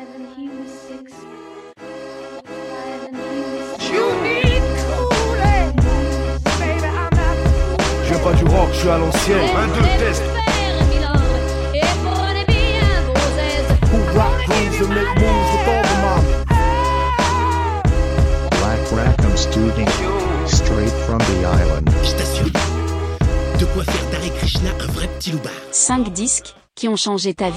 Je viens pas du rock, je suis à l'ancienne. Un, deux, test. Who rock grooves and make moves with all the mommy. Black Rackham Studio, straight from the island. Je t'assure, de quoi faire d'Hare Krishna un vrai petit loupard. 5 disques qui ont changé ta vie.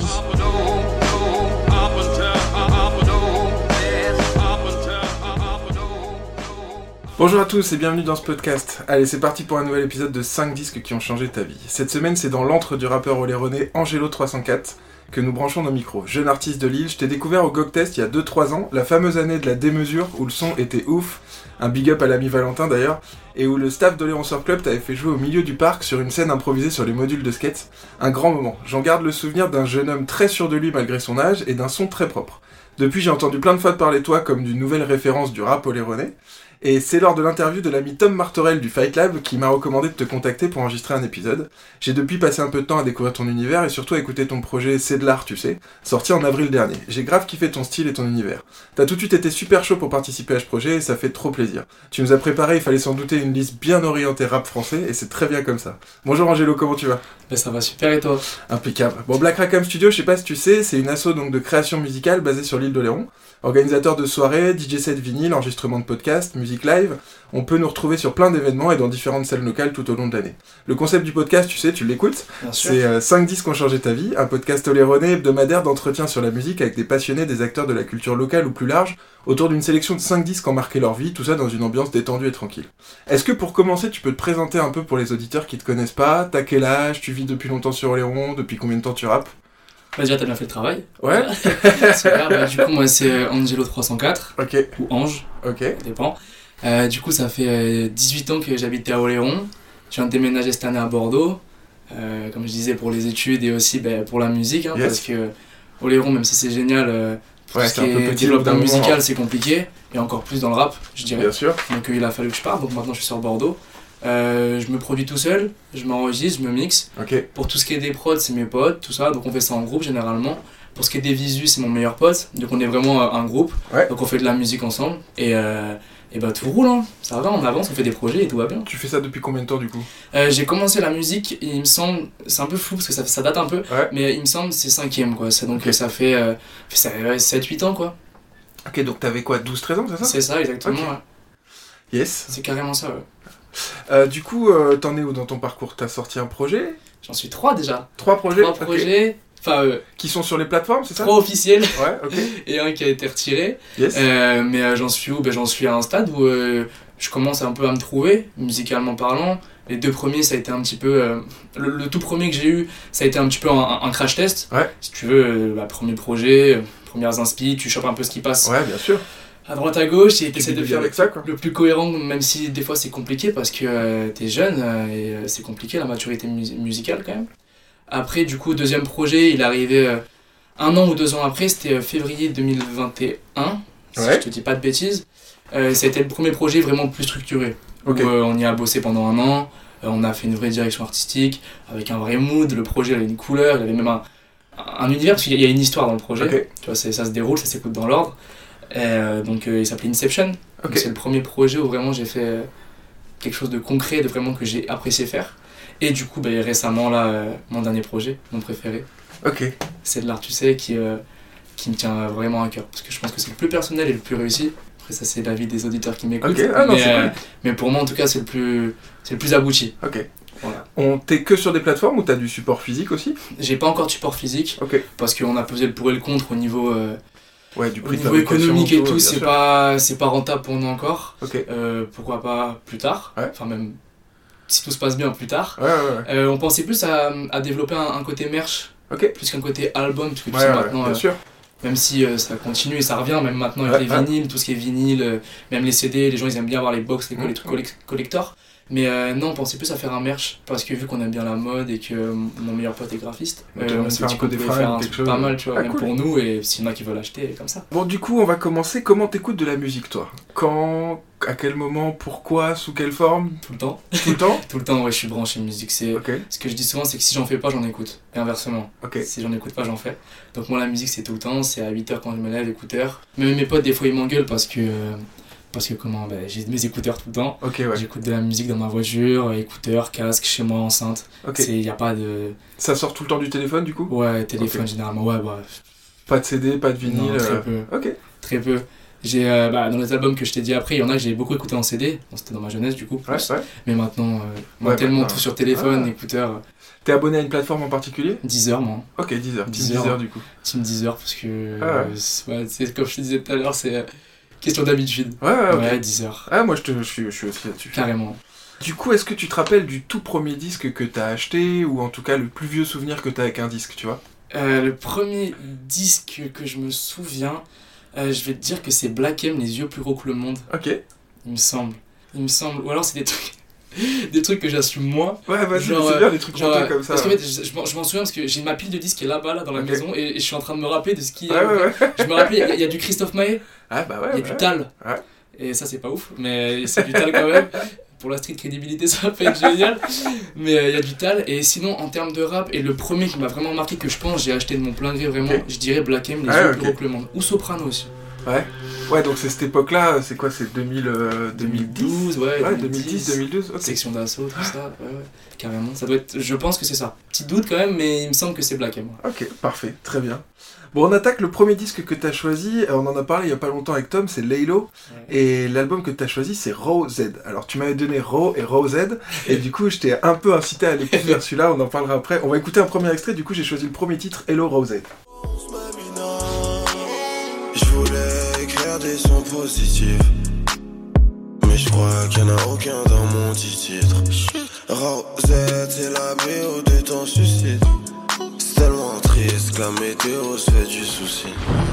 Bonjour à tous et bienvenue dans ce podcast. Allez, c'est parti pour un nouvel épisode de 5 disques qui ont changé ta vie. Cette semaine, c'est dans l'antre du rappeur oléronais Angelo304 que nous branchons nos micros. Jeune artiste de Lille, je t'ai découvert au GogTest il y a 2-3 ans, la fameuse année de la démesure où le son était ouf, un big up à l'ami Valentin d'ailleurs, et où le staff d'Oléron Surf Club t'avait fait jouer au milieu du parc sur une scène improvisée sur les modules de skate. Un grand moment. J'en garde le souvenir d'un jeune homme très sûr de lui malgré son âge et d'un son très propre. Depuis, j'ai entendu plein de fois de parler de toi comme d'une nouvelle référence du rap oléronais. Et c'est lors de l'interview de l'ami Tom Martorell du Fight Lab qui m'a recommandé de te contacter pour enregistrer un épisode. J'ai depuis passé un peu de temps à découvrir ton univers et surtout à écouter ton projet C'est de l'art, tu sais, sorti en avril dernier. J'ai grave kiffé ton style et ton univers. T'as tout de suite été super chaud pour participer à ce projet et ça fait trop plaisir. Tu nous as préparé, il fallait sans douter une liste bien orientée rap français et c'est très bien comme ça. Bonjour Angelo, comment tu vas ? Ben ça va super et toi ? Impeccable. Bon, Black Rackham Studio, je sais pas si tu sais, c'est une asso donc de création musicale basée sur l'île d'Oléron. Organisateur de soirées, DJ set vinyle, enregistrement de podcasts, musique live, on peut nous retrouver sur plein d'événements et dans différentes scènes locales tout au long de l'année. Le concept du podcast, tu sais, tu l'écoutes, c'est 5 disques qui ont changé ta vie, un podcast oléronais hebdomadaire d'entretien sur la musique avec des passionnés, des acteurs de la culture locale ou plus large, autour d'une sélection de 5 disques qui ont marqué leur vie, tout ça dans une ambiance détendue et tranquille. Est-ce que pour commencer, tu peux te présenter un peu pour les auditeurs qui te connaissent pas, t'as quel âge, tu vis depuis longtemps sur Oléron, depuis combien de temps tu rappes ? Bah déjà t'as bien fait le travail. Ouais. Super, bah, du coup moi c'est Angelo304, ok. ou Ange, ok. ça dépend. Du coup ça fait 18 ans que j'habitais à Oléron, je viens de déménager cette année à Bordeaux, comme je disais pour les études et aussi pour la musique, hein, Yes. parce que Oléron même si c'est génial, pour Ouais, ce qui c'est un peu est petit développement d'un musical moment. c'est compliqué, et encore plus dans le rap je dirais. Bien sûr. Donc il a fallu que je parte, donc maintenant je suis sur Bordeaux. Je me produis tout seul, je m'enregistre, je me mixe. Ok. Pour tout ce qui est des prods, c'est mes potes, tout ça, donc on fait ça en groupe généralement. Pour ce qui est des visus, c'est mon meilleur pote, donc on est vraiment un groupe, Ouais. donc on fait de la musique ensemble, et bah tout roule, hein. Ça va, on avance, on fait des projets et tout va bien. Tu fais ça depuis combien de temps du coup ? J'ai commencé la musique, et il me semble, c'est un peu flou parce que ça date un peu, Ouais. mais il me semble c'est 5ème quoi, donc Ok. ça fait 7-8 ans quoi, Ok, donc t'avais quoi, 12-13 ans, c'est ça ? c'est ça exactement, Ok. ouais. Yes. C'est carrément ça, ouais. Du coup, t'en es où dans ton parcours ? T'as sorti un projet ? J'en suis 3 déjà, 3 projets ? 3 Ok. projets, enfin Qui sont sur les plateformes, c'est ça ? 3 officiels. Ouais, ok. Et un qui a été retiré. Yes. Mais j'en suis où ? J'en suis à un stade où je commence un peu à me trouver, musicalement parlant. Les 2 premiers, ça a été un petit peu... le tout premier que j'ai eu, ça a été un petit peu un crash test. Ouais. Si tu veux, premier projet, premières inspi, tu chopes un peu ce qui passe Ouais, bien sûr. à droite à gauche et tu essaies de bidouilles faire avec ça, quoi. le plus cohérent, même si des fois c'est compliqué parce que t'es jeune et c'est compliqué la maturité musicale quand même. Après, du coup, deuxième projet, il est arrivé 1 an ou 2 ans après, c'était février 2021, si Ouais. je te dis pas de bêtises. Ça a été le premier projet vraiment plus structuré. Ok. Où, on y a bossé pendant 1 an, on a fait une vraie direction artistique, avec un vrai mood, le projet avait une couleur, il avait même un univers, parce qu'il y a une histoire dans le projet. Ok. Tu vois, ça se déroule, ça s'écoute dans l'ordre. Donc il s'appelait Inception. Ok. Donc, c'est le premier projet où vraiment j'ai fait quelque chose de concret, de vraiment que j'ai apprécié faire. Et du coup, récemment, là, mon dernier projet, mon préféré, Ok. c'est de l'art, tu sais, qui me tient vraiment à cœur. Parce que je pense que c'est le plus personnel et le plus réussi. Après, ça, c'est l'avis des auditeurs qui m'écoutent. Ok. Ah non, c'est cool. Mais pour moi, en tout cas, c'est le plus abouti. Ok. Voilà. T'es que sur des plateformes ou t'as du support physique aussi ? J'ai pas encore de support physique, Ok. parce qu'on a pesé le pour et le contre au niveau, Ouais, du au prix de niveau fabrication, économique et tout, bien c'est sûr. pas rentable pour nous encore. Ok. Pourquoi pas plus tard, Ouais. enfin même si tout se passe bien plus tard. Ouais, ouais, ouais. On pensait plus à développer un côté merch, Ok. plus qu'un côté album, parce que tu Ouais, sais ouais, maintenant, bien sûr. même si ça continue et ça revient, même maintenant avec Ouais, les vinyles, tout ce qui est vinyle, même les CD, les gens ils aiment bien avoir les box, les trucs collector. Mais non, on pensait plus à faire un merch, parce que vu qu'on aime bien la mode et que mon meilleur pote est graphiste, Ok, on on s'est fait un dit peu qu'on des pouvait fringues, faire un quelque truc chose. pas mal, tu vois, Ah, même cool. pour nous, et s'il y en a qui veulent acheter, comme ça. Bon, du coup, on va commencer. Comment t'écoutes de la musique, toi? Quand? À quel moment? Pourquoi? Sous quelle forme? Tout le temps. Tout le temps? Tout le temps, ouais, je suis branché musique. Ok, Ce que je dis souvent, c'est que si j'en fais pas, j'en écoute. Et inversement. ok. Si j'en écoute pas, j'en fais. Donc moi, la musique, c'est tout le temps. C'est à 8h quand je me lève, écouteurs. Même mes potes, des fois, ils m'engueulent parce que j'ai mes écouteurs tout le temps. Ok, ouais. J'écoute de la musique dans ma voiture, écouteurs, casque, chez moi, enceinte. Ok. Y a pas de... Ça sort tout le temps du téléphone, du coup? Ouais, téléphone, Ok. généralement. Ouais, bah... Pas de CD, pas de vinyle? Non, très peu. Ok. Très peu. J'ai, dans les albums que je t'ai dit après, il y en a que j'ai beaucoup écouté en CD. Bon, c'était dans ma jeunesse, du coup, plus. Ouais, ouais. Mais maintenant, Ouais, tellement maintenant. tout sur téléphone, Ah. écouteurs. T'es abonné à une plateforme en particulier? 10h, moi. Ok, 10h. Team 10 heures. 10h, du coup. Team 10h, parce que... Ah ouais. c'est comme je te disais tout à l'heure, c'est question d'habitude. Ouais, ouais, ok. Ouais, 10h. Ah, moi, je suis aussi là-dessus. Carrément. Du coup, est-ce que tu te rappelles du tout premier disque que t'as acheté, ou en tout cas le plus vieux souvenir que t'as avec un disque, tu vois? Le premier disque que je me souviens, je vais te dire que c'est Black M, Les yeux plus gros que le monde, Ok. il me semble. Ou alors c'est des trucs... des trucs que j'assume moins. Ouais, vas-y, Genre, c'est bien les trucs Genre, honteux comme ça. parce qu'en fait, je m'en souviens parce que j'ai ma pile de disques qui est là-bas, là, dans la Ok. maison, et je suis en train de me rappeler de ce qui... Ouais, ouais, ouais. Je me rappelle, il y a du Christophe Maé, Ah, bah ouais. il y a du Tal. Ouais. Et ça, c'est pas ouf, mais c'est du Tal quand même. Pour la street crédibilité, ça va pas être génial. Mais il y a du Tal. Et sinon, en termes de rap, et le premier qui m'a vraiment marqué, que je pense j'ai acheté de mon plein gré vraiment, Ok. je dirais Black M, Les Ah, yeux ok. plus gros que le monde. Ou Soprano aussi. Ouais, donc c'est cette époque-là, c'est quoi? C'est 2010? 2012, ouais, Ouais, 2010, 2012, ok. Section d'assaut, tout ça, ouais, carrément. Ça doit être, je pense que c'est ça. Petit doute quand même, mais il me semble que c'est Black M. Ok, parfait, très bien. Bon, on attaque le premier disque que t'as choisi, on en a parlé il y a pas longtemps avec Tom, c'est Laylo, Ouais. et l'album que t'as choisi c'est Raw Z. Alors tu m'avais donné Raw et Raw Z, et du coup je t'ai un peu incité à aller plus vers celui-là, on en parlera après. On va écouter un premier extrait, du coup j'ai choisi le premier titre, Hello Raw Z. Je voulais écrire des sons positifs, mais je crois qu'il n'y en a aucun dans mon titre. Rosette, c'est la BO de ton suicide. C'est tellement triste que la météo se fait du souci.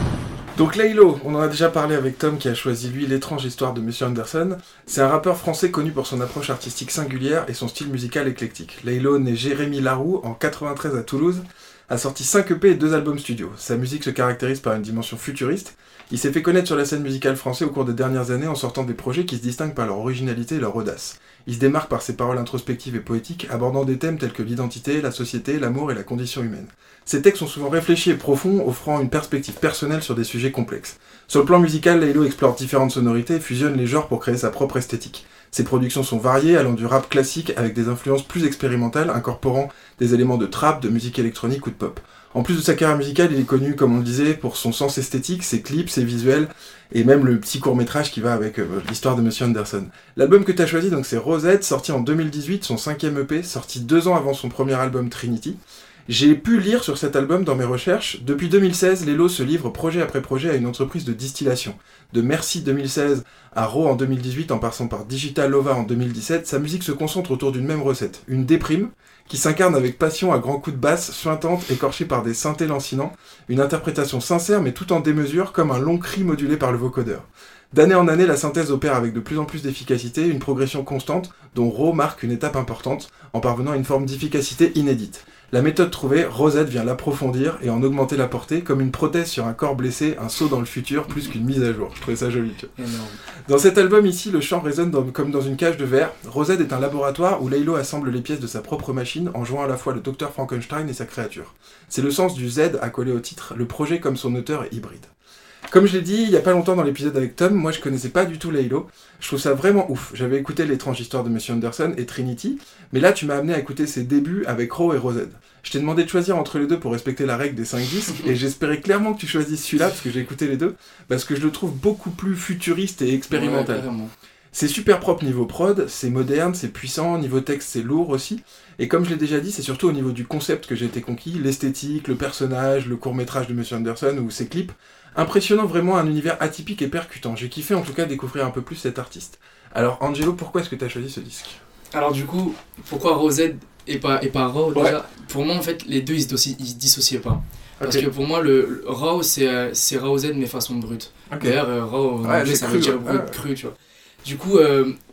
Donc Laylo, on en a déjà parlé avec Tom qui a choisi lui L'étrange histoire de Monsieur Anderson. C'est un rappeur français connu pour son approche artistique singulière et son style musical éclectique. Laylo, né Jérémy Laroux en 93 à Toulouse, a sorti 5 EP et 2 albums studio. Sa musique se caractérise par une dimension futuriste. Il s'est fait connaître sur la scène musicale française au cours des dernières années en sortant des projets qui se distinguent par leur originalité et leur audace. Il se démarque par ses paroles introspectives et poétiques, abordant des thèmes tels que l'identité, la société, l'amour et la condition humaine. Ses textes sont souvent réfléchis et profonds, offrant une perspective personnelle sur des sujets complexes. Sur le plan musical, Laylo explore différentes sonorités et fusionne les genres pour créer sa propre esthétique. Ses productions sont variées, allant du rap classique avec des influences plus expérimentales, incorporant des éléments de trap, de musique électronique ou de pop. En plus de sa carrière musicale, il est connu, comme on le disait, pour son sens esthétique, ses clips, ses visuels, et même le petit court-métrage qui va avec l'histoire de Monsieur Anderson. L'album que tu as choisi, donc, c'est Rosette, sorti en 2018, son 5e EP, sorti 2 ans avant son premier album Trinity. J'ai pu lire sur cet album dans mes recherches. Depuis 2016, Laylo se livre projet après projet à une entreprise de distillation. De Merci 2016 à Raw en 2018, en passant par Digital Lova en 2017, sa musique se concentre autour d'une même recette, une déprime, qui s'incarne avec passion à grands coups de basse, suintante, écorchée par des synthés lancinants, une interprétation sincère mais tout en démesure, comme un long cri modulé par le vocodeur. D'année en année, la synthèse opère avec de plus en plus d'efficacité, une progression constante, dont Raw marque une étape importante, en parvenant à une forme d'efficacité inédite. La méthode trouvée, Rosette vient l'approfondir et en augmenter la portée, comme une prothèse sur un corps blessé, un saut dans le futur, plus qu'une mise à jour. Je trouvais ça joli. Tu vois. Énorme. Dans cet album ici, le chant résonne comme dans une cage de verre. Rosette est un laboratoire où Laylo assemble les pièces de sa propre machine en jouant à la fois le Dr Frankenstein et sa créature. C'est le sens du Z accolé au titre, le projet comme son auteur est hybride. Comme je l'ai dit il y a pas longtemps dans l'épisode avec Tom, moi je connaissais pas du tout Laylo. Je trouve ça vraiment ouf. J'avais écouté L'étrange histoire de Monsieur Anderson et Trinity, mais là tu m'as amené à écouter ses débuts avec Raw et Rosette. Je t'ai demandé de choisir entre les deux pour respecter la règle des 5 disques, et j'espérais clairement que tu choisisses celui-là, parce que j'ai écouté les deux, parce que je le trouve beaucoup plus futuriste et expérimental. Ouais, carrément. C'est super propre niveau prod, c'est moderne, c'est puissant, niveau texte c'est lourd aussi, et comme je l'ai déjà dit, c'est surtout au niveau du concept que j'ai été conquis, l'esthétique, le personnage, le court-métrage de Monsieur Anderson ou ses clips, impressionnant vraiment un univers atypique et percutant. J'ai kiffé en tout cas découvrir un peu plus cet artiste. Alors Angelo, pourquoi est-ce que tu as choisi ce disque? Alors du coup, pourquoi Rosette et pas Raw Ouais. déjà? Pour moi en fait les deux ils se dissociaient pas. Parce Ok. que pour moi le Raw c'est Rosette mais façon brute. Ok. D'ailleurs Raw en Ouais, anglais c'est ça cru, veut dire ouais. brut, cru tu vois. Du coup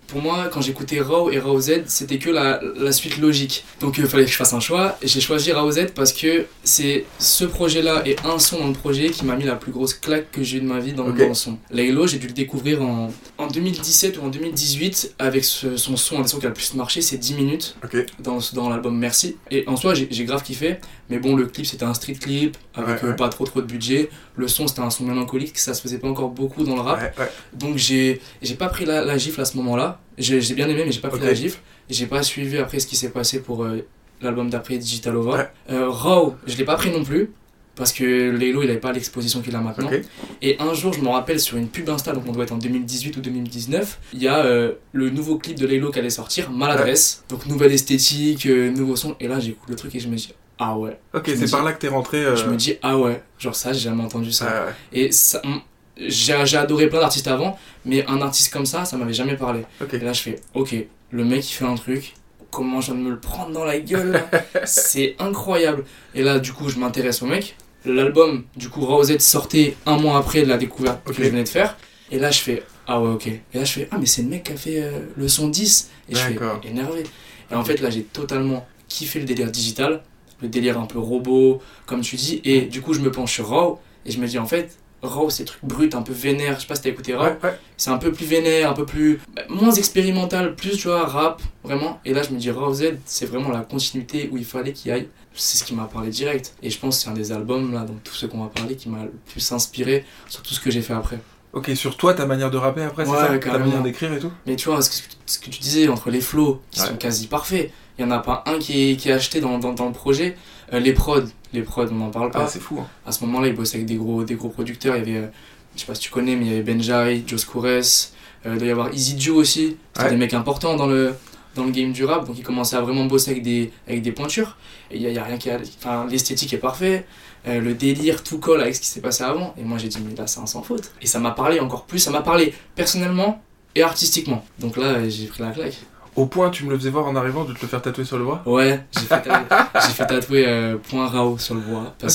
pour moi, quand j'écoutais Raw et Raw Z, c'était que la suite logique. Donc il fallait que je fasse un choix. Et j'ai choisi Raw Z parce que c'est ce projet-là et un son dans le projet qui m'a mis la plus grosse claque que j'ai eue de ma vie dans le son. Laylo, j'ai dû le découvrir en 2017 ou en 2018 avec son son, un des sons qui a le plus marché, c'est 10 minutes dans l'album Merci. Et en soi, j'ai grave kiffé. Mais bon, le clip, c'était un street clip avec pas trop de budget. Le son, c'était un son mélancolique, ça se faisait pas encore beaucoup dans le rap. Donc j'ai pas pris la gifle à ce moment-là. J'ai bien aimé, mais j'ai pas pris la gifle. Et j'ai pas suivi après ce qui s'est passé pour l'album d'après, Digital Over. Raw, je l'ai pas pris non plus. Parce que Laylo, il avait pas l'exposition qu'il a maintenant. Et un jour, je me rappelle sur une pub Insta, donc on doit être en 2018 ou 2019, il y a le nouveau clip de Laylo qui allait sortir, Maladresse. Donc nouvelle esthétique, nouveau son. Et là, j'écoute le truc et je me dis, ah ouais. C'est par là que t'es rentré. Je me dis, ah ouais, genre ça, j'ai jamais entendu ça. Et ça, j'ai adoré plein d'artistes avant, mais un artiste comme ça m'avait jamais parlé. Et là, je fais, ok, le mec il fait un truc, comment je viens de me le prendre dans la gueule là. C'est incroyable. Et là, du coup, je m'intéresse au mec. L'album, du coup, Raw Z sortait un mois après de la découverte que je venais de faire. Et là, je fais, ah ouais, ok. Et là, je fais, ah, mais c'est le mec qui a fait le son 10. Et je fais, énervé. Et en fait, là, j'ai totalement kiffé le délire digital, le délire un peu robot, comme tu dis. Et du coup, je me penche sur Raw et je me dis, en fait, Raw, c'est truc brut, un peu vénère. Je sais pas si t'as écouté Raw. C'est un peu plus vénère, un peu plus. Moins expérimental, plus, tu vois, rap, vraiment. Et là, je me dis, Raw Z, c'est vraiment la continuité où il fallait qu'il aille. C'est ce qui m'a parlé direct. Et je pense que c'est un des albums, là, dans tous ceux qu'on va parler, qui m'a le plus inspiré sur tout ce que j'ai fait après. Ok, sur toi, ta manière de rapper après, c'est ça, ta manière d'écrire et tout. Mais tu vois, ce que tu disais, entre les flows, qui sont quasi parfaits, il n'y en a pas un qui est acheté dans le projet. Les prods, on n'en parle pas. Ah, c'est fou. Hein. À ce moment-là, il bossait avec des gros producteurs. Il y avait, je sais pas si tu connais, mais il y avait Benjai, Joe Coures, il doit y avoir Easy Joe aussi. C'était des mecs importants dans le game du rap, donc il commençait à vraiment bosser avec des pointures. Et il y a rien qui a. Enfin, l'esthétique est parfaite, le délire, tout colle avec ce qui s'est passé avant. Et moi j'ai dit, mais là c'est un sans faute. Et ça m'a parlé encore plus, ça m'a parlé personnellement et artistiquement. Donc là, j'ai pris la claque. Au point, tu me le faisais voir en arrivant de te le faire tatouer sur le bras ? Ouais, j'ai fait tatouer point Rao sur le bras. Parce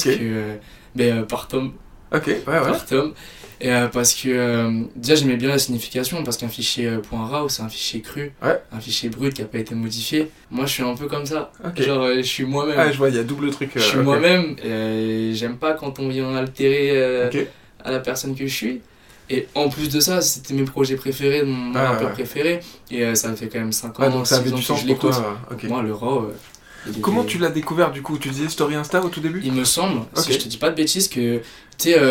que. Par Tom. Par Tom. Et parce que déjà j'aimais bien la signification, parce qu'un fichier .raw c'est un fichier cru, un fichier brut qui n'a pas été modifié. Moi je suis un peu comme ça, genre je suis moi-même. Ah je vois, il y a double truc. Je suis moi-même, et j'aime pas quand on vient altérer à la personne que je suis. Et en plus de ça, c'était mes projets préférés, mon rappeur préféré, et ça fait quand même 5 ans, donc ça avait du sens que je l'écoute. Pour moi le raw... Comment tu l'as découvert du coup ? Tu disais story Insta au tout début ? Il me semble, si je te dis pas de bêtises, que tu sais,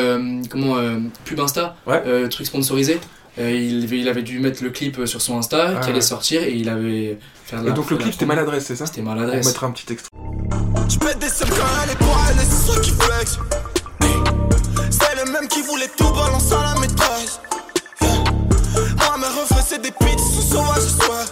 pub Insta, truc sponsorisé, il avait dû mettre le clip sur son Insta qui allait sortir et il avait fait de la. Et donc le clip c'était Maladresse, c'est ça ? C'était Maladresse. On mettra un petit extrait. Je pète des seuls quand elle est pour elle et c'est ceux qui flex. C'est le même qui voulait tout balancer à la maîtresse. Moi mes reflets c'est des pits, sous sauvages soir.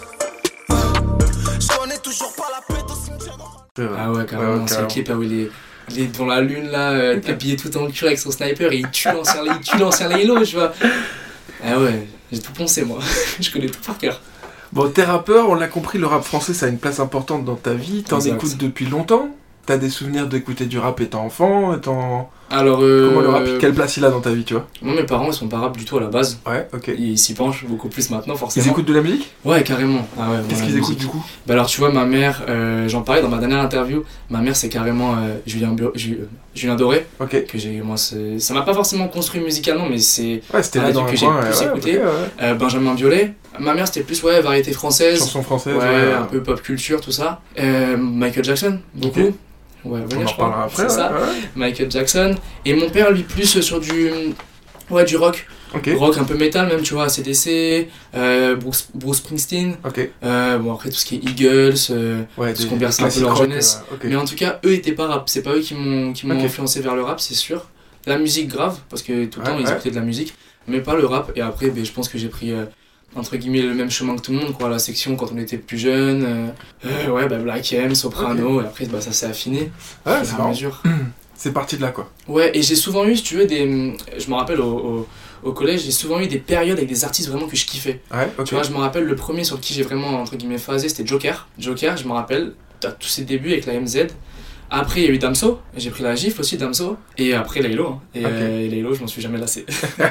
Je connais toujours pas la pète au cimetière. Ah ouais, carrément, c'est le clip où il est devant la lune là, habillé tout en cuir avec son sniper et il tue l'ancien Laylo, tu vois. Ah ouais, j'ai tout poncé moi, je connais tout par cœur. Bon, t'es rappeur, on l'a compris, le rap français ça a une place importante dans ta vie, t'en écoutes depuis longtemps ? T'as des souvenirs d'écouter du rap étant enfant, Alors, comment le rap, quelle place il a dans ta vie, tu vois ? Moi, mes parents, ils sont pas rap du tout à la base. Ouais, ok. Ils s'y penchent beaucoup plus maintenant, forcément. Ils écoutent de la musique ? Ouais, carrément. Ah ouais, qu'est-ce qu'ils écoutent du coup ? Bah alors, tu vois, ma mère, j'en parlais dans ma dernière interview, ma mère, c'est carrément Julien Doré. Ok. Que j'ai, moi, ça m'a pas forcément construit musicalement, mais c'est c'était là dans que j'ai plus écouté. Benjamin Biolay. Ma mère, c'était plus, variété française. Chanson française, un peu pop culture, tout ça. Michael Jackson, beaucoup. Okay. Ouais, on en reparlera après. C'est ça. Michael Jackson. Et mon père, lui, plus sur du rock. Okay. Rock un peu métal, même, tu vois, ACDC, Bruce Springsteen. Okay. Bon, après, tout ce qui est Eagles, ce qu'on berce un peu leur jeunesse. Mais en tout cas, eux étaient pas rap. C'est pas eux qui m'ont influencé vers le rap, c'est sûr. La musique, grave, parce que tout le temps, ils écoutaient de la musique, mais pas le rap. Et après, je pense que j'ai pris. Entre guillemets le même chemin que tout le monde, quoi, la section quand on était plus jeune, Black M, Soprano, et après ça s'est affiné. Ouais, c'est marrant. C'est parti de là, quoi. Ouais, et j'ai souvent eu, si tu veux, je me rappelle au collège, j'ai souvent eu des périodes avec des artistes vraiment que je kiffais. Ouais, ok. Tu vois, je me rappelle le premier sur qui j'ai vraiment, entre guillemets, phasé, c'était Joker. Joker, je me rappelle, à tous ses débuts avec la MZ, Après, il y a eu Damso, j'ai pris la gifle aussi, Damso, et après Laylo, hein. Et, Ok. et Laylo, je m'en suis jamais lassé.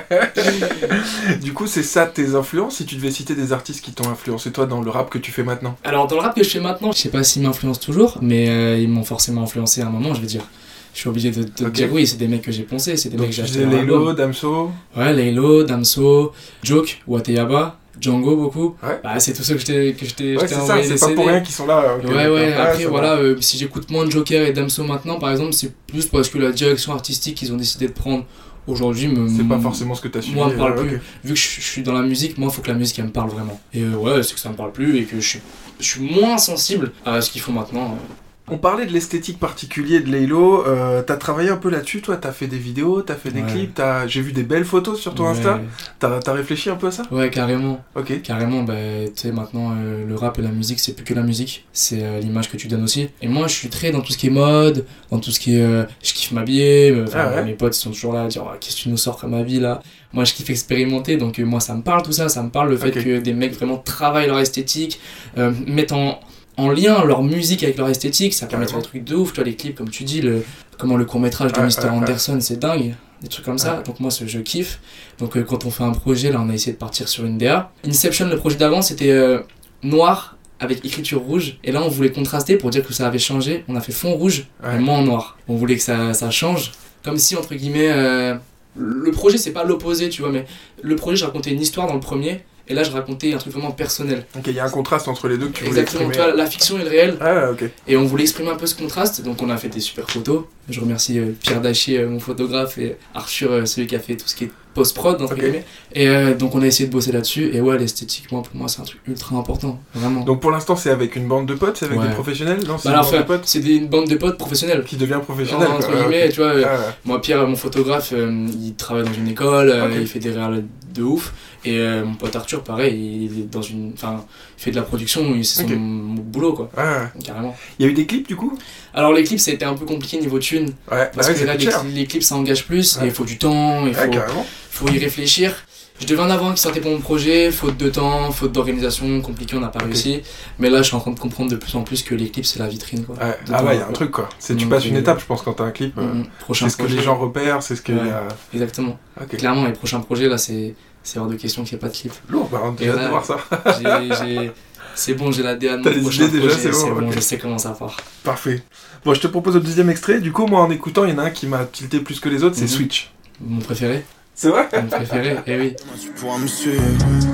Du coup, c'est ça tes influences, si tu devais citer des artistes qui t'ont influencé toi dans le rap que tu fais maintenant. Alors, dans le rap que je fais maintenant, je sais pas s'ils m'influencent toujours, mais ils m'ont forcément influencé à un moment, je vais dire. Je suis obligé de te Ok. dire oui, c'est des mecs que j'ai poncé, c'est des Donc mecs que tu j'ai disais acheté leur album. Laylo, Damso. Ouais, Laylo, Damso, Joke, Wateyaba, Django beaucoup. Ouais. Bah, c'est tous ceux que je t'ai Ouais, c'est ça, envoyé c'est des pas CD. pour rien qu'ils sont là. ok, Ouais, d'accord. ouais, Ah, après ça voilà, va. si j'écoute moins Joker et Damso maintenant par exemple, c'est plus parce que la direction artistique qu'ils ont décidé de prendre aujourd'hui C'est pas forcément ce que t'as suivi. moi me parle plus. ok. Vu que je suis dans la musique, moi il faut que la musique elle me parle vraiment. Et ouais, c'est que ça me parle plus et que je suis moins sensible à ce qu'ils font maintenant. On parlait de l'esthétique particulière de Laylo, t'as travaillé un peu là-dessus, toi, t'as fait des vidéos, t'as fait des Ouais. clips, j'ai vu des belles photos sur ton Ouais. Insta, t'as réfléchi un peu à ça? Ouais, carrément. Ok. Carrément, bah, tu sais, maintenant, le rap et la musique, c'est plus que la musique, c'est l'image que tu donnes aussi. Et moi, je suis très dans tout ce qui est mode, dans tout ce qui est. Je kiffe m'habiller, Ah ouais. mes potes ils sont toujours là à dire, oh, qu'est-ce que tu nous sors comme habit là? Moi, je kiffe expérimenter, donc moi, ça me parle tout ça, ça me parle le fait Ok. que des mecs vraiment travaillent leur esthétique, mettent en lien leur musique avec leur esthétique, ça permet de faire des trucs de ouf, tu vois, les clips, comme tu dis, le court-métrage de Ouais, Mr. ouais, ouais. Anderson, c'est dingue. Des trucs comme ça, Ouais. donc moi je kiffe. Donc quand on fait un projet, là on a essayé de partir sur une DA. Inception, le projet d'avant, c'était noir avec écriture rouge, et là on voulait contraster pour dire que ça avait changé. On a fait fond rouge Ouais. et moins en noir. On voulait que ça change, comme si entre guillemets le projet c'est pas l'opposé, tu vois, mais le projet je racontais une histoire dans le premier, et là je racontais un truc vraiment personnel. Ok, il y a un contraste entre les deux que tu voulais Exactement, tu exprimer. vois, la fiction et le réel. Ah, ok. Et on voulait exprimer un peu ce contraste, donc on a fait des super photos. Je remercie Pierre Dachier, mon photographe, et Arthur, celui qui a fait tout ce qui est post-prod, entre Ok. guillemets. Et donc on a essayé de bosser là-dessus, et ouais, l'esthétique, pour moi, c'est un truc ultra important, vraiment. Donc pour l'instant, c'est avec une bande de potes, c'est avec Ouais. des professionnels? Non, c'est Bah une alors, bande de potes c'est une bande de potes professionnels. qui devient professionnelle. Entre quoi. Ah, guillemets, ok. tu vois, Ah, ouais. moi, Pierre, mon photographe, il travaille dans une école, Ok. il fait des réals de ouf. Et mon pote Arthur, pareil, il est dans une. Enfin, il fait de la production, c'est son Ok. boulot, quoi, Ah, ouais. carrément. Il y a eu des clips du coup? Alors, les clips, ça a été un peu compliqué niveau thune. Ouais, Parce ouais, que ça là, coûte cher. les clips, ça engage plus, Ouais. et il faut du temps, il Ouais, faut, carrément. faut y réfléchir. Je devais en avoir un qui sortait pour mon projet, faute de temps, faute d'organisation, compliqué, on n'a pas Ok. réussi. Mais là, je suis en train de comprendre de plus en plus que les clips, c'est la vitrine, quoi. Ouais. De Ah temps, ouais, il y a un quoi. truc quoi. Tu Donc, passes une étape, je pense, quand t'as un clip. Prochain C'est ce que projet. les gens repèrent, c'est ce que. Ouais. Exactement. Ok. Clairement, les prochains projets, là, c'est hors de question qu'il n'y ait pas de clip. Lourd, bah, on a Et hâte là, de voir ça. C'est bon, j'ai la DA de T'as mon les prochain idées déjà, projet, c'est bon, ok. je sais comment ça part. Parfait. Bon, je te propose le deuxième extrait. Du coup, moi, en écoutant, il y en a un qui m'a tilté plus que les autres, c'est Mhm. Switch. Mon préféré, C'est vrai? mon préféré, eh oui. Tu pourras me suivre.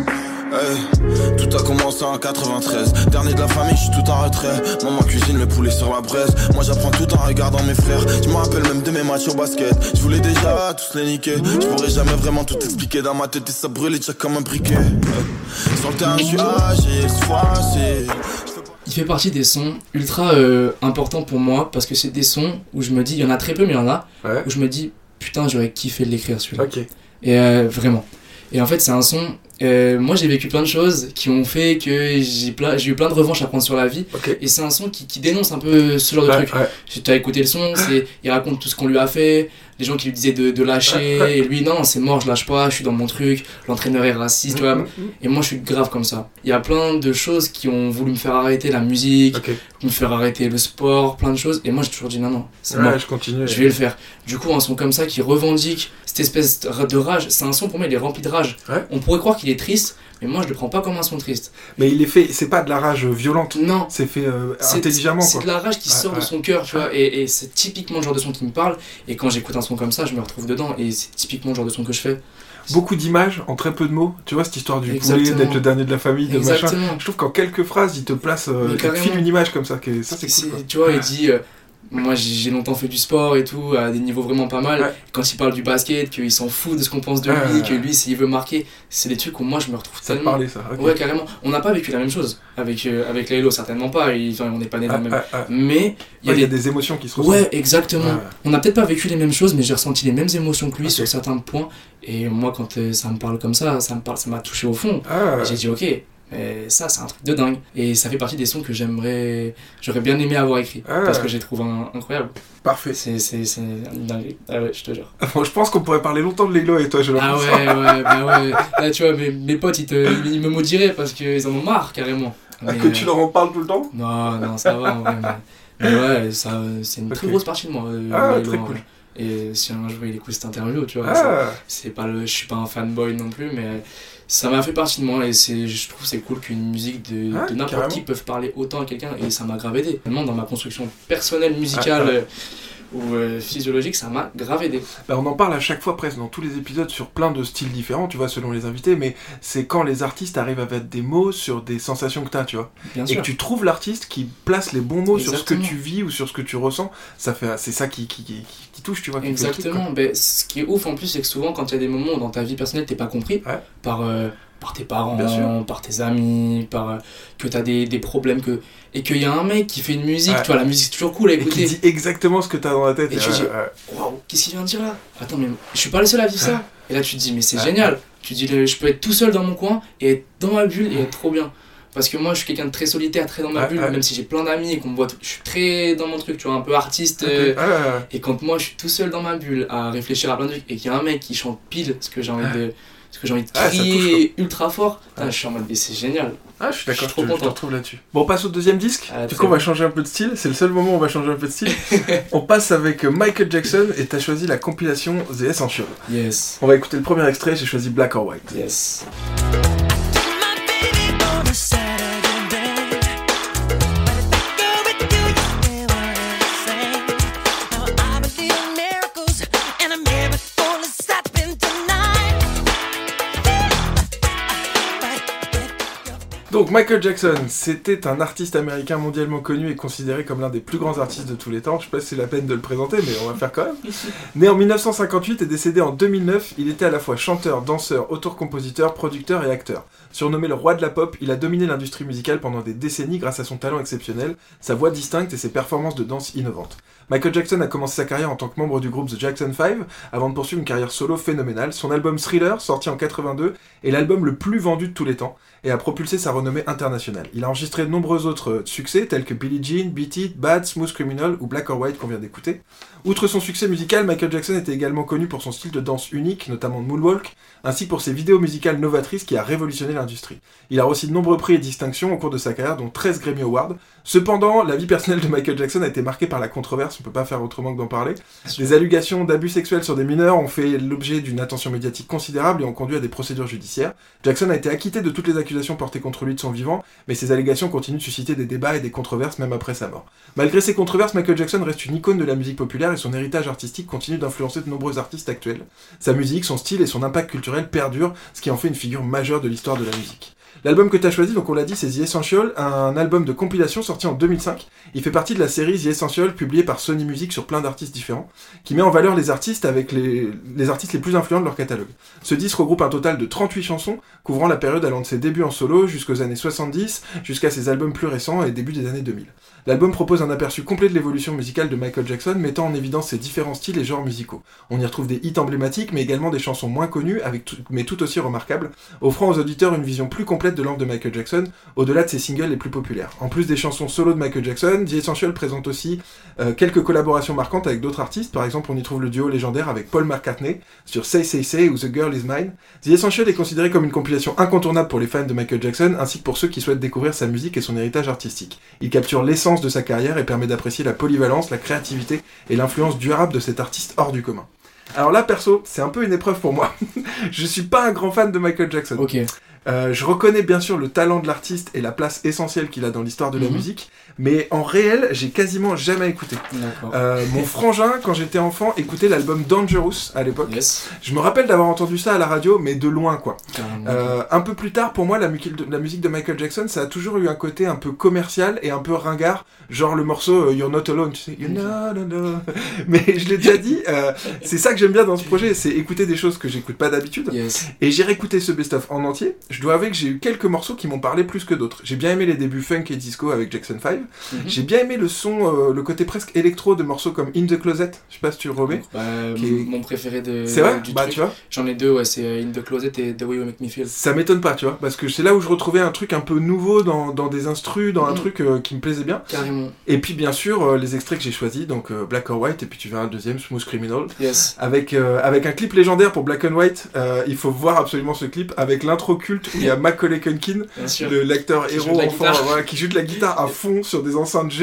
Hey, tout a commencé en 93. Dernier de la famille, je suis tout en retrait. Maman cuisine le poulet sur la braise. Moi j'apprends tout en regardant mes frères. Je me rappelle même de mes matchs au basket. Je voulais déjà tous les niquer. Je pourrais jamais vraiment tout expliquer. Dans ma tête et ça brûle déjà comme un briquet. Sur le terrain, je suis âgé, cette fois-ci. Il fait partie des sons ultra importants pour moi parce que c'est des sons où je me dis, il y en a très peu, mais il y en a, Ouais. où je me dis, putain, j'aurais kiffé de l'écrire celui-là. Ok. Et vraiment. Et en fait, c'est un son. Moi, j'ai vécu plein de choses qui ont fait que j'ai eu plein de revanches à prendre sur la vie. Ok. Et c'est un son qui dénonce un peu ce genre de Ouais, truc. ouais. Tu as écouté le son, il raconte tout ce qu'on lui a fait, les gens qui lui disaient de lâcher, et lui, non, c'est mort, je lâche pas, je suis dans mon truc, l'entraîneur est raciste, tu vois. Mhm. Et moi, je suis grave comme ça. Il y a plein de choses qui ont voulu me faire arrêter la musique, Ok. me faire arrêter le sport, plein de choses. Et moi, j'ai toujours dit non, c'est mort. Ouais, je continue. Je vais le faire. Du coup, un son comme ça qui revendique cette espèce de rage, c'est un son pour moi, il est rempli de rage. Ouais. On pourrait croire qu'il est triste, mais moi je le prends pas comme un son triste. Mais il est fait, c'est pas de la rage violente. Non, C'est fait c'est intelligemment c'est quoi. de la rage qui Ouais, sort de ouais. son cœur, tu vois. Et c'est typiquement le genre de son qui me parle. Et quand j'écoute un son comme ça, je me retrouve dedans. Et c'est typiquement le genre de son que je fais. Beaucoup d'images en très peu de mots. Tu vois, cette histoire du poulet, Exactement. d'être le dernier de la famille, de machin. Exactement. Je trouve qu'en quelques phrases, il te place, Mais il te carrément. file une image comme ça. Ça, c'est cool. quoi. Tu vois, il dit. Moi j'ai longtemps fait du sport et tout, à des niveaux vraiment pas mal. Ouais. Quand il parle du basket, qu'il s'en fout de ce qu'on pense de Ouais, lui, ouais, que lui s'il veut marquer, c'est des trucs où moi je me retrouve Ça te tellement. parlait, ça. ok. Ouais, carrément. On n'a pas vécu la même chose avec Laylo, certainement pas. On n'est pas nés dans Ah, le même. ah, ah. Mais il Ouais, y a des. des émotions qui se ressentent. Ouais, exactement. Ouais. On n'a peut-être pas vécu les mêmes choses, mais j'ai ressenti les mêmes émotions que lui Ok. sur certains points. Et moi, quand ça me parle comme ça m'a touché au fond. Ah, Et j'ai dit, ok, mais ça, c'est un truc de dingue. Et ça fait partie des sons que j'aurais bien aimé avoir écrit. Ah. Parce que j'ai trouvé incroyable. parfait. C'est une dinguerie. Ah ouais, je te jure. Bon, je pense qu'on pourrait parler longtemps de Laylo et toi, je Ah l'impression. ouais, bah ouais. Là, tu vois, mes potes, ils me maudiraient parce qu'ils en ont marre, carrément. Ah, Mais, que tu leur en parles tout le temps. Non, ça va en vrai. Mais ouais, ça, c'est une très Ok. grosse partie de moi. Ah, Milo, très en cool. vrai. Et si un jour il écoute cette interview, tu vois, Ah, c'est pas je suis pas un fanboy non plus, mais ça m'a fait partie de moi et je trouve que c'est cool qu'une musique de n'importe carrément. qui peuvent parler autant à quelqu'un et ça m'a grave aidé. Vraiment, dans ma construction personnelle, musicale ou physiologique, ça m'a grave aidé. bah, on en parle à chaque fois presque dans tous les épisodes sur plein de styles différents, tu vois, selon les invités, mais c'est quand les artistes arrivent à mettre des mots sur des sensations que t'as, tu vois. Bien Et sûr. que tu trouves l'artiste qui place les bons mots sur ce que Exactement. tu vis ou sur ce que tu ressens, c'est ça qui touche, tu vois. Qui fait le truc, quoi. Exactement. Ben, ce qui est ouf en plus, c'est que souvent, quand il y a des moments où dans ta vie personnelle, t'es pas compris Ouais. par tes parents, Bien sûr. par tes amis, que t'as des problèmes, et qu'il y a un mec qui fait une musique, Ouais. tu vois, la musique c'est toujours cool à Et qui écouter. dit exactement ce que t'as dans la tête. Et tu dis, Waouh, qu'est-ce qu'il vient de dire là? Attends, mais je suis pas le seul à vivre ça. Et là, tu te dis, mais c'est Ouais. génial. Tu te dis, je peux être tout seul dans mon coin et être dans ma bulle et être trop bien. Parce que moi, je suis quelqu'un de très solitaire, très dans ma Ouais, bulle, ouais. même si j'ai plein d'amis et qu'on me voit, je suis très dans mon truc, tu vois, un peu artiste. Et quand moi je suis tout seul dans ma bulle à réfléchir à plein de trucs et qu'il y a un mec qui chante pile ce que j'ai envie de ça crier ultra fort, putain, Ouais. je suis en mode mais c'est génial. Ah, je suis d'accord, Je suis trop je te content. retrouve là-dessus. Bon, on passe au deuxième disque. Ah, Du très coup, on va bien. changer un peu de style. C'est le seul moment où on va changer un peu de style. On passe avec Michael Jackson et t'as choisi la compilation The Essential. Yes, On va écouter le premier extrait, j'ai choisi Black or White. yes. Donc Michael Jackson, c'était un artiste américain mondialement connu et considéré comme l'un des plus grands artistes de tous les temps. Je sais pas si c'est la peine de le présenter, mais on va le faire quand même. Né en 1958 et décédé en 2009, il était à la fois chanteur, danseur, auteur-compositeur, producteur et acteur. Surnommé le roi de la pop, il a dominé l'industrie musicale pendant des décennies grâce à son talent exceptionnel, sa voix distincte et ses performances de danse innovantes. Michael Jackson a commencé sa carrière en tant que membre du groupe The Jackson 5 avant de poursuivre une carrière solo phénoménale. Son album Thriller, sorti en 82, est l'album le plus vendu de tous les temps et a propulsé sa renommée internationale. Il a enregistré de nombreux autres succès tels que Billie Jean, Beat It, Bad, Smooth Criminal ou Black or White qu'on vient d'écouter. Outre son succès musical, Michael Jackson était également connu pour son style de danse unique, notamment de moonwalk, ainsi que pour ses vidéos musicales novatrices qui a révolutionné l'industrie. Il a reçu de nombreux prix et distinctions au cours de sa carrière, dont 13 Grammy Awards. Cependant, la vie personnelle de Michael Jackson a été marquée par la controverse, on peut pas faire autrement que d'en parler. Des allégations d'abus sexuels sur des mineurs ont fait l'objet d'une attention médiatique considérable et ont conduit à des procédures judiciaires. Jackson a été acquitté de toutes les accusations portées contre lui de son vivant, mais ces allégations continuent de susciter des débats et des controverses même après sa mort. Malgré ces controverses, Michael Jackson reste une icône de la musique populaire et son héritage artistique continue d'influencer de nombreux artistes actuels. Sa musique, son style et son impact culturel perdurent, ce qui en fait une figure majeure de l'histoire de la musique. L'album que tu as choisi, donc on l'a dit, c'est The Essential, un album de compilation sorti en 2005. Il fait partie de la série The Essential, publiée par Sony Music sur plein d'artistes différents, qui met en valeur les artistes avec les artistes les plus influents de leur catalogue. Ce disque regroupe un total de 38 chansons, couvrant la période allant de ses débuts en solo jusqu'aux années 70, jusqu'à ses albums plus récents et début des années 2000. L'album propose un aperçu complet de l'évolution musicale de Michael Jackson, mettant en évidence ses différents styles et genres musicaux. On y retrouve des hits emblématiques, mais également des chansons moins connues, mais tout aussi remarquables, offrant aux auditeurs une vision plus complète de l'œuvre de Michael Jackson, au-delà de ses singles les plus populaires. En plus des chansons solo de Michael Jackson, The Essential présente aussi quelques collaborations marquantes avec d'autres artistes. Par exemple, on y trouve le duo légendaire avec Paul McCartney sur Say Say Say ou The Girl Is Mine. The Essential est considéré comme une compilation incontournable pour les fans de Michael Jackson, ainsi que pour ceux qui souhaitent découvrir sa musique et son héritage artistique. Il capture l'essence de sa carrière et permet d'apprécier la polyvalence, la créativité et l'influence durable de cet artiste hors du commun. Alors là, perso, c'est un peu une épreuve pour moi. Je suis pas un grand fan de Michael Jackson. Ok. Je reconnais bien sûr le talent de l'artiste et la place essentielle qu'il a dans l'histoire de la musique, mais en réel, j'ai quasiment jamais écouté. D'accord. Mon frangin, quand j'étais enfant, écoutait l'album Dangerous à l'époque. Yes. Je me rappelle d'avoir entendu ça à la radio, mais de loin quoi. Carrément. Un peu plus tard, pour moi, la musique de Michael Jackson, ça a toujours eu un côté un peu commercial et un peu ringard, genre le morceau You're Not Alone, tu sais, You're Not Alone. Mais je l'ai déjà dit, c'est ça que j'aime bien dans ce projet, c'est écouter des choses que j'écoute pas d'habitude. Yes. Et j'ai réécouté ce best-of en entier. Je dois avouer que j'ai eu quelques morceaux qui m'ont parlé plus que d'autres. J'ai bien aimé les débuts funk et disco avec Jackson 5. J'ai bien aimé le son, le côté presque électro de morceaux comme In the Closet. Je sais pas si tu le remets. Qui est mon préféré de. C'est vrai du bah truc. tu vois. J'en ai deux, ouais, c'est In the Closet et The Way You Make Me Feel. Ça m'étonne pas, tu vois, parce que c'est là où je retrouvais un truc un peu nouveau dans des instrus, dans un truc qui me plaisait bien. Carrément. Et puis bien sûr les extraits que j'ai choisis, donc Black or White, et puis tu verras un deuxième, Smooth Criminal. Yes. Avec un clip légendaire pour Black and White. Il faut voir absolument ce clip avec l'intro culte où il y a Macaulay Culkin, Bien sûr. l'acteur Qui joue héros de la enfant, guitare. voilà, qui joue de la guitare à fond sur des enceintes géants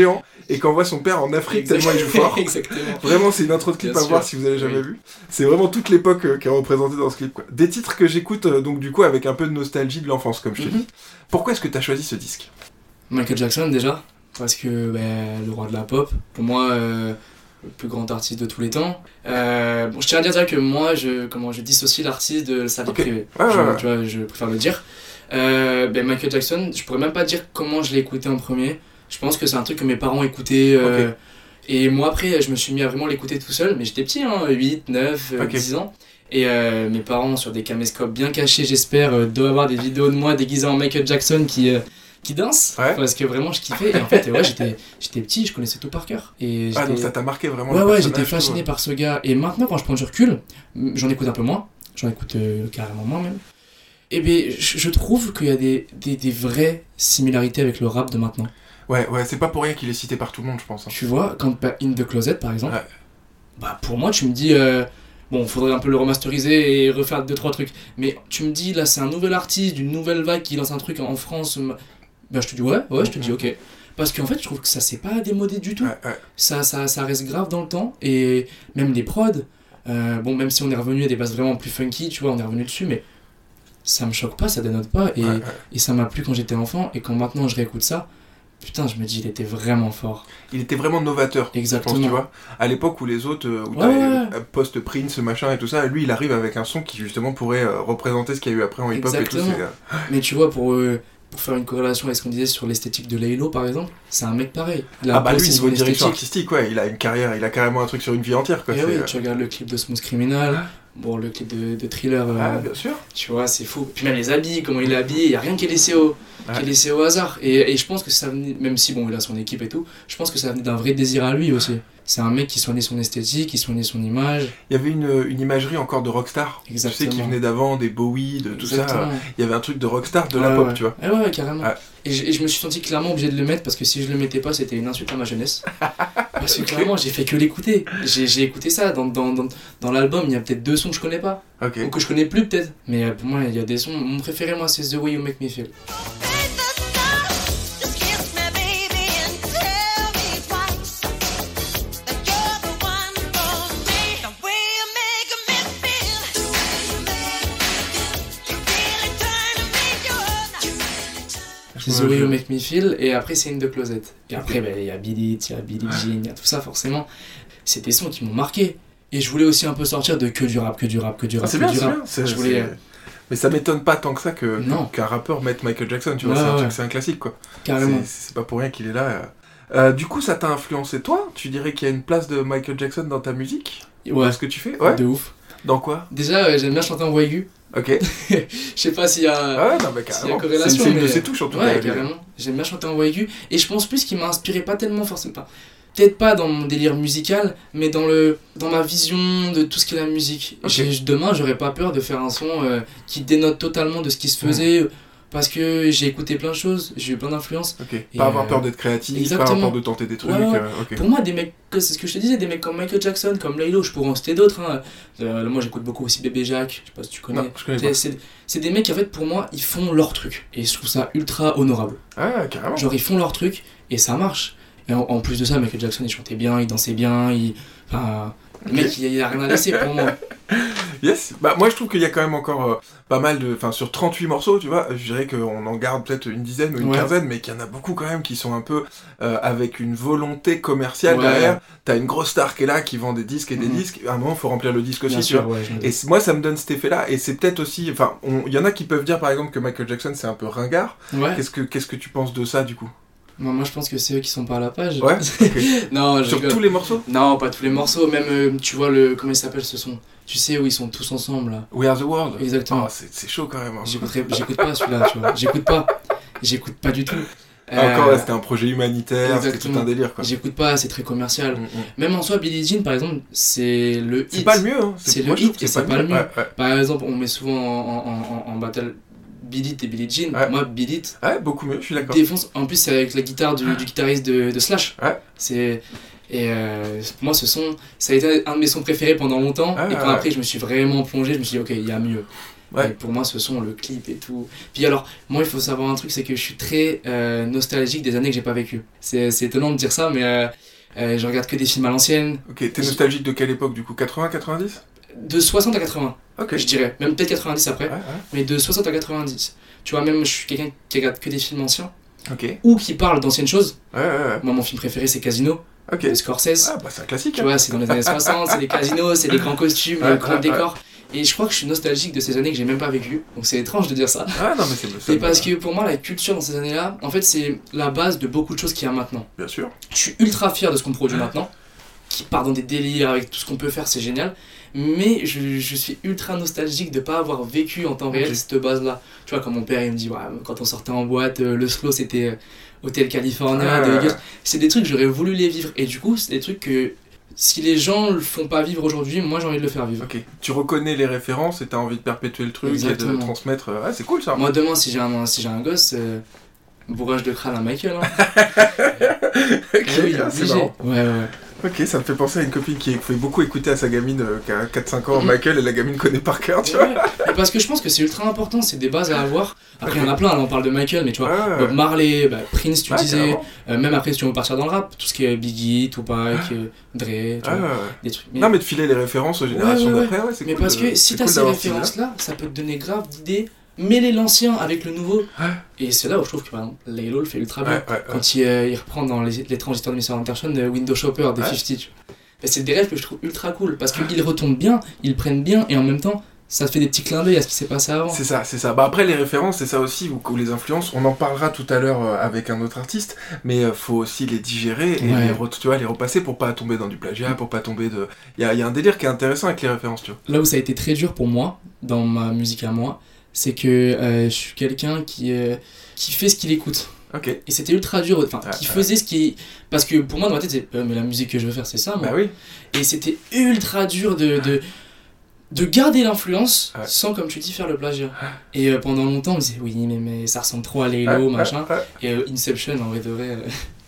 et qu'envoie son père en Afrique tellement il joue fort. Exactement. Vraiment, c'est une intro de clip Bien à sûr. voir si vous avez jamais Oui. vu. C'est vraiment toute l'époque qui est représentée dans ce clip, quoi. Des titres que j'écoute donc du coup avec un peu de nostalgie de l'enfance, comme je te dis. Pourquoi est-ce que t'as choisi ce disque? Michael Jackson déjà, parce que le roi de la pop, pour moi le plus grand artiste de tous les temps. Bon, je tiens à dire déjà que moi je dissocie l'artiste de sa vie privée. Ouais. Tu vois, je préfère le dire. Michael Jackson, je pourrais même pas dire comment je l'ai écouté en premier. Je pense que c'est un truc que mes parents écoutaient. Et moi après je me suis mis à vraiment l'écouter tout seul, mais j'étais petit, 8, 9, 10 ans. Et mes parents sur des caméscopes bien cachés, j'espère, doivent avoir des vidéos de moi déguisé en Michael Jackson qui danse, parce que vraiment je kiffais. Et en fait j'étais petit, je connaissais tout par cœur. Et donc ça t'a marqué vraiment. Ouais, j'étais fasciné par ce gars. Et maintenant quand je prends du recul, j'en écoute un peu moins, j'en écoute carrément moins même. Et je trouve qu'il y a des vraies similarités avec le rap de maintenant. Ouais, c'est pas pour rien qu'il est cité par tout le monde, je pense. Tu vois, quand In The Closet par exemple, pour moi tu me dis bon, faudrait un peu le remasteriser et refaire 2-3 trucs, mais tu me dis là c'est un nouvel artiste d'une nouvelle vague qui lance un truc en France, je te dis ouais, je te dis ok, parce qu'en fait je trouve que ça s'est pas démodé du tout. Ça reste grave dans le temps. Et même les prods, même si on est revenu à des bases vraiment plus funky, tu vois, on est revenu dessus, mais ça me choque pas, ça dénote pas, et ça m'a plu quand j'étais enfant, et quand maintenant je réécoute ça, putain, je me dis, il était vraiment fort. Il était vraiment novateur. Exactement. Je pense, tu vois. À l'époque où les autres, post-Prince, machin et tout ça, lui, il arrive avec un son qui justement pourrait représenter ce qu'il y a eu après en hip-hop et tout. Mais tu vois, pour faire une corrélation avec ce qu'on disait sur l'esthétique de Laylo, par exemple, c'est un mec pareil. Lui, niveau direction artistique, il a une carrière, il a carrément un truc sur une vie entière, quoi. Et oui, tu regardes le clip de Smooth Criminal, le clip de Thriller. Bien sûr. Tu vois, c'est fou. Puis même les habits, comment il est habillé, il n'y a rien qui est laissé au hasard. Et je pense que ça venait, même si il a son équipe et tout, je pense que ça venait d'un vrai désir à lui aussi. C'est un mec qui soignait son esthétique, qui soignait son image. Il y avait une imagerie encore de rockstar. Exactement. Tu sais, qui venait d'avant, des Bowie, de tout ça. Il y avait un truc de rockstar de la pop, tu vois. Ouais, carrément. Et je me suis senti clairement obligé de le mettre, parce que si je le mettais pas, c'était une insulte à ma jeunesse. Parce que clairement, j'ai fait que l'écouter. J'ai écouté ça. Dans l'album, il y a peut-être 2 sons que je connais pas. Ou que je connais plus peut-être. Mais pour moi, il y a des sons. Mon préféré, moi, c'est The Way You Make Me Feel. The Way You Make Me Feel, et après c'est In The Closet. Et après il y a Beat It, il y a Billie Jean, il y a tout ça forcément. C'est des sons qui m'ont marqué. Et je voulais aussi un peu sortir de que du rap. C'est bien, c'est bien. Mais ça m'étonne pas tant que ça qu'un rappeur mette Michael Jackson, tu vois, c'est un classique, quoi. Carrément. C'est pas pour rien qu'il est là. Du coup, ça t'a influencé toi? Tu dirais qu'il y a une place de Michael Jackson dans ta musique? Ouais. Dans ce que tu fais? Ouais. De ouf. Dans quoi? Déjà, j'aime bien chanter en voix aiguë. Ok. Je sais pas s'il y a, s'il y a corrélation. C'est une de ses touches en tout cas. Ouais, carrément. J'aime bien chanter en voix aiguë. Et je pense plus qu'il m'a inspiré, pas tellement forcément. Peut-être pas dans mon délire musical, mais dans ma vision de tout ce qu'est la musique. Demain, j'aurais pas peur de faire un son qui dénote totalement de ce qui se faisait. Parce que j'ai écouté plein de choses, j'ai eu plein d'influences. Pas avoir peur d'être créatif, exactement. Pas avoir peur de tenter des trucs. Pour moi, des mecs, c'est ce que je te disais, des mecs comme Michael Jackson, comme Laylo, je pourrais en citer d'autres. Moi, j'écoute beaucoup aussi Bébé Jacques, je sais pas si tu connais. Non, je connais pas. C'est des mecs qui, en fait, pour moi, ils font leur truc. Et je trouve ça ultra honorable. Ah, carrément. Genre, ils font leur truc et ça marche. Et en plus de ça, Michael Jackson, il chantait bien, il dansait bien, le mec, il a rien à laisser pour moi. Yes. Moi, je trouve qu'il y a quand même encore pas mal de... Enfin, sur 38 morceaux, tu vois, je dirais qu'on en garde peut-être une dizaine ou une quinzaine, mais qu'il y en a beaucoup quand même qui sont un peu avec une volonté commerciale derrière. T'as une grosse star qui est là, qui vend des disques et des disques. À un moment, il faut remplir le disque aussi, tu vois. Et moi, ça me donne cet effet-là. Et c'est peut-être aussi... Enfin, il y en a qui peuvent dire, par exemple, que Michael Jackson, c'est un peu ringard. Qu'est-ce que tu penses de ça, du coup? Moi je pense que c'est eux qui sont pas à la page. Ouais. Non, sur tous les morceaux? Non, pas tous les morceaux. Même tu vois comment il s'appelle ce son? Tu sais où ils sont tous ensemble là. We Are The World. Exactement. C'est chaud quand même. J'écoute pas celui-là, tu vois. J'écoute pas du tout. Encore c'était un projet humanitaire, c'était tout un délire quoi. J'écoute pas, c'est très commercial. Même en soi, Billie Jean par exemple, c'est le hit. C'est pas le mieux, hein. C'est le hit et c'est pas le mieux. Par exemple, on met souvent en battle Beat It et Billie Jean. Moi, Beat It. Ouais, beaucoup mieux, je suis d'accord. Défonce. En plus, c'est avec la guitare du guitariste de Slash. Ouais. Pour moi, ce son, ça a été un de mes sons préférés pendant longtemps. Et quand après, je me suis vraiment plongé, je me suis dit, ok, il y a mieux. Et pour moi, ce son, le clip et tout. Puis alors, moi, il faut savoir un truc, c'est que je suis très nostalgique des années que j'ai pas vécues. C'est étonnant de dire ça, mais je regarde que des films à l'ancienne. Ok, t'es nostalgique de quelle époque du coup? 80, 90? De 60 à 80, Ok. je dirais. Même peut-être 90 après, mais de 60 à 90. Tu vois, même je suis quelqu'un qui regarde que des films anciens. Ok. Ou qui parle d'anciennes choses. Ouais. Moi, mon film préféré, c'est Casino, Ok. de Scorsese. Ah bah c'est un classique. Tu vois, c'est dans les années 60, c'est les casinos, c'est les grands costumes, les grands décors. Et je crois que je suis nostalgique de ces années que j'ai même pas vécues. Donc c'est étrange de dire ça. Ah non mais c'est C'est parce que pour moi, la culture dans ces années-là, en fait, c'est la base de beaucoup de choses qu'il y a maintenant. Bien sûr. Je suis ultra fier de ce qu'on produit maintenant, qui part dans des délires avec tout ce qu'on peut faire, c'est génial. Mais je suis ultra nostalgique de pas avoir vécu en temps réel cette base-là. Tu vois, quand mon père il me dit, ouais, quand on sortait en boîte, le slow c'était Hotel California, c'est des trucs que j'aurais voulu les vivre. Et du coup, c'est des trucs que si les gens le font pas vivre aujourd'hui, moi j'ai envie de le faire vivre. Ok. Tu reconnais les références et t'as envie de perpétuer le truc. Exactement. Et de transmettre. Ah c'est cool ça. Moi demain, si j'ai un gosse, bourrage de crâne à Michael. Hein. Ok, Oui, c'est obligé. marrant. Ouais. Ok, ça me fait penser à une copine qui fait beaucoup écouter à sa gamine qui a 4-5 ans Michael et la gamine connaît par cœur, tu vois. Ouais. Mais parce que je pense que c'est ultra important, c'est des bases à avoir. Après, il y en a plein, là, on parle de Michael, mais tu vois, Bob Marley, Prince, tu disais, même après, si tu veux partir dans le rap, tout ce qui est Biggie, Tupac, Dre, tu vois, des trucs. Non, mais de filer les références aux générations d'après, c'est mais cool. parce que si t'as ces références-là, ça peut te donner grave d'idées. Mêler l'ancien avec le nouveau. Et c'est là où je trouve que par exemple, Laylo le fait ultra bien. Quand il reprend dans l'étrange histoire de Mr. Anderson Window Shopper des 50, tu vois. Et c'est des rêves que je trouve ultra cool parce qu'ils retombent bien, ils prennent bien et en même temps ça te fait des petits clins d'œil à ce qui s'est passé avant. C'est ça. Bah après les références, c'est ça aussi, ou les influences, on en parlera tout à l'heure avec un autre artiste, mais faut aussi les digérer et les repasser pour pas tomber dans du plagiat, pour pas tomber de... Il y a un délire qui est intéressant avec les références, tu vois. Là où ça a été très dur pour moi, dans ma musique à moi, c'est que je suis quelqu'un qui fait ce qu'il écoute. Ok. Et c'était ultra dur, qui faisait ce qui... Parce que pour moi dans ma tête c'est mais la musique que je veux faire c'est ça moi. Bah oui. Et c'était ultra dur de garder l'influence sans, comme tu dis, faire le plagiat. Et pendant longtemps on me disait oui mais ça ressemble trop à Laylo machin. Et Inception en vrai de vrai...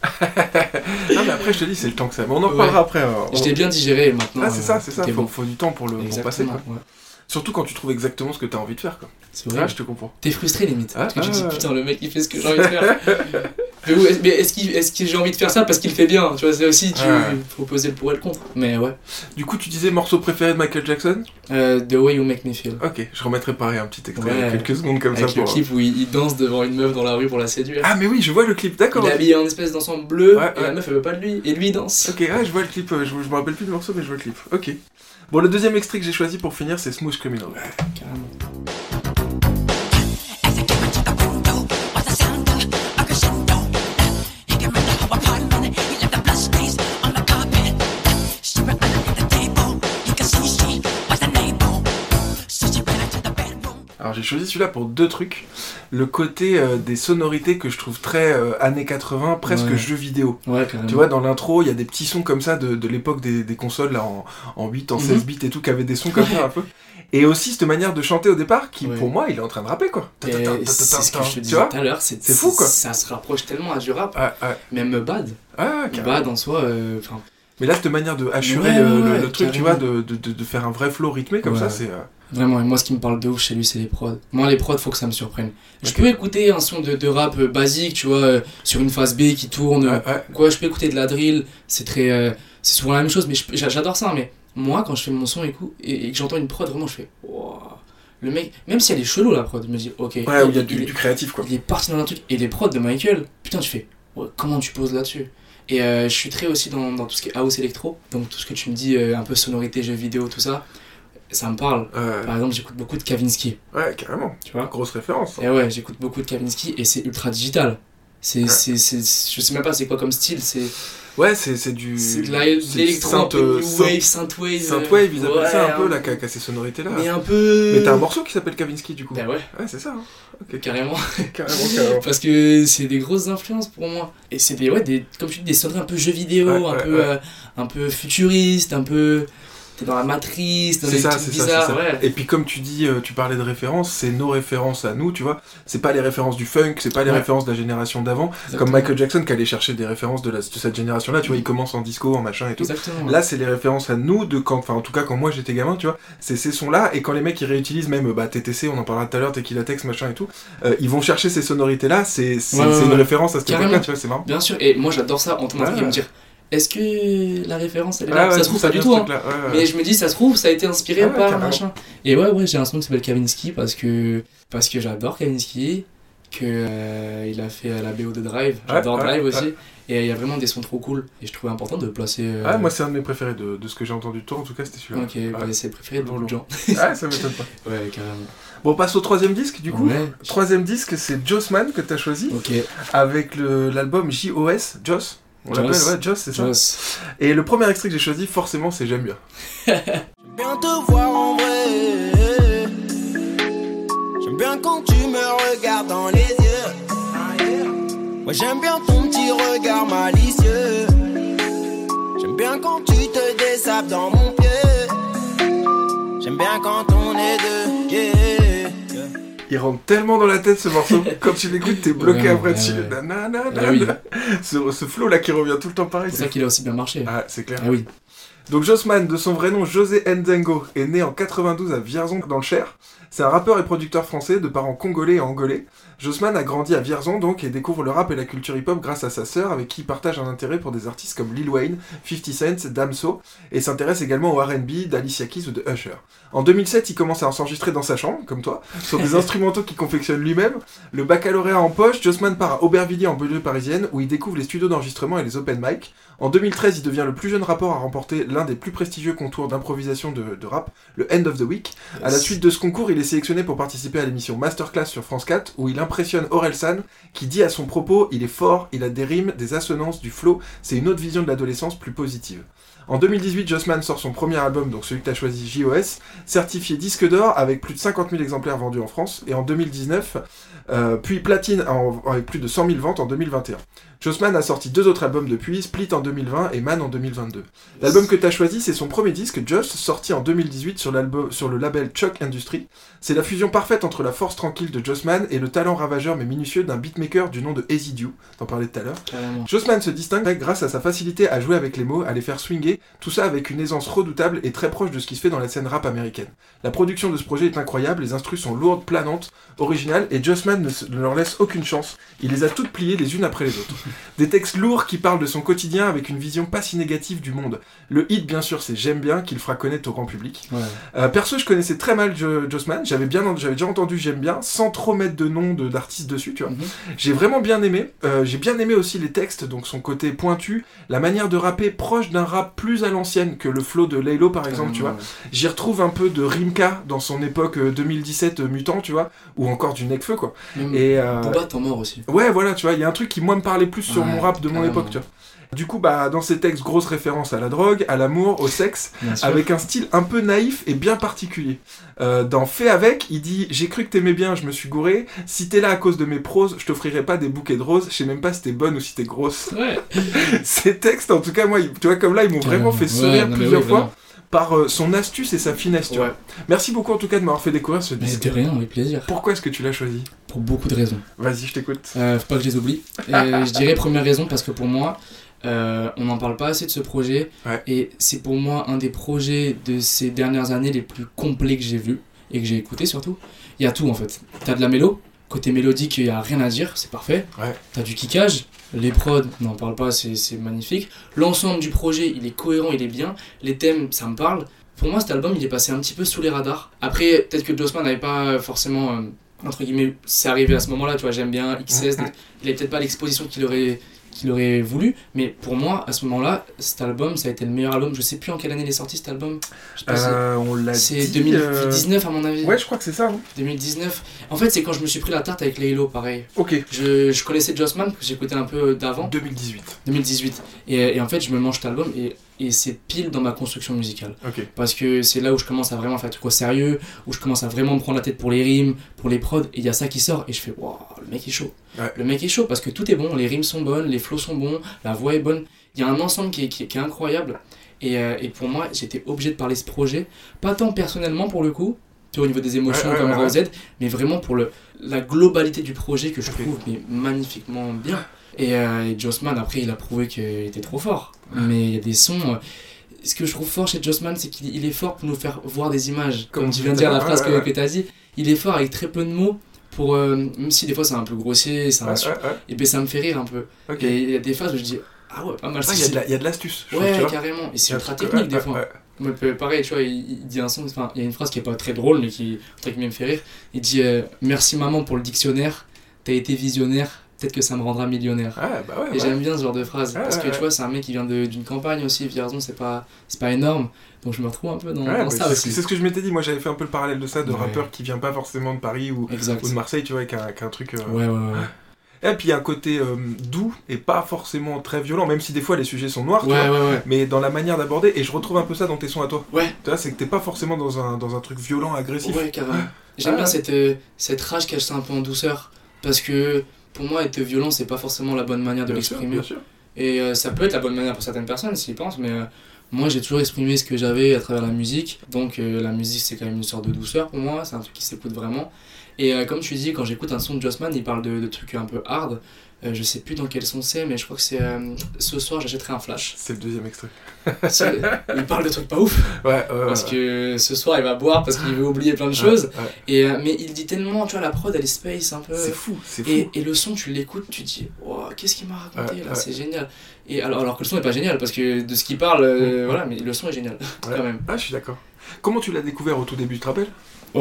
Non mais après je te dis c'est le temps que ça... Mais on en parlera après. Je t'ai bien digéré maintenant. Ah c'est ça. Faut du temps pour passer quoi. Ouais. Surtout quand tu trouves exactement ce que t'as envie de faire quoi. C'est vrai. Je te comprends. T'es frustré limite. Parce que tu te dis putain le mec il fait ce que j'ai envie de faire. mais est-ce que j'ai envie de faire ça parce qu'il fait bien? Tu vois, c'est aussi faut poser le pour et le contre. Mais ouais. Du coup tu disais morceau préféré de Michael Jackson? The Way You Make Me Feel. Ok, je remettrai pareil un petit extrait quelques secondes comme avec ça. Avec le clip où il danse devant une meuf dans la rue pour la séduire. Ah mais oui je vois le clip, d'accord. Il est habillé en espèce d'ensemble bleu et la meuf elle veut pas de lui et lui il danse. Ok, je vois le clip, je me rappelle plus du morceau mais je vois le clip. Ok. Bon, le deuxième extrait que j'ai choisi pour finir, c'est Smooth Criminal. Ouais, carrément. Alors j'ai choisi celui-là pour deux trucs. Le côté des sonorités que je trouve très années 80, presque jeux vidéo. Ouais, carrément. Tu vois, dans l'intro, il y a des petits sons comme ça de l'époque des consoles là, en 8, en 16 bits et tout, qui avaient des sons comme ça un peu. Et aussi cette manière de chanter au départ, qui pour moi, il est en train de rapper quoi. C'est ce que je te disais tout à l'heure, c'est fou quoi. Ça se rapproche tellement à du rap. Même Bad. Carrément. Bad en soi... Mais là, cette manière de hachurer le truc, tu vois, de faire un vrai flow rythmé comme ça, c'est... Vraiment, et moi, ce qui me parle de ouf chez lui, c'est les prods. Moi, les prods, faut que ça me surprenne. Je peux écouter un son de rap basique, tu vois, sur une phase B qui tourne. Quoi, je peux écouter de la drill, c'est souvent la même chose, mais j'adore ça. Mais moi, quand je fais mon son et que j'entends une prod, vraiment, je fais... Wow. Le mec, même si elle est chelou, la prod, je me dis, ok. Ouais, où il y a du créatif, quoi. Il est parti dans un truc. Et les prods de Michael, putain, tu fais... comment tu poses là-dessus? Et je suis très aussi dans tout ce qui est house électro, donc tout ce que tu me dis, un peu sonorité, jeux vidéo, tout ça, ça me parle. Par exemple, j'écoute beaucoup de Kavinsky. Ouais, carrément. Tu vois, grosse référence. Et ouais, j'écoute beaucoup de Kavinsky et c'est ultra digital. Je sais même pas c'est quoi comme style, c'est... Ouais, c'est du... C'est de l'électro, un peu new wave, synthwave. Synthwave, ils appellent ça un peu, là, qui a ces sonorités-là. Mais un peu... Mais t'as un morceau qui s'appelle Kavinsky, du coup. Bah ouais. Ouais, c'est ça. Hein. Okay. Carrément. Carrément. Parce que c'est des grosses influences pour moi. Et c'est comme tu dis, des sonneries un peu jeux vidéo, un peu futuriste, un peu... t'es dans la matrice, dans C'est des ça, trucs c'est bizarres. ça. Ouais. Et puis comme tu dis, tu parlais de références, c'est nos références à nous, tu vois. C'est pas les références du funk, c'est pas les Ouais. références de la génération d'avant. Exactement. Comme Michael Jackson qui allait chercher des références de cette génération-là, tu vois, il commence en disco, en machin et tout. Exactement. Là, c'est les références à nous, enfin en tout cas quand moi j'étais gamin, tu vois, c'est ces sons-là, et quand les mecs ils réutilisent même TTC, on en parlera tout à l'heure, Tequila Tex, machin et tout, ils vont chercher ces sonorités-là, c'est une référence à cette Carrément. époque-là, tu vois, c'est marrant. Bien sûr, et moi j'adore ça, entendre un truc et me dire, est-ce que la référence elle est là? Ça se trouve pas du tout, hein. Mais je me dis, ça se trouve, ça a été inspiré par carrément. machin. Et ouais, j'ai un son qui s'appelle Kavinsky parce que j'adore Kavinsky, que il a fait la BO de Drive, j'adore Drive aussi. Et il y a vraiment des sons trop cool, et je trouvais important de placer. Moi c'est un de mes préférés de ce que j'ai entendu de toi, en tout cas c'était celui-là. Ok, c'est le préféré de beaucoup de gens. Ça m'étonne pas. Ouais, carrément. Bon, on passe au troisième disque du coup. Ouais. Troisième disque, c'est Jossman que t'as choisi, Ok. avec l'album JOS, Joss. On l'appelle, ouais, Joss, c'est ça. Joss. Et le premier extrait que j'ai choisi, forcément, c'est J'aime bien. Bien te voir en vrai. J'aime bien quand tu me regardes dans les yeux. Moi j'aime bien ton petit regard malicieux. J'aime bien quand tu te dessapes dans mon pied. J'aime bien quand on est deux. Yeah. Il rentre tellement dans la tête ce morceau, quand tu l'écoutes, t'es bloqué Ouais, après ouais, dessus. ouais. Nanana. Ah oui. Ce flow là qui revient tout le temps pareil. C'est pour ça qu'il a aussi bien marché. Ah, c'est clair. Ah oui. Donc Jossman, de son vrai nom José Ndengo, est né en 92 à Vierzon dans le Cher. C'est un rappeur et producteur français de parents congolais et angolais. Jossman a grandi à Vierzon donc et découvre le rap et la culture hip-hop grâce à sa sœur avec qui il partage un intérêt pour des artistes comme Lil Wayne, 50 Cent, Damso et s'intéresse également au R&B d'Alicia Keys ou de Usher. En 2007, il commence à s'enregistrer dans sa chambre, comme toi, sur des instrumentaux qu'il confectionne lui-même. Le baccalauréat en poche, Jossman part à Aubervilliers en banlieue parisienne où il découvre les studios d'enregistrement et les open mic. En 2013, il devient le plus jeune rappeur à remporter l'un des plus prestigieux concours d'improvisation de rap, le End of the Week. À la suite de ce concours, il est sélectionné pour participer à l'émission Masterclass sur France 4, où il impressionne Orelsan, qui dit à son propos « Il est fort, il a des rimes, des assonances, du flow, c'est une autre vision de l'adolescence plus positive ». En 2018, Jossman sort son premier album, donc celui que tu as choisi, JOS, certifié disque d'or avec plus de 50 000 exemplaires vendus en France, et en 2019, puis platine avec plus de 100 000 ventes en 2021. Jossman a sorti 2 autres albums depuis, Split en 2020 et Man en 2022. L'album que tu as choisi, c'est son premier disque, Joss, sorti en 2018 sur le label Chuck Industry. C'est la fusion parfaite entre la force tranquille de Jossman et le talent ravageur mais minutieux d'un beatmaker du nom de Easy Dew, t'en parlais tout à l'heure. Carrément. Jossman se distingue grâce à sa facilité à jouer avec les mots, à les faire swinger, tout ça avec une aisance redoutable et très proche de ce qui se fait dans la scène rap américaine. La production de ce projet est incroyable, les instrus sont lourdes, planantes, originales, et Jossman ne leur laisse aucune chance. Il les a toutes pliées les unes après les autres. Des textes lourds qui parlent de son quotidien avec une vision pas si négative du monde. Le hit, bien sûr, c'est J'aime bien, qu'il fera connaître au grand public. Ouais. Perso, je connaissais très mal Jossman, j'avais déjà entendu J'aime bien, sans trop mettre de nom d'artiste dessus, tu vois. J'ai vraiment bien aimé. J'ai bien aimé aussi les textes, donc son côté pointu, la manière de rapper proche d'un rap plus à l'ancienne que le flow de Laylo, par exemple, tu vois. J'y retrouve un peu de Rimka dans son époque 2017 Mutant, tu vois, ou encore du Nekfeu, quoi. Et Booba, t'en mort aussi. Ouais, voilà, tu vois, il y a un truc qui, moi, me parlait plus sur mon rap de mon époque, tu vois. Du coup, dans ces textes, grosse référence à la drogue, à l'amour, au sexe, avec un style un peu naïf et bien particulier. Dans Fait avec, il dit « J'ai cru que t'aimais bien, je me suis gouré. Si t'es là à cause de mes proses, je t'offrirai pas des bouquets de roses. Je sais même pas si t'es bonne ou si t'es grosse. » Ouais. Ces textes, en tout cas, moi, tu vois, comme là, ils m'ont vraiment fait sourire plusieurs fois. Par son astuce et sa finesse, tu vois. Merci beaucoup en tout cas de m'avoir fait découvrir ce disque. Mais de rien, avec plaisir. Pourquoi est-ce que tu l'as choisi ? Pour beaucoup de raisons. Vas-y, je t'écoute. Faut pas que je les oublie. Je dirais première raison parce que pour moi, on n'en parle pas assez de ce projet. Ouais. Et c'est pour moi un des projets de ces dernières années les plus complets que j'ai vu et que j'ai écouté surtout. Il y a tout en fait. T'as de la mélo, côté mélodique, il n'y a rien à dire, c'est parfait. Ouais. T'as du kickage, les prods, on n'en parle pas, c'est magnifique. L'ensemble du projet, il est cohérent, il est bien. Les thèmes, ça me parle. Pour moi, cet album, il est passé un petit peu sous les radars. Après, peut-être que Jossman n'avait pas forcément, entre guillemets, c'est arrivé à ce moment-là, tu vois, J'aime bien, XS, il n'avait peut-être pas l'exposition qu'il aurait voulu, mais pour moi, à ce moment-là, cet album, ça a été le meilleur album. Je sais plus en quelle année il est sorti cet album. Je sais pas on l'a c'est dit, 2019 à mon avis. Ouais, je crois que c'est ça. Hein. 2019. En fait, c'est quand je me suis pris la tarte avec Laylo, pareil. Ok. Je connaissais Jossman, que j'écoutais un peu d'avant. 2018. Et en fait, je me mange cet album et c'est pile dans ma construction musicale. Ok. Parce que c'est là où je commence à vraiment faire des trucs au sérieux, où je commence à vraiment me prendre la tête pour les rimes, pour les prods, et il y a ça qui sort, et je fais waouh, le mec est chaud. Ouais. Le mec est chaud parce que tout est bon, les rimes sont bonnes, les flows sont bons, la voix est bonne. Il y a un ensemble qui est incroyable. Et pour moi, j'étais obligé de parler de ce projet, pas tant personnellement pour le coup, tu vois, au niveau des émotions comme Raw Z, mais vraiment pour la globalité du projet que je trouve mais magnifiquement bien. Et Jossman, après, il a prouvé qu'il était trop fort. Mais il y a des sons... ce que je trouve fort chez Jossman, c'est qu'il est fort pour nous faire voir des images. Comme tu viens de dire la phrase que tu as dit, il est fort avec très peu de mots. Même si des fois c'est un peu grossier, et ben ça me fait rire un peu. Et il y a des phases où je dis ah ouais, pas mal. Il y a de l'astuce. Ouais, carrément. Et c'est ultra technique des fois. Mais pareil, tu vois, il dit un son, enfin, il y a une phrase qui est pas très drôle, mais qui me fait rire. Il dit merci maman pour le dictionnaire, t'as été visionnaire, peut-être que ça me rendra millionnaire. Et j'aime bien ce genre de phrase, parce que tu vois, c'est un mec qui vient d'une campagne aussi, Vierzon, c'est pas énorme. Donc je me retrouve un peu dans ça aussi. C'est ce que je m'étais dit, moi j'avais fait un peu le parallèle de ça, de rappeur qui vient pas forcément de Paris ou de Marseille, tu vois, avec un truc... Ouais. Et puis il y a un côté doux et pas forcément très violent, même si des fois les sujets sont noirs, tu vois, mais dans la manière d'aborder, et je retrouve un peu ça dans tes sons à toi. Ouais. Tu vois, c'est que t'es pas forcément dans un truc violent, agressif. Ouais, carrément. J'aime bien cette rage cache ça un peu en douceur, parce que pour moi être violent c'est pas forcément la bonne manière de l'exprimer. Bien sûr. Et ça peut être la bonne manière pour certaines personnes s'ils pensent, mais moi j'ai toujours exprimé ce que j'avais à travers la musique, donc la musique c'est quand même une sorte de douceur pour moi, c'est un truc qui s'écoute vraiment. Et comme tu dis, quand j'écoute un son de Jossman, il parle de trucs un peu hard. Je sais plus dans quel son c'est, mais je crois que c'est ce soir j'achèterai un flash. C'est le deuxième extrait. Il parle de trucs pas ouf. Parce que ce soir il va boire parce qu'il veut oublier plein de choses. Mais il dit tellement, tu vois, la prod elle est space un peu. C'est fou. Et le son, tu l'écoutes, tu te dis, wow, qu'est-ce qu'il m'a raconté là, c'est génial. Et alors que le son est pas génial, parce que de ce qu'il parle, voilà, mais le son est génial quand même. Je suis d'accord. Comment tu l'as découvert au tout début, tu te rappelles ?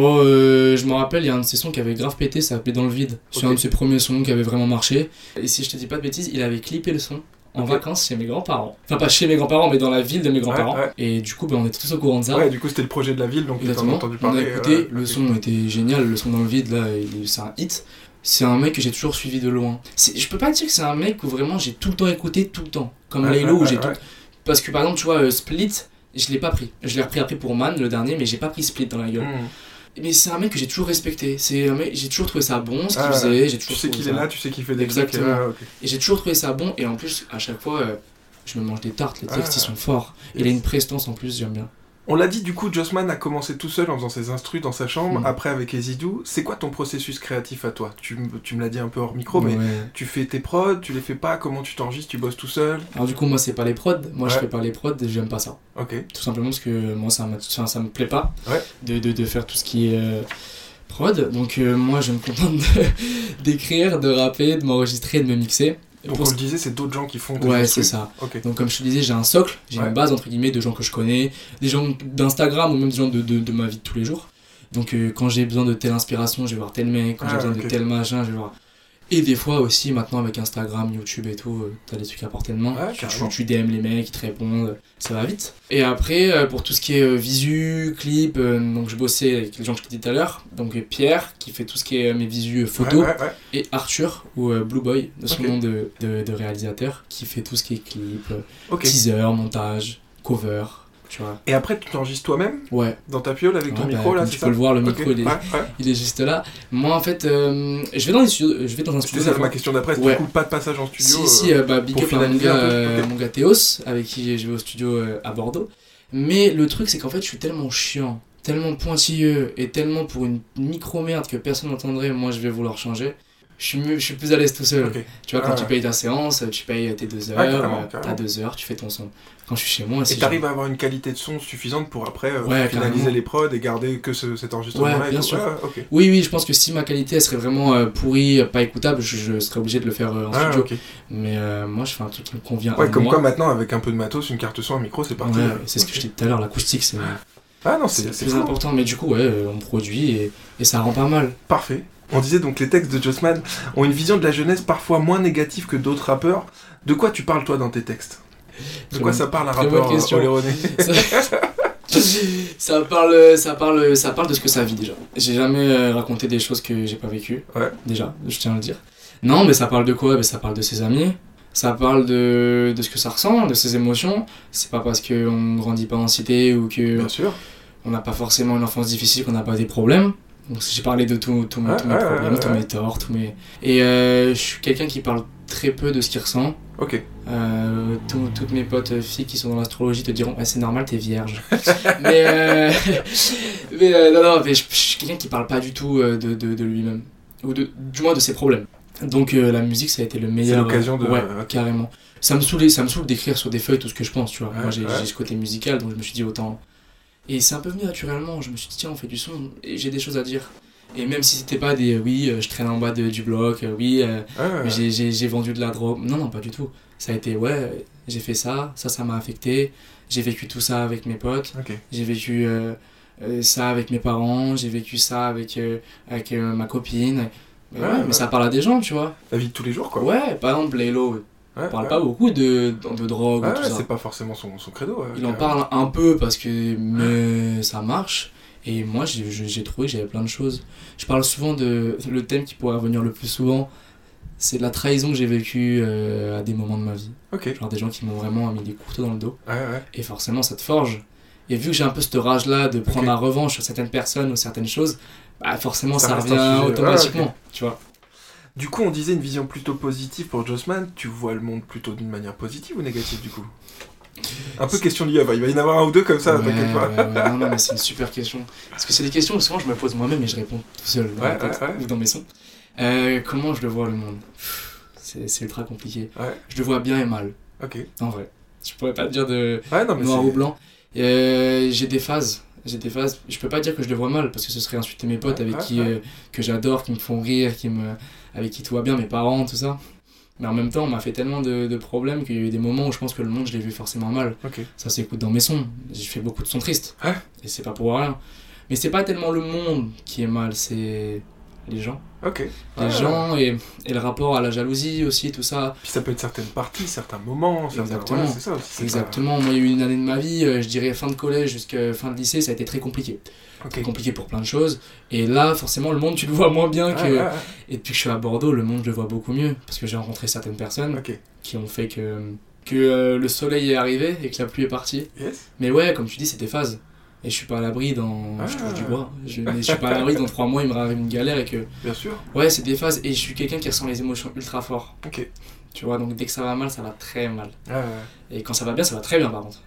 Je me rappelle, il y a un de ses sons qui avait grave pété, ça s'appelait Dans le vide. C'est un de ses premiers sons qui avait vraiment marché. Et si je te dis pas de bêtises, il avait clippé le son en vacances chez mes grands-parents. Enfin, pas chez mes grands-parents, mais dans la ville de mes grands-parents. Et du coup, on était tous au courant de ça. Ouais, du coup, c'était le projet de la ville, donc on a entendu parler. On a écouté, le son était génial, le son Dans le vide, là, c'est un hit. C'est un mec que j'ai toujours suivi de loin. Je peux pas dire que c'est un mec où vraiment j'ai tout le temps écouté, tout le temps. Comme Laylo, où j'ai tout. Parce que par exemple, tu vois, Split, je l'ai pas pris. Je l'ai repris après pour Man, le dernier, mais j'ai pas pris Split dans la gueule. Mais c'est un mec que j'ai toujours respecté. C'est un mec, j'ai toujours trouvé ça bon, ce qu'il faisait. J'ai toujours tu sais qu'il est là, tu sais qu'il fait des trucs. Et j'ai toujours trouvé ça bon. Et en plus, à chaque fois, je me mange des tartes. Les textes, ils sont forts. Yes. Il a une prestance en plus, j'aime bien. On l'a dit, du coup, Jossman a commencé tout seul en faisant ses instrus dans sa chambre, après avec Ezidou. C'est quoi ton processus créatif à toi ? Tu me l'as dit un peu hors micro, mais tu fais tes prods, tu les fais pas, comment tu t'enregistres, tu bosses tout seul ? Alors du coup, moi, c'est pas les prods. Moi, je fais pas les prods, j'aime pas ça. Ok. Tout simplement parce que moi, ça me plaît pas de faire tout ce qui est prod. Donc moi, je me contente d'écrire, de rapper, de m'enregistrer, de me mixer. Donc on le disait, c'est d'autres gens qui font c'est ça. Okay. Donc comme je te disais, j'ai un socle, j'ai une base entre guillemets de gens que je connais, des gens d'Instagram ou même des gens de ma vie de tous les jours. Donc quand j'ai besoin de telle inspiration, je vais voir tel mec, quand j'ai besoin de tel machin, je vais voir... Et des fois aussi, maintenant avec Instagram, YouTube et tout, t'as des trucs à portée de main, tu DM les mecs, ils te répondent, ça va vite. Et après, pour tout ce qui est visu, clip, donc je bossais avec les gens que je t'ai dit tout à l'heure, donc Pierre, qui fait tout ce qui est mes visus photos, et Arthur, ou Blue Boy, de son nom de réalisateur, qui fait tout ce qui est clip, teaser, montage, cover... Tu vois. Et après, tu t'enregistres toi-même dans ta piole avec ton micro là, tu peux le voir, le micro il est juste là. Moi en fait, je vais dans un studio. C'était ça ma question d'après, du coup pas de passage en studio. Si, big up à mon gars Théos, avec qui je vais au studio à Bordeaux. Mais le truc c'est qu'en fait je suis tellement chiant, tellement pointilleux et tellement pour une micro-merde que personne n'entendrait, moi je vais vouloir changer. Je suis plus à l'aise tout seul. Tu vois, quand tu payes ta séance, tu payes tes 2 heures, t'as 2 heures, tu fais ton son. Quand je suis chez moi... Et t'arrives à avoir une qualité de son suffisante pour après finaliser les prods et garder que cet enregistrement-là. Ouais, bien sûr. Oui, je pense que si ma qualité elle serait vraiment pourrie, pas écoutable, je serais obligé de le faire en studio. Mais moi, je fais un truc qui me convient à comme moi. Quoi maintenant, avec un peu de matos, une carte son, un micro, c'est parti. C'est ce que je disais tout à l'heure, l'acoustique, c'est... c'est plus important. Mais du coup, on produit et ça rend pas mal. Parfait. On disait donc les textes de Jossman ont une vision de la jeunesse parfois moins négative que d'autres rappeurs. De quoi tu parles toi dans tes textes ? De quoi ça parle un rappeur oléronais ? Ça parle de ce que ça vit déjà. J'ai jamais raconté des choses que j'ai pas vécues. Déjà, je tiens à le dire. Non, mais ça parle de quoi ? Ça parle de ses amis. Ça parle de ce que ça ressent, de ses émotions. C'est pas parce qu'on grandit pas en cité ou que on n'a pas forcément une enfance difficile qu'on n'a pas des problèmes. Donc j'ai parlé de tous mes problèmes, tous mes torts, Et je suis quelqu'un qui parle très peu de ce qu'il ressent. Ok. Toutes mes potes filles qui sont dans l'astrologie te diront c'est normal, t'es vierge. mais mais je suis quelqu'un qui parle pas du tout de lui-même, ou du moins de ses problèmes. Donc la musique, ça a été le meilleur. C'est l'occasion de. Ouais, Ok. carrément. Ça me saoule d'écrire sur des feuilles tout ce que je pense, tu vois. Moi j'ai ce côté musical, donc je me suis dit autant. Et c'est un peu venu naturellement, je me suis dit tiens, on fait du son, et j'ai des choses à dire. Et même si c'était pas des je traîne en bas du bloc, j'ai vendu de la drogue. Non, pas du tout. Ça a été j'ai fait ça m'a affecté. J'ai vécu tout ça avec mes potes. Ok. J'ai vécu ça avec mes parents. J'ai vécu ça avec ma copine. Mais ça parle à des gens, tu vois. La vie de tous les jours, quoi. Ouais, par exemple, Laylo, il parle pas beaucoup de drogue ou tout ça. C'est pas forcément son credo. Il en parle un peu parce que mais ça marche. Et moi, j'ai trouvé que j'avais plein de choses. Je parle souvent le thème qui pourrait revenir le plus souvent, c'est de la trahison que j'ai vécue à des moments de ma vie. Ok. Genre des gens qui m'ont vraiment mis des couteaux dans le dos. Ouais. Et forcément, ça te forge. Et vu que j'ai un peu cette rage-là de prendre la revanche sur certaines personnes ou certaines choses, bah forcément, ça revient automatiquement, tu vois. Du coup, on disait une vision plutôt positive pour Jossman. Tu vois le monde plutôt d'une manière positive ou négative, du coup ? Un peu question liée, il va y en avoir un ou deux comme ça, t'inquiète pas. Non, mais c'est une super question. Parce que c'est des questions que souvent je me pose moi-même et je réponds tout seul dans ma tête ou dans mes sons. Comment je le vois le monde ? C'est ultra compliqué. Ouais. Je le vois bien et mal. Ok. En vrai. Je pourrais pas te dire de non, mais noir ou blanc. J'ai des phases. Je peux pas dire que je le vois mal parce que ce serait insulter mes potes avec qui que j'adore, qui me font rire, avec qui tout va bien, mes parents, tout ça. Mais en même temps, on m'a fait tellement de problèmes qu'il y a eu des moments où je pense que le monde, je l'ai vu forcément mal. Okay. Ça s'écoute dans mes sons. J'ai fait beaucoup de sons tristes. Et c'est pas pour rien. Mais c'est pas tellement le monde qui est mal, c'est les gens. Les gens et le rapport à la jalousie aussi, tout ça. Puis ça peut être certaines parties, certains moments. Exactement. C'est ça aussi. Exactement. Moi, il y a eu une année de ma vie, je dirais fin de collège jusqu'à fin de lycée, ça a été très compliqué. Compliqué pour plein de choses. Et là, forcément, le monde, tu le vois moins bien que... Et depuis que je suis à Bordeaux, le monde, je le vois beaucoup mieux. Parce que j'ai rencontré certaines personnes qui ont fait que le soleil est arrivé et que la pluie est partie. Yes. Mais ouais, comme tu dis, c'est des phases. Et je suis pas à l'abri je touche du bois. Mais je suis pas à l'abri dans 3 mois, il me arrive une galère et que... Bien sûr. Ouais, c'est des phases. Et je suis quelqu'un qui ressent les émotions ultra fort. Ok. Tu vois, donc dès que ça va mal, ça va très mal. Et quand ça va bien, ça va très bien par contre.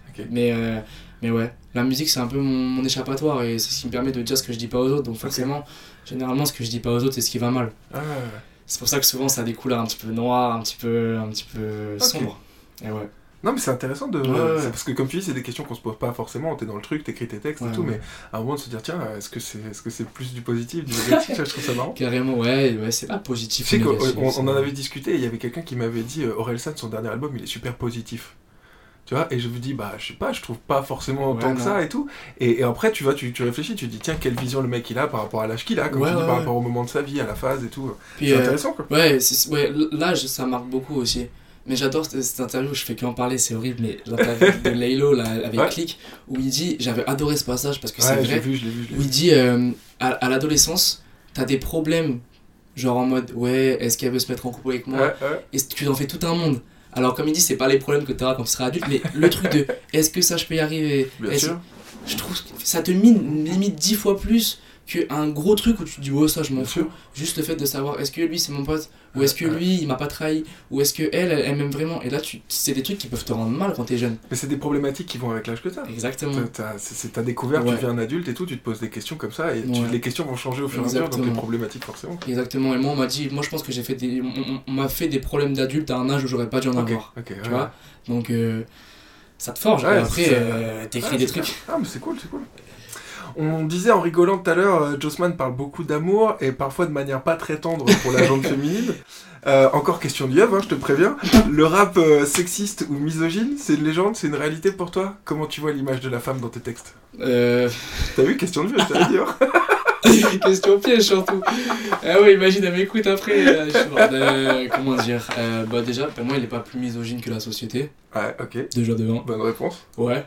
Mais ouais, la musique c'est un peu mon échappatoire et c'est ce qui me permet de dire ce que je dis pas aux autres. Donc forcément, généralement ce que je dis pas aux autres c'est ce qui va mal. C'est pour ça que souvent ça a des couleurs un petit peu noires, un petit peu sombres. Et ouais. Non mais c'est intéressant c'est parce que comme tu dis c'est des questions qu'on se pose pas forcément, t'es dans le truc, t'écris tes textes et tout, mais à un moment de se dire tiens est-ce que c'est plus du positif, du négatif, je trouve ça marrant. Carrément ouais c'est pas positif. Tu sais qu'on en avait discuté et il y avait quelqu'un qui m'avait dit Orelsan son dernier album il est super positif. Tu vois, et je me dis, je sais pas, je trouve pas forcément tant que ça et tout. Et après, tu vois, tu réfléchis, tu te dis, tiens, quelle vision le mec il a par rapport à l'âge qu'il a, comme tu dis, par rapport au moment de sa vie, à la phase et tout. Puis, c'est intéressant, quoi. L'âge, ça marque beaucoup aussi. Mais j'adore cette interview, je fais que en parler, c'est horrible, mais l'interview de Laylo là, avec Click, où il dit, j'avais adoré ce passage parce que c'est vrai, je l'ai vu. Où il dit, à l'adolescence, t'as des problèmes, genre en mode, est-ce qu'elle veut se mettre en couple avec moi et tu en fais tout un monde. Alors comme il dit, c'est pas les problèmes que tu auras quand tu seras adulte, mais le truc de est-ce que ça je peux y arriver. Bien sûr. Je trouve que ça te mine limite 10 fois plus qu'un gros truc où tu te dis ça je m'en fous. Juste le fait de savoir est-ce que lui c'est mon pote ou est-ce que lui il m'a pas trahi ou est-ce que elle m'aime vraiment. Et là c'est des trucs qui peuvent te rendre mal quand t'es jeune. Mais c'est des problématiques qui vont avec l'âge que t'as. Exactement. T'as découvert, tu deviens un adulte et tout, tu te poses des questions comme ça et les questions vont changer au fur et à mesure, donc les problématiques forcément. Exactement. Et moi je pense que j'ai fait on m'a fait des problèmes d'adulte à un âge où j'aurais pas dû en avoir. Tu vois. Donc ça te forge. Et après t'écris des trucs. Ah mais c'est cool. On disait en rigolant tout à l'heure, Jossman parle beaucoup d'amour et parfois de manière pas très tendre pour la gente féminine. Encore question de Yves, je te préviens. Le rap sexiste ou misogyne, c'est une légende, c'est une réalité pour toi ? Comment tu vois l'image de la femme dans tes textes ? T'as vu, question de vieux, je t'avais dit. Question piège surtout. Oui, imagine, elle m'écoute après. Comment dire déjà, pour moi, il est pas plus misogyne que la société. Ouais, ok. Déjà de 1. Bonne réponse. Ouais.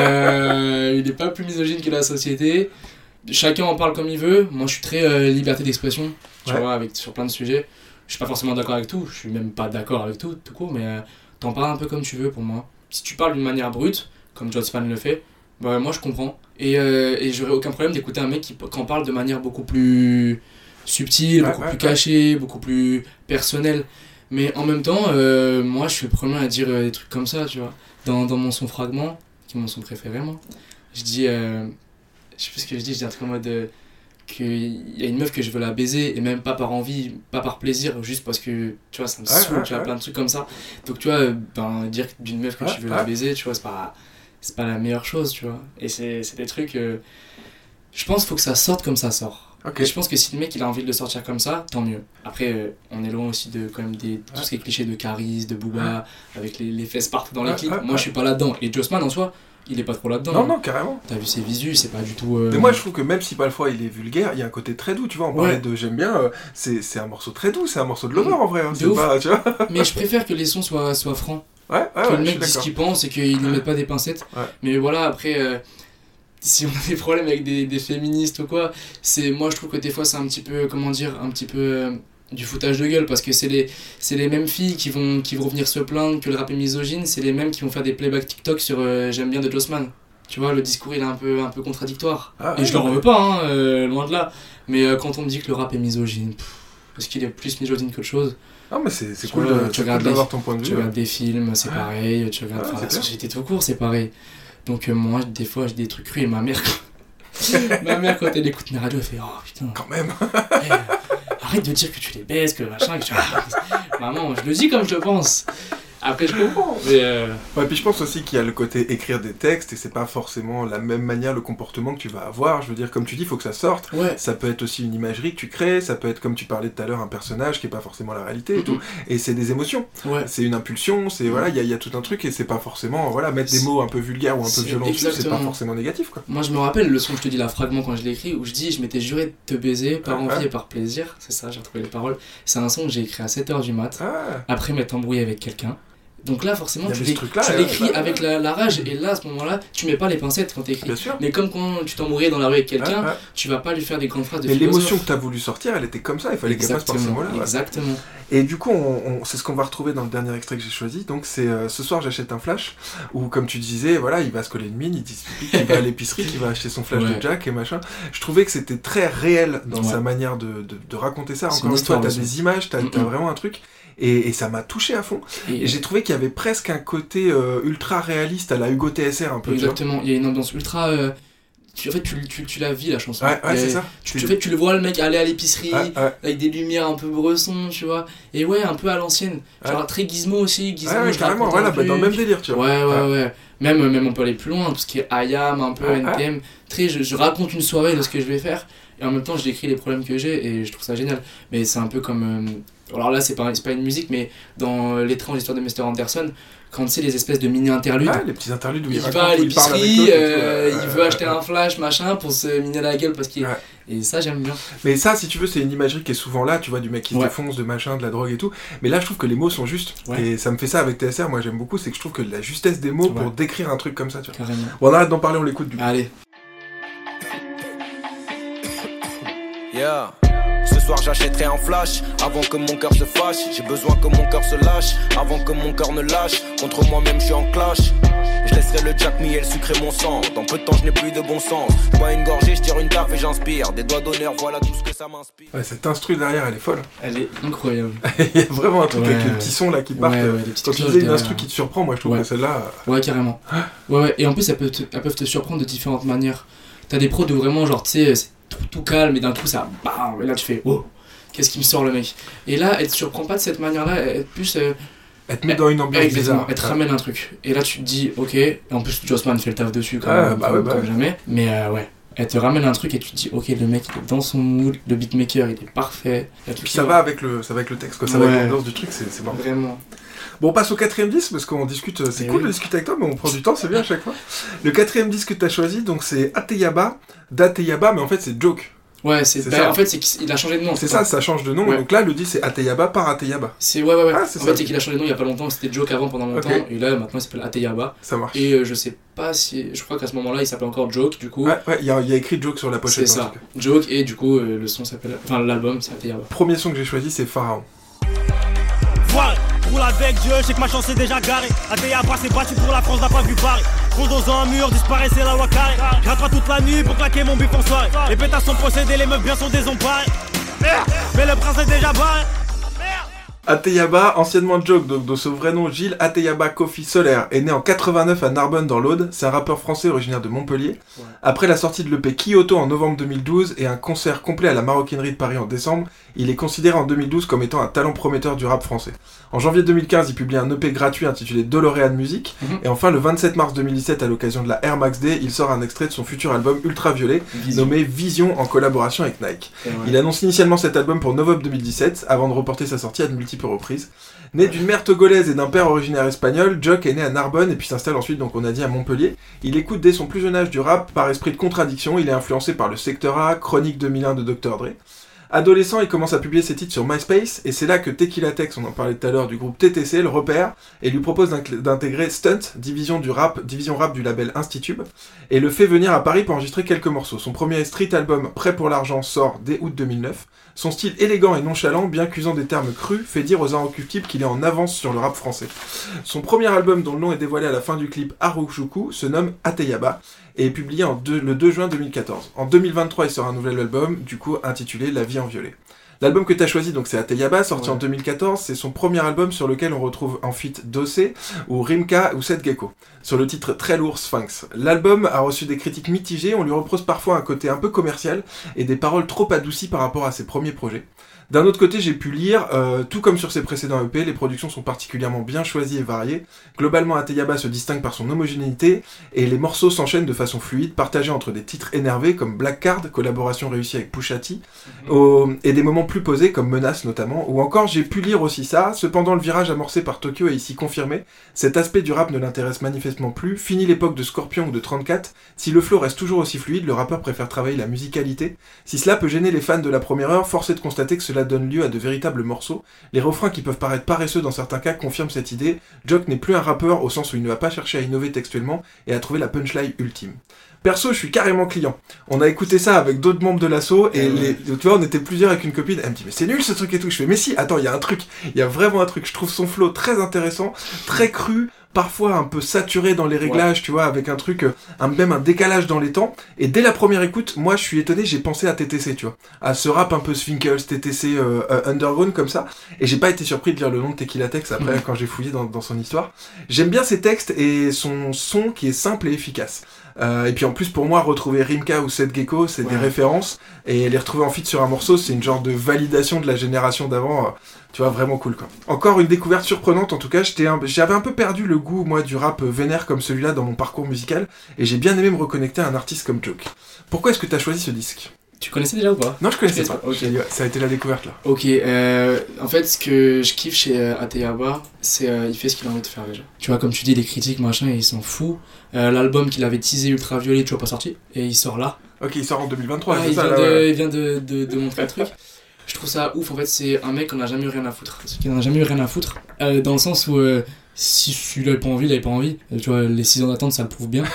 Il est pas plus misogyne que la société. Chacun en parle comme il veut. Moi, je suis très liberté d'expression, tu vois, sur plein de sujets. Je suis pas forcément d'accord avec tout. Je suis même pas d'accord avec tout court, mais t'en parles un peu comme tu veux pour moi. Si tu parles d'une manière brute, comme Jossman le fait, moi je comprends. Et j'aurais aucun problème d'écouter un mec qui en parle de manière beaucoup plus subtile, beaucoup plus cachée, beaucoup plus personnelle. Mais en même temps, moi je suis le premier à dire des trucs comme ça, tu vois. Dans mon son Fragment, qui est mon son préféré, moi, je dis, je sais plus ce que je dis un truc en mode qu'il y a une meuf que je veux la baiser, et même pas par envie, pas par plaisir, juste parce que, tu vois, ça me saoule, tu vois, plein de trucs comme ça. Donc, tu vois, dire d'une meuf que tu veux la baiser, tu vois, c'est pas la meilleure chose, tu vois. Et c'est des trucs, je pense qu'il faut que ça sorte comme ça sort. Okay. Et je pense que si le mec il a envie de le sortir comme ça, tant mieux. Après, on est loin aussi de quand même tout ce qui est cliché de Caris, de Booba, avec les fesses partout dans les clips. Moi je suis pas là-dedans. Et Jossman en soi, il est pas trop là-dedans. Non, carrément. T'as vu ses visus, c'est pas du tout. Mais moi je trouve que même si parfois il est vulgaire, il y a un côté très doux, tu vois. On parlait de J'aime bien, c'est un morceau très doux, c'est un morceau de lover en vrai. Hein, c'est pas, tu vois. Mais je préfère que les sons soient francs. Que le mec dise ce qu'il pense et qu'il ne mette pas des pincettes. Mais voilà, après. Si on a des problèmes avec des féministes ou quoi, moi je trouve que des fois c'est un petit peu, du foutage de gueule, parce que c'est les mêmes filles qui vont venir se plaindre que le rap est misogyne, c'est les mêmes qui vont faire des playbacks TikTok sur J'aime bien de Jossman. Tu vois, le discours il est un peu contradictoire. Et je leur en veux pas, hein, loin de là. Mais quand on me dit que le rap est misogyne, parce qu'il est plus misogyne qu'autre chose. Non mais c'est cool d'avoir ton point de vue. Tu regardes des films, c'est pareil, tu regardes la société tout court, c'est pareil. Donc moi, des fois, j'ai des trucs crus et ma mère, quand elle écoute mes radios, elle fait « Oh putain, quand même arrête de dire que tu les baises, que machin, que tu... » Maman, je le dis comme je le pense. Après, je comprends, mais... Ouais, puis je pense aussi qu'il y a le côté écrire des textes, et c'est pas forcément la même manière, le comportement que tu vas avoir. Je veux dire, comme tu dis, il faut que ça sorte. Ouais. Ça peut être aussi une imagerie que tu crées, ça peut être, comme tu parlais tout à l'heure, un personnage qui est pas forcément la réalité et tout. Et c'est des émotions. Ouais. C'est une impulsion, c'est, voilà, il y a tout un truc, et c'est pas forcément, voilà, mettre des mots un peu vulgaires ou un peu violents dessus, c'est pas forcément négatif, quoi. Moi, je me rappelle le son que je te dis, la Fragment, quand je l'ai écrit, où je dis, je m'étais juré de te baiser, par envie et par plaisir. C'est ça, j'ai retrouvé les paroles. C'est un son que j'ai écrit à 7h du mat, après m'être embrouillé avec quelqu'un. Donc là, forcément, tu l'écris avec la rage, et là, à ce moment-là, tu mets pas les pincettes quand t'écris. Mais comme quand tu t'embrouillais dans la rue avec quelqu'un, tu vas pas lui faire des grandes phrases de philosophe. Mais l'émotion que t'as voulu sortir, elle était comme ça, il fallait qu'elle passe par ces mots-là. Exactement. Et du coup, c'est ce qu'on va retrouver dans le dernier extrait que j'ai choisi. Donc c'est Ce soir j'achète un flash, où comme tu disais, voilà, il va se coller une mine, il dit qu'il va à l'épicerie, qu'il va acheter son flash de Jack et machin. Je trouvais que c'était très réel dans sa manière de raconter ça. Encore une fois, t'as des images, t'as vraiment un truc. Et ça m'a touché à fond. Et j'ai trouvé qu'il y avait presque un côté ultra réaliste à la Hugo TSR un peu. Exactement, il y a une ambiance ultra... En fait, tu la vis, la chanson. Ouais, c'est ça. Tu le vois, le mec aller à l'épicerie, avec des lumières un peu bresson, tu vois. Et ouais, un peu à l'ancienne. Genre très Gizmo aussi. Gizmo, carrément, voilà, dans le même délire, tu vois. Ouais. Même on peut aller plus loin, tout ce qui est IAM, un peu NTM. Très, je raconte une soirée de ce que je vais faire, et en même temps, je décris les problèmes que j'ai, et je trouve ça génial. Mais c'est un peu comme... Alors là, c'est pas une musique, mais dans L'étrange histoire de Mr. Anderson, quand tu sais, les espèces de mini-interludes. Les petits interludes où il va à l'épicerie, il veut acheter un flash, machin, pour se miner la gueule parce qu'il. Et ça, j'aime bien. Mais ça, si tu veux, c'est une imagerie qui est souvent là, tu vois, du mec qui se défonce, de machin, de la drogue et tout. Mais là, je trouve que les mots sont justes. Et ça me fait ça avec TSR, moi j'aime beaucoup, c'est que je trouve que la justesse des mots pour décrire un truc comme ça, tu vois. Carrément. Bon, on arrête d'en parler, on l'écoute du coup. Allez. Yeah. Ce soir j'achèterai un flash avant que mon cœur se fâche. J'ai besoin que mon cœur se lâche avant que mon cœur ne lâche. Contre moi-même je suis en clash. Je laisserai le Jack miel sucrer mon sang. Dans peu de temps je n'ai plus de bon sens. Je bois une gorgée, je tire une taffe et j'inspire. Des doigts d'honneur, voilà tout ce que ça m'inspire. Ouais, cette instru derrière elle est folle. Elle est incroyable. Il y a vraiment un truc avec les petits sons là qui partent. Quand tu disais une instru qui te surprend, moi je trouve que celle-là... Ouais, carrément. Ouais, et en plus elles peuvent te surprendre de différentes manières. T'as des prods où vraiment genre tu sais c'est tout calme et d'un coup ça bam, et là tu fais oh, qu'est-ce qui me sort le mec. Et là elle te surprend pas de cette manière là, elle plus elle te met dans une ambiance bizarre, elle te ramène un truc et là tu te dis ok, et en plus Jossman fait le taf dessus comme jamais, mais elle te ramène un truc et tu te dis ok, le mec il est dans son mood, le beatmaker il est parfait, et puis ça va avec le texte quoi, ça va avec l'ambiance du truc, c'est bon. Vraiment. Bon, on passe au 4ème disque parce qu'on discute, c'est cool de discuter avec toi, mais on prend du temps, c'est bien à chaque fois. Le 4ème disque que t'as choisi, donc c'est Ateyaba, d'Ateyaba, mais en fait c'est Joke. Ouais, en fait c'est qu'il a changé de nom. C'est ça change de nom, donc là le disque c'est Ateyaba par Ateyaba. C'est en fait c'est qu'il a changé de nom il y a pas longtemps, c'était Joke avant pendant longtemps, et là maintenant il s'appelle Ateyaba. Ça marche. Et je sais pas si, je crois qu'à ce moment-là il s'appelait encore Joke du coup. Ouais, il y a écrit Joke sur la pochette. C'est ça, Joke, et du coup le son s'appelle, enfin l'album c'est Ateyaba. Premier son que j'ai choisi c'est Pharaon. Voilà, roule avec Dieu, je sais que ma chance est déjà garée. Ateyaba s'est battu pour la France, n'a pas vu Paris. Fonce dans un mur, disparaît, c'est la loi carrée. Je rate pas toute la nuit pour claquer mon bif en soirée. Les pétasses sont possédés, les meufs bien sont désemparées. Mais le prince est déjà barré. Ateyaba, anciennement Joke, donc de son vrai nom Gilles Ateyaba Kofi Solaire, est né en 89 à Narbonne dans l'Aude. C'est un rappeur français originaire de Montpellier. Ouais. Après la sortie de l'EP Kyoto en novembre 2012 et un concert complet à la Maroquinerie de Paris en décembre, il est considéré en 2012 comme étant un talent prometteur du rap français. En janvier 2015, il publie un EP gratuit intitulé Doloréane Musique. Et enfin, le 27 mars 2017, à l'occasion de la Air Max Day, il sort un extrait de son futur album Ultraviolet, nommé Vision, en collaboration avec Nike. Ouais. Il annonce initialement cet album pour novembre 2017, avant de reporter sa sortie à de multiples reprises. Né d'une mère togolaise et d'un père originaire espagnol, Jock est né à Narbonne et puis s'installe ensuite, donc on a dit, à Montpellier. Il écoute dès son plus jeune âge du rap par esprit de contradiction. Il est influencé par le Secteur A, Chronique 2001 de Dr. Dre. Adolescent, il commence à publier ses titres sur MySpace, et c'est là que Tequila Tex, on en parlait tout à l'heure, du groupe TTC, le repère, et lui propose d'intégrer Stunt, division rap du label Institube, et le fait venir à Paris pour enregistrer quelques morceaux. Son premier street album, Prêt pour l'argent, sort dès août 2009. Son style élégant et nonchalant, bien qu'usant des termes crus, fait dire aux inrecuptibles qu'il est en avance sur le rap français. Son premier album, dont le nom est dévoilé à la fin du clip Harujuku, se nomme Ateyaba, et est publié le 2 juin 2014. En 2023, il sort un nouvel album, du coup intitulé La vie en violet. L'album que tu as choisi, donc c'est Ateyaba, sorti en 2014, c'est son premier album sur lequel on retrouve en feat Dossé, ou Rimka, ou Seth Gecko, sur le titre très lourd Sphinx. L'album a reçu des critiques mitigées, on lui reproche parfois un côté un peu commercial, et des paroles trop adoucies par rapport à ses premiers projets. D'un autre côté, j'ai pu lire, tout comme sur ses précédents EP, les productions sont particulièrement bien choisies et variées. Globalement, Ateyaba se distingue par son homogénéité, et les morceaux s'enchaînent de façon fluide, partagés entre des titres énervés comme Black Card, collaboration réussie avec Pusha T, et des moments plus posés comme Menace notamment, ou encore j'ai pu lire aussi ça, cependant le virage amorcé par Tokyo est ici confirmé, cet aspect du rap ne l'intéresse manifestement plus, fini l'époque de Scorpion ou de 34, si le flow reste toujours aussi fluide, le rappeur préfère travailler la musicalité, si cela peut gêner les fans de la première heure, force est de constater que cela donne lieu à de véritables morceaux. Les refrains qui peuvent paraître paresseux dans certains cas confirment cette idée. Jock n'est plus un rappeur au sens où il ne va pas chercher à innover textuellement et à trouver la punchline ultime. Perso, je suis carrément client. On a écouté ça avec d'autres membres de l'assaut et tu vois, on était plusieurs avec une copine. Elle me dit mais c'est nul ce truc et tout. Je fais mais si, attends, il y a un truc, il y a vraiment un truc. Je trouve son flow très intéressant, très cru. Parfois un peu saturé dans les réglages, tu vois, avec un truc, même un décalage dans les temps. Et dès la première écoute, moi je suis étonné, j'ai pensé à TTC, tu vois, à ce rap un peu Swinkles, TTC, underground comme ça. Et j'ai pas été surpris de lire le nom de Tequila Tex après quand j'ai fouillé dans son histoire. J'aime bien ses textes et son son qui est simple et efficace. Et puis en plus pour moi retrouver Rimka ou Seth Gecko c'est des références et les retrouver en feat sur un morceau c'est une genre de validation de la génération d'avant, tu vois, vraiment cool quoi. Encore une découverte surprenante en tout cas, j'avais un peu perdu le goût moi du rap vénère comme celui-là dans mon parcours musical et j'ai bien aimé me reconnecter à un artiste comme Jock. Pourquoi est-ce que t'as choisi ce disque ? Tu connaissais déjà ou pas ? Non, je connaissais pas. Okay. Ça a été la découverte là. Ok, en fait, ce que je kiffe chez Ateyaba, c'est il fait ce qu'il a envie de faire déjà. Tu vois, comme tu dis, les critiques, machin, il s'en fout. L'album qu'il avait teasé Ultraviolet, tu vois, pas sorti, et il sort là. Ok, il sort en 2023. Ah, il vient de montrer un truc. Je trouve ça ouf, en fait, c'est un mec qu'on n'a jamais eu rien à foutre. Qui n'en a jamais eu rien à foutre, dans le sens où si celui-là n'avait pas envie, il n'avait pas envie. Tu vois, les 6 ans d'attente, ça le prouve bien.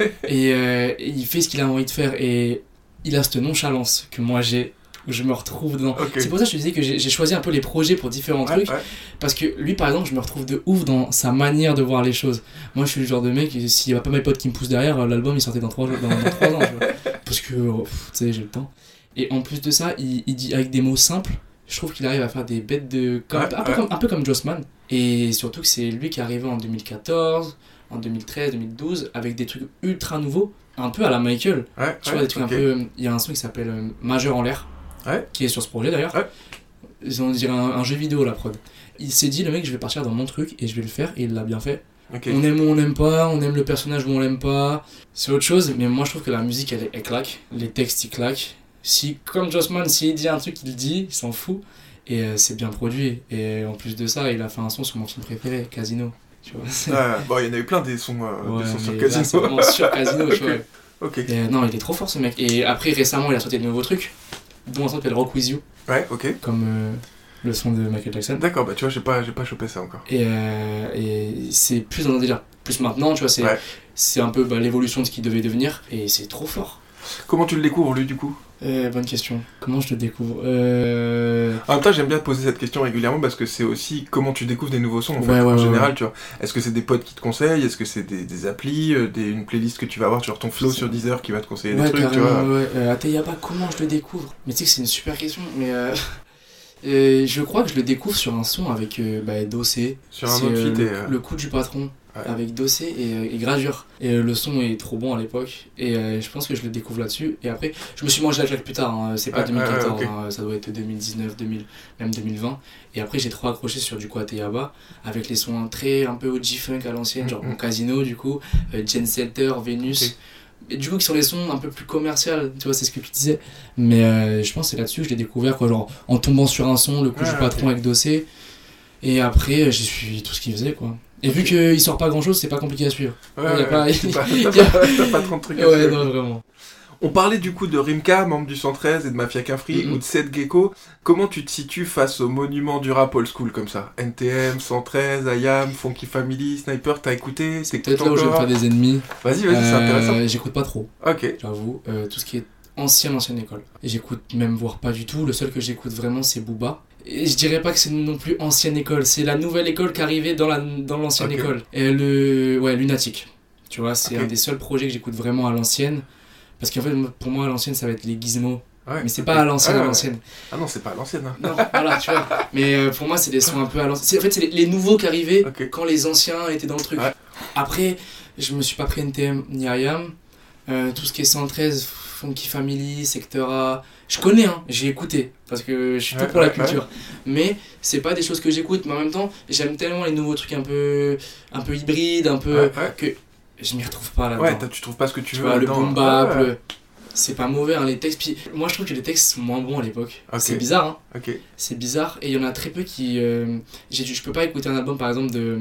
Et il fait ce qu'il a envie de faire, et il a cette nonchalance que moi j'ai, où je me retrouve dedans. Okay. C'est pour ça que je te disais que j'ai choisi un peu les projets pour différents trucs, parce que lui par exemple je me retrouve de ouf dans sa manière de voir les choses. Moi je suis le genre de mec, s'il n'y a pas mes potes qui me poussent derrière, l'album il sortait dans 3 ans, tu vois. Parce que tu sais, j'ai le temps. Et en plus de ça, il dit avec des mots simples, je trouve qu'il arrive à faire des bêtes de... un peu comme Jossman. Et surtout que c'est lui qui est arrivé en 2014, en 2013, 2012, avec des trucs ultra nouveaux. Un peu à la Michael, tu vois, des trucs un peu... Il y a un son qui s'appelle Majeur en l'air, qui est sur ce projet d'ailleurs. On dirait un jeu vidéo la prod. Il s'est dit, le mec, je vais partir dans mon truc et je vais le faire, et il l'a bien fait. On aime ou on l'aime pas, on aime le personnage ou on l'aime pas, c'est autre chose, mais moi je trouve que la musique elle claque, les textes ils claquent. Si, comme Jossman, s'il dit un truc, il le dit, il s'en fout, et c'est bien produit. Et en plus de ça, il a fait un son sur mon film préféré, Casino. Tu vois, bon, il y en a eu plein des sons sur Casino. Là, c'est vraiment sur Casino, tu vois. Et, non, il est trop fort ce mec. Et après, récemment, il a sorti de nouveaux trucs, dont un son qui s'appelle Rock With You. Comme le son de Michael Jackson. D'accord, bah tu vois, j'ai pas chopé ça encore. Et c'est plus dans un délire. Plus maintenant, tu vois, c'est un peu l'évolution de ce qu'il devait devenir, et c'est trop fort. Comment tu le découvres, lui, du coup ? Bonne question. Comment je le découvre En même temps, j'aime bien te poser cette question régulièrement parce que c'est aussi comment tu découvres des nouveaux sons en général, tu vois. Est-ce que c'est des potes qui te conseillent ? Est-ce que c'est des applis, une playlist que tu vas avoir sur ton flow sur Deezer qui va te conseiller des trucs, tu vois. Ateyaba, comment je le découvre ? Mais tu sais que c'est une super question, mais Je crois que je le découvre sur un son avec Dossé. Sur un autre feat le coup du patron. Ouais. Avec Dossé et Gravure. Et le son est trop bon à l'époque. Et je pense que je le découvre là-dessus. Et après, je me suis mangé la claque plus tard. Hein. C'est pas 2014, okay. Ça doit être 2019, 2000, même 2020. Et après, j'ai trop accroché sur du Kwate Yaba. Avec les sons un peu OG funk à l'ancienne, genre mon Casino, du coup, Jen Center, Vénus. Okay. Et du coup, qui sont les sons un peu plus commerciaux, tu vois, c'est ce que tu disais. Mais je pense que c'est là-dessus que je l'ai découvert, quoi, genre en tombant sur un son, le coup du patron avec Dossé. Et après, j'ai suivi tout ce qu'il faisait, quoi. Et vu qu'il sort pas grand chose, c'est pas compliqué à suivre. T'as pas trop de trucs à suivre. Ouais, non, vraiment. On parlait du coup de Rimka, membre du 113 et de Mafia Qu'un Free, ou de Seth Gecko. Comment tu te situes face aux monuments du rap old school comme ça? NTM, 113, IAM, Funky Family, Sniper, t'as écouté? C'est peut-être là où je vais me faire des ennemis. Vas-y, c'est intéressant. J'écoute pas trop. Ok. J'avoue, tout ce qui est ancienne école. Et j'écoute même, voire pas du tout. Le seul que j'écoute vraiment, c'est Booba. Et je dirais pas que c'est non plus ancienne école, c'est la nouvelle école qui arrivait dans l'ancienne école. Et Lunatic. Tu vois, c'est un des seuls projets que j'écoute vraiment à l'ancienne. Parce qu'en fait, pour moi, à l'ancienne, ça va être les Gizmo. Ouais, mais c'est pas à l'ancienne, à l'ancienne. Ah non, c'est pas à l'ancienne. Hein. Non, voilà, tu vois. Mais pour moi, c'est des sons un peu à l'ancienne. En fait, c'est les nouveaux qui arrivaient quand les anciens étaient dans le truc. Ouais. Après, je me suis pas pris NTM ni IAM. Tout ce qui est 113, Funky Family, Secteur A, je connais, hein, j'ai écouté, parce que je suis tout pour la culture. Mais c'est pas des choses que j'écoute, mais en même temps, j'aime tellement les nouveaux trucs un peu hybrides, que je m'y retrouve pas là-dedans. Ouais, tu trouves pas ce que tu veux vois, là-dedans. Le boom bap, c'est pas mauvais, hein, les textes. Puis moi, je trouve que les textes sont moins bons à l'époque. C'est bizarre, hein. C'est bizarre, et il y en a très peu qui... je peux pas écouter un album, par exemple, de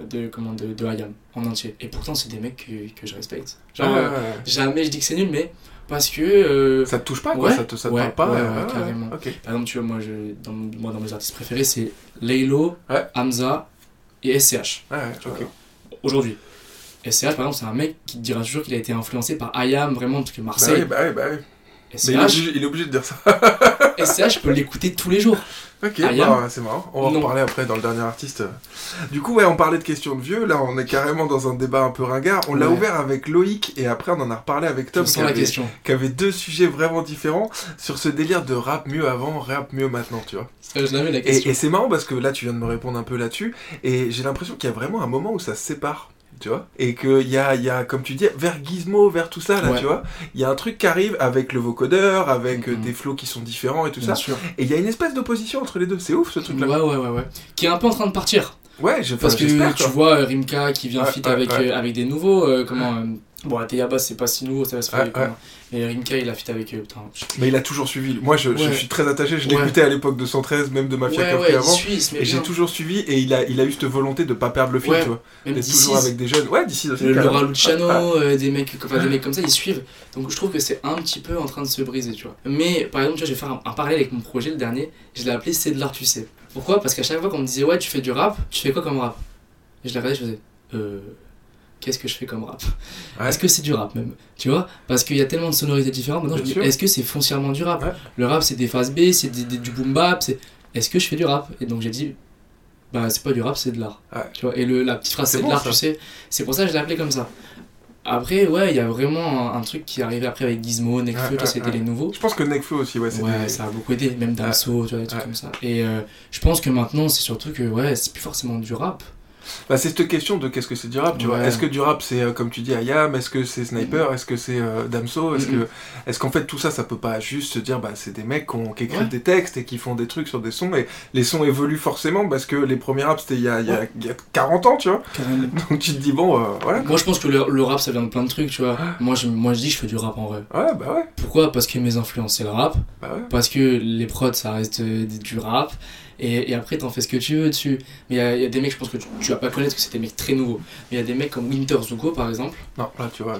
IAM en entier. Et pourtant, c'est des mecs que je respecte. Genre, jamais je dis que c'est nul, mais parce que... ça te touche pas, quoi, ça te parle pas. Ouais, carrément. Par exemple, tu vois, moi, dans mes artistes préférés, c'est Laylo, Hamza et SCH. Aujourd'hui. SCH, par exemple, c'est un mec qui te dira toujours qu'il a été influencé par IAM, vraiment, parce que Marseille. Bah oui. SCH, il est obligé de dire ça. SCH, je peux l'écouter tous les jours. Ok, c'est marrant. On va en parler après dans le dernier artiste. Du coup, on parlait de questions de vieux. Là, on est carrément dans un débat un peu ringard. On l'a ouvert avec Loïc et après, on en a reparlé avec Tom qui avait deux sujets vraiment différents sur ce délire de rap mieux avant, rap mieux maintenant, tu vois. Je l'avais la question. Et c'est marrant parce que là, tu viens de me répondre un peu là-dessus et j'ai l'impression qu'il y a vraiment un moment où ça se sépare. Tu vois, et qu'il y a, comme tu dis, vers Gizmo, vers tout ça, là, tu vois, il y a un truc qui arrive avec le vocodeur, avec des flows qui sont différents et tout ça. Sûr. Et il y a une espèce d'opposition entre les deux, c'est ouf ce truc-là. Ouais. Qui est un peu en train de partir. Ouais, parce que tu vois Rimka qui vient feat avec des nouveaux, bon, la Teyaba c'est pas si nouveau, ça va se faire mais Rimka il a feat avec mais il a toujours suivi. Moi je suis très attaché, je l'écoutais à l'époque de 113, même de Mafia Qu'un Free avant. Et j'ai toujours suivi et il a eu cette volonté de pas perdre le fil, tu vois. D'être toujours avec des jeunes. Ouais, d'ici aussi. Laura Luciano, des mecs comme ça, ils suivent. Donc je trouve que c'est un petit peu en train de se briser, tu vois. Mais par exemple, tu vois, je vais faire un parallèle avec mon projet le dernier, je l'ai appelé C'est de l'art, tu sais. Pourquoi ? Parce qu'à chaque fois qu'on me disait tu fais du rap, tu fais quoi comme rap ? Et je l'ai regardé, je faisais qu'est-ce que je fais comme rap ? Est-ce que c'est du rap même ? Tu vois ? Parce qu'il y a tellement de sonorités différentes. Maintenant, je me dis, est-ce que c'est foncièrement du rap ? Le rap, c'est des phases B, c'est du boom bap. Est-ce que je fais du rap ? Et donc, j'ai dit, c'est pas du rap, c'est de l'art. Tu vois ? Et la petite phrase, c'est de l'art, tu sais. C'est pour ça que je l'ai appelé comme ça. Après, il y a vraiment un truc qui est arrivé après avec Gizmo, Nekfeu, c'était les nouveaux. Je pense que Nekfeu aussi, ça a beaucoup aidé, même Damso, tu vois, des trucs comme ça. Et je pense que maintenant, c'est surtout que, c'est plus forcément du rap. C'est cette question de qu'est-ce que c'est du rap, tu vois. Est-ce que du rap c'est comme tu dis IAM, est-ce que c'est Sniper, est-ce que c'est Damso, est-ce qu'en fait tout ça peut pas juste se dire c'est des mecs qui écrivent des textes et qui font des trucs sur des sons et les sons évoluent forcément parce que les premiers raps c'était il y a 40 ans, tu vois. Carrément. Donc tu te dis voilà. Moi je pense que le rap ça vient de plein de trucs, tu vois. Moi je dis que je fais du rap en vrai. Ouais. Pourquoi ? Parce que mes influences c'est le rap. Parce que les prods ça reste du rap. Et après t'en fais ce que tu veux dessus. Mais il y a des mecs, je pense que tu vas pas connaître parce que c'est des mecs très nouveaux. Mais il y a des mecs comme Winter Zuko par exemple. Non, là tu vas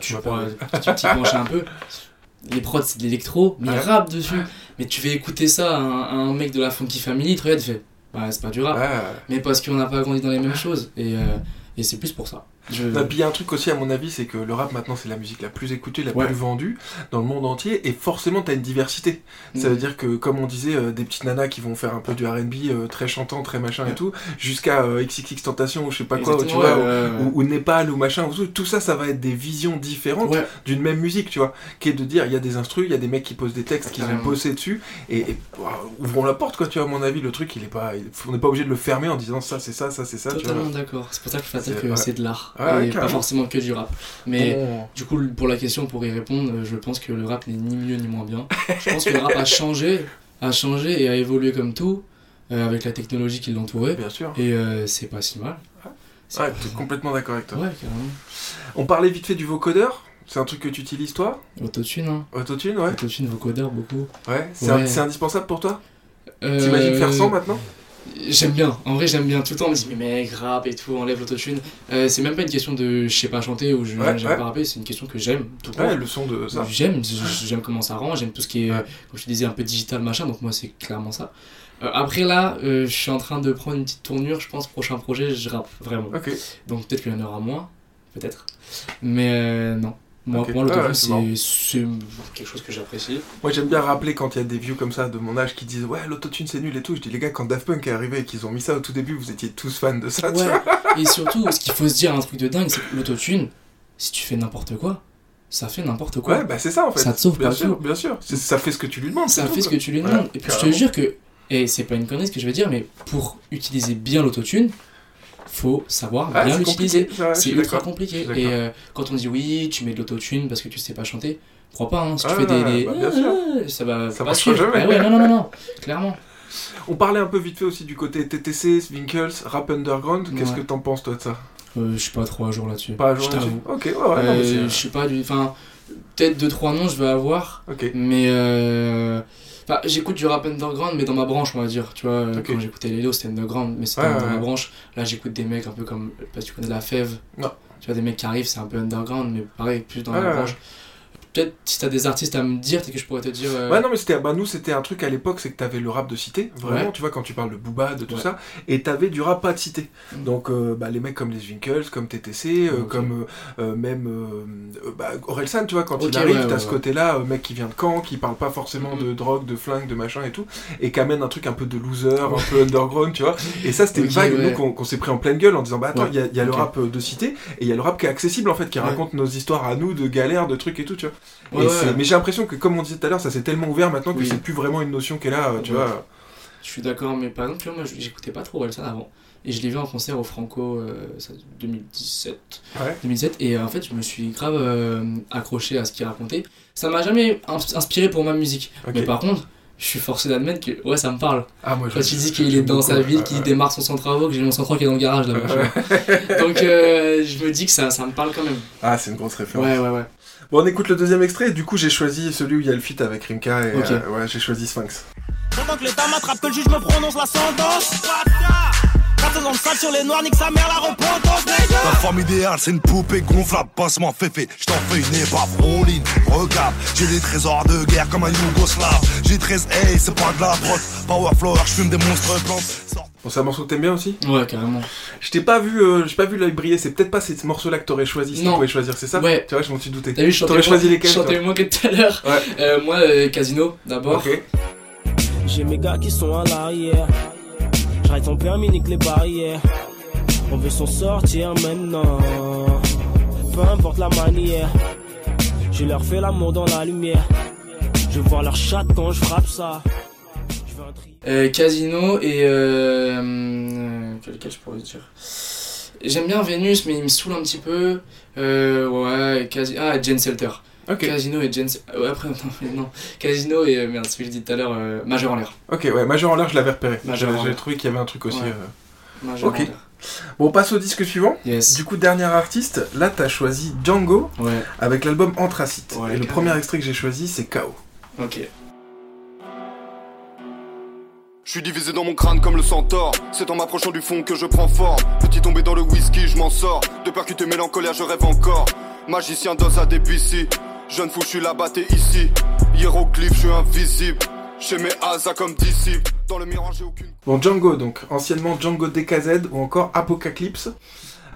t'y pencher un peu. Les prods c'est de l'électro, mais il rappe dessus. Mais tu fais écouter ça à un mec de la Funky Family, il te regarde, il fait c'est pas du rap. Mais parce qu'on n'a pas grandi dans les mêmes choses. Et c'est plus pour ça. Bah, puis il y a un truc aussi à mon avis, c'est que le rap maintenant c'est la musique la plus écoutée, la plus vendue dans le monde entier, et forcément t'as une diversité. Ça veut dire que comme on disait, des petites nanas qui vont faire un peu du R&B très chantant, très machin et tout, jusqu'à XXXTentacion ou je sais pas quoi, tu vois, ou Népal ou machin, tout ça, ça va être des visions différentes d'une même musique, tu vois, qui est de dire il y a des instrus, il y a des mecs qui posent des textes, qui vont bosser dessus, et ouvrons la porte quoi, tu vois. À mon avis le truc on n'est pas obligé de le fermer en disant ça c'est ça, ça c'est ça. Totalement d'accord, c'est pour ça que je fais que c'est de l'art. Et pas forcément que du rap. Mais du coup, pour la question, pour y répondre, je pense que le rap n'est ni mieux ni moins bien. Je pense que le rap a changé et a évolué comme tout, avec la technologie qui l'entourait. Bien sûr. Et c'est pas si mal. T'es complètement d'accord avec toi. Ouais, carrément. On parlait vite fait du vocodeur. C'est un truc que tu utilises toi ? Autotune, hein. Autotune, ouais. Autotune, vocodeur, beaucoup. Ouais, c'est indispensable pour toi ? T'imagines faire sans maintenant ? J'aime bien, en vrai j'aime bien. Tout le temps on me dit mais mec, rap et tout, enlève l'autotune. C'est même pas une question de je sais pas chanter ou j'aime pas rapper, c'est une question que j'aime tout court. Ouais, le son de ça. J'aime comment ça rend, j'aime tout ce qui est, comme je te disais, un peu digital machin, donc moi c'est clairement ça. Après là, je suis en train de prendre une petite tournure, je pense, prochain projet, je rappe vraiment. Donc peut-être qu'il y en aura moins, peut-être. Mais non. Moi, pour moi, l'autotune, c'est quelque chose que j'apprécie. Moi, j'aime bien rappeler quand il y a des vieux comme ça de mon âge qui disent ouais, l'autotune c'est nul et tout. Je dis les gars, quand Daft Punk est arrivé et qu'ils ont mis ça au tout début, vous étiez tous fans de ça. Tu vois. Et surtout, ce qu'il faut se dire, un truc de dingue, c'est que l'autotune, si tu fais n'importe quoi, ça fait n'importe quoi. Ouais, bah c'est ça en fait. Ça te sauve bien pas sûr, tout. Bien sûr. Ça fait ce que tu lui demandes. Ça fait ce que tu lui demandes. Et puis je te jure que, et c'est pas une connerie ce que je vais dire, mais pour utiliser bien l'autotune, faut savoir bien l'utiliser. C'est ultra compliqué. Et quand on dit oui, tu mets de l'autotune parce que tu sais pas chanter, crois pas, hein. Si tu fais des ça va pas suivre. Jamais. Non, clairement. On parlait un peu vite fait aussi du côté TTC, Swinkles, rap underground. Qu'est-ce que t'en penses toi de ça ? Je suis pas trop à jour là-dessus. Pas à jour là-dessus. Ok, je suis pas du. Enfin, peut-être 2-3 noms je vais avoir. Mais enfin, j'écoute du rap underground, mais dans ma branche, on va dire. Tu vois, quand j'écoutais Lelo, c'était underground, mais c'était dans ma branche. Là, j'écoute des mecs un peu comme. Parce que tu connais La Fève. Non. Tu vois, des mecs qui arrivent, c'est un peu underground, mais pareil, plus dans ma branche. Peut-être si t'as des artistes à me dire, peut-être que je pourrais te dire. Ouais, non, mais nous, c'était un truc à l'époque, c'est que t'avais le rap de cité, vraiment, tu vois, quand tu parles de Booba, de tout ça, et t'avais du rap pas de cité. Donc, les mecs comme les Winkles, comme TTC, comme même Orelsan, tu vois, quand il arrive, t'as ce côté-là, mec qui vient de Caen, qui parle pas forcément de drogue, de flingue, de machin et tout, et qui amène un truc un peu de loser, un peu underground, tu vois. Et ça, c'était une vague, nous, qu'on s'est pris en pleine gueule en disant, bah attends, il y a le rap de cité, et il y a le rap qui est accessible, en fait, qui raconte nos histoires à nous, de galères, de trucs et tout, tu vois. Mais j'ai l'impression que, comme on disait tout à l'heure, ça s'est tellement ouvert maintenant que c'est plus vraiment une notion qu'elle a, tu vois. Je suis d'accord, mais par exemple, moi j'écoutais pas trop Orelsan avant. Et je l'ai vu en concert au Franco 2017. Et en fait, je me suis grave accroché à ce qu'il racontait. Ça m'a jamais inspiré pour ma musique. Mais par contre, je suis forcé d'admettre que ça me parle. Quand il dit qu'il est dans sa ville, qu'il démarre son 103 que j'ai mon 103 qui est dans le garage là-bas. Donc je me dis que ça me parle quand même. Ah, c'est une grosse référence. Ouais. Bon, on écoute le deuxième extrait, et du coup j'ai choisi celui où il y a le feat avec Rimka, et j'ai choisi Sphinx. Pendant que l'État m'attrape, que le juge me prononce la sentence. 14 ans de salle sur les noirs, nique sa mère la repentance. La forme idéale, c'est une poupée gonflable, passe-moi féfé, j't'en fais une épave, rouline, regarde, j'ai des trésors de guerre comme un Yougoslave. J'ai 13, c'est pas de la prod, power flower, j'fume des monstres plantes. Bon, c'est un morceau que t'aimes bien aussi ? Ouais, carrément. J'ai pas vu l'œil briller, c'est peut-être pas ces morceaux-là que t'aurais choisi si tu pouvais choisir, c'est ça ? Ouais. Tu vois, je m'en suis douté. T'as vu, t'aurais choisi lesquels ? Je chantais moins que tout à l'heure. Moi, Casino, d'abord. J'ai mes gars qui sont à l'arrière. J'arrête ton permis, nique les barrières. On veut s'en sortir maintenant. Peu importe la manière. Je leur fais l'amour dans la lumière. Je vois leur chatte quand je frappe ça. Casino et quel je pourrais dire. J'aime bien Vénus, mais il me saoule un petit peu. Jane Selter. Casino et Jane. Non. Casino et merde, ce que j'ai dit tout à l'heure, Majeur en l'air. Majeur en l'air, je l'avais repéré. J'avais trouvé qu'il y avait un truc aussi. Majeur en l'air. Bon, on passe au disque suivant. Yes. Du coup, dernier artiste, là t'as choisi Django avec l'album Anthracite. Et le premier extrait que j'ai choisi, c'est KO. Ok. Je suis divisé dans mon crâne comme le centaure. C'est en m'approchant du fond que je prends forme. Petit tombé dans le whisky, je m'en sors. De percuter mélancolia, je rêve encore. Magicien dose à Debussy. Jeune fou, je suis là-bas, t'es ici. Hiéroglyphe, je suis invisible. Chez mes Asa comme disciple. Dans le miroir, j'ai aucune. Bon, Django, donc, anciennement Django DKZ ou encore Apocalypse.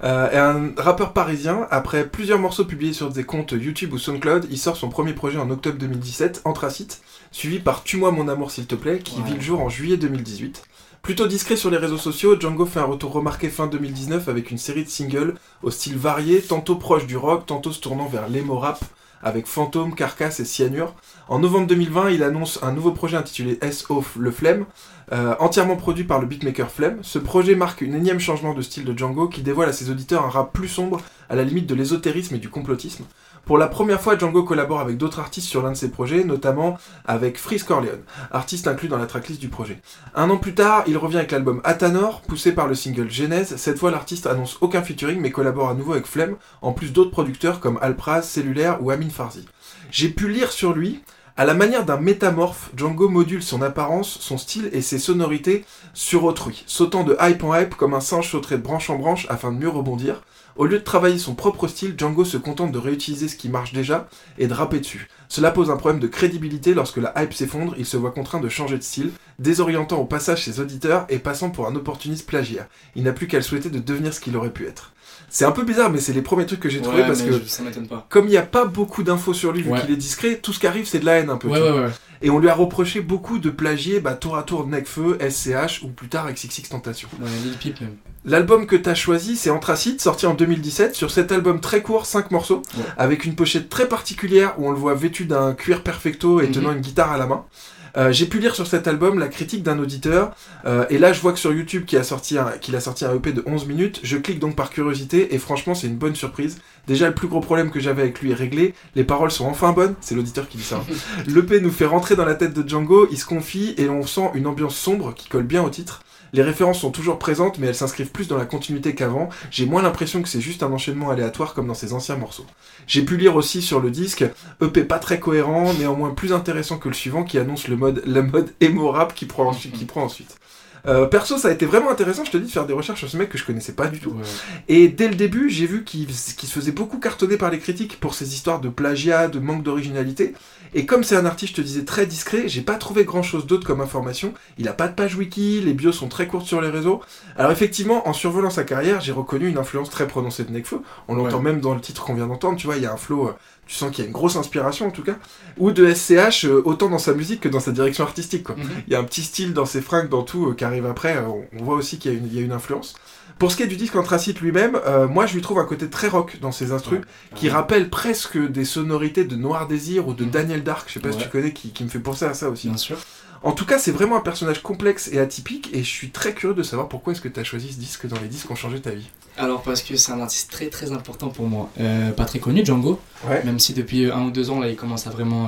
Et un rappeur parisien, après plusieurs morceaux publiés sur des comptes YouTube ou SoundCloud, il sort son premier projet en octobre 2017, Anthracite, suivi par Tue-moi mon amour s'il te plaît, qui vit le jour en juillet 2018. Plutôt discret sur les réseaux sociaux, Django fait un retour remarqué fin 2019 avec une série de singles au style varié, tantôt proche du rock, tantôt se tournant vers l'emo rap, avec Fantôme, Carcasse et Cyanure. En novembre 2020, il annonce un nouveau projet intitulé S.O. Le Flemme, entièrement produit par le beatmaker Flemme. Ce projet marque un énième changement de style de Django qui dévoile à ses auditeurs un rap plus sombre, à la limite de l'ésotérisme et du complotisme. Pour la première fois, Django collabore avec d'autres artistes sur l'un de ses projets, notamment avec Freeze Corleone, artiste inclus dans la tracklist du projet. Un an plus tard, il revient avec l'album Athanor, poussé par le single Genèse. Cette fois, l'artiste annonce aucun featuring, mais collabore à nouveau avec Flemme, en plus d'autres producteurs comme Alpraz, Cellulaire ou Amin Farsi. J'ai pu lire sur lui, à la manière d'un métamorphe, Django module son apparence, son style et ses sonorités sur autrui, sautant de hype en hype comme un singe sauterait de branche en branche afin de mieux rebondir. Au lieu de travailler son propre style, Django se contente de réutiliser ce qui marche déjà et de rapper dessus. Cela pose un problème de crédibilité lorsque la hype s'effondre, il se voit contraint de changer de style, désorientant au passage ses auditeurs et passant pour un opportuniste plagiaire. Il n'a plus qu'à le souhaiter de devenir ce qu'il aurait pu être. C'est un peu bizarre, mais c'est les premiers trucs que j'ai trouvés parce que ça m'étonne pas. Comme il n'y a pas beaucoup d'infos sur lui, vu qu'il est discret, tout ce qui arrive c'est de la haine un peu. Et on lui a reproché beaucoup de plagier tour à tour Nekfeu, SCH ou plus tard XXXTentacion. Lil Peep même. L'album que t'as choisi, c'est Anthracite, sorti en 2017. Sur cet album très court, 5 morceaux, avec une pochette très particulière où on le voit vêtu d'un cuir perfecto et tenant une guitare à la main. J'ai pu lire sur cet album la critique d'un auditeur, et là je vois que sur YouTube qu'il a sorti un EP de 11 minutes, je clique donc par curiosité, et franchement c'est une bonne surprise. Déjà le plus gros problème que j'avais avec lui est réglé, les paroles sont enfin bonnes, c'est l'auditeur qui dit ça. L'EP nous fait rentrer dans la tête de Django, il se confie, et on sent une ambiance sombre qui colle bien au titre. Les références sont toujours présentes, mais elles s'inscrivent plus dans la continuité qu'avant. J'ai moins l'impression que c'est juste un enchaînement aléatoire comme dans ses anciens morceaux. J'ai pu lire aussi sur le disque, EP pas très cohérent, néanmoins plus intéressant que le suivant qui annonce le mode emo rap qui prend ensuite. Perso, ça a été vraiment intéressant, je te dis, de faire des recherches sur ce mec que je connaissais pas du tout. Et dès le début, j'ai vu qu'il se faisait beaucoup cartonner par les critiques pour ses histoires de plagiat, de manque d'originalité. Et comme c'est un artiste, je te disais, très discret, j'ai pas trouvé grand chose d'autre comme information. Il a pas de page wiki, les bios sont très courtes sur les réseaux. Alors effectivement, en survolant sa carrière, j'ai reconnu une influence très prononcée de Nekfeu. On l'entend même dans le titre qu'on vient d'entendre, tu vois, il y a un flow... Tu sens qu'il y a une grosse inspiration en tout cas, ou de SCH autant dans sa musique que dans sa direction artistique quoi. Il y a un petit style dans ses fringues, dans tout qui arrive après, on voit aussi qu'il y a une influence. Pour ce qui est du disque Anthracite lui-même, moi je lui trouve un côté très rock dans ses instrus, qui rappelle presque des sonorités de Noir Désir ou de Daniel Dark, je sais pas si tu connais, qui me fait penser à ça aussi. Bien sûr. En tout cas, c'est vraiment un personnage complexe et atypique, et je suis très curieux de savoir pourquoi est-ce que tu as choisi ce disque dans les disques qui ont changé ta vie. Alors parce que c'est un artiste très très important pour moi, pas très connu Django, même si depuis 1 ou 2 ans là il commence à vraiment...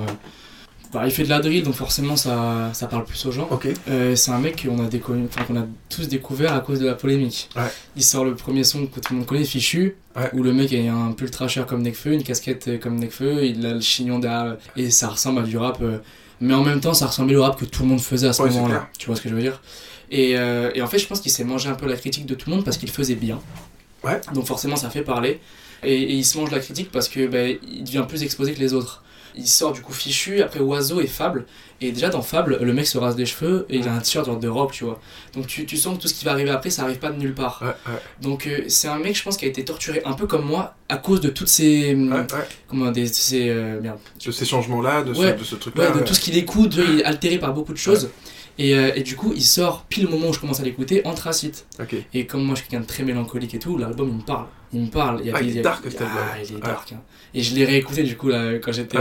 il fait de la drill donc forcément ça parle plus aux gens. C'est un mec qu'on a tous découvert à cause de la polémique. Il sort le premier son que tout le monde connaît, Fichu, où le mec a un pull trasher comme Nekfeu, une casquette comme Nekfeu, il a le chignon derrière et ça ressemble à du rap, mais en même temps ça ressemblait au rap que tout le monde faisait à ce moment-là, tu vois ce que je veux dire. Et en fait je pense qu'il s'est mangé un peu la critique de tout le monde parce qu'il faisait bien. Donc forcément ça fait parler et il se mange la critique parce que il devient plus exposé que les autres. Il sort du coup Fichu, après Oiseau et Fable, et déjà dans Fable le mec se rase les cheveux et il a un t-shirt genre de rock, tu vois, donc tu sens que tout ce qui va arriver après ça arrive pas de nulle part. Donc c'est un mec je pense qui a été torturé un peu comme moi à cause de toutes ces de ces changements là, de ce truc là, de tout ce qu'il écoute, il est altéré par beaucoup de choses. Et du coup, il sort pile au moment où je commence à l'écouter, Anthracite. Et comme moi, je suis quelqu'un de très mélancolique et tout, l'album, il me parle. Il est dark, cet album. Il est dark. Hein. Et je l'ai réécouté, du coup, là, quand j'étais...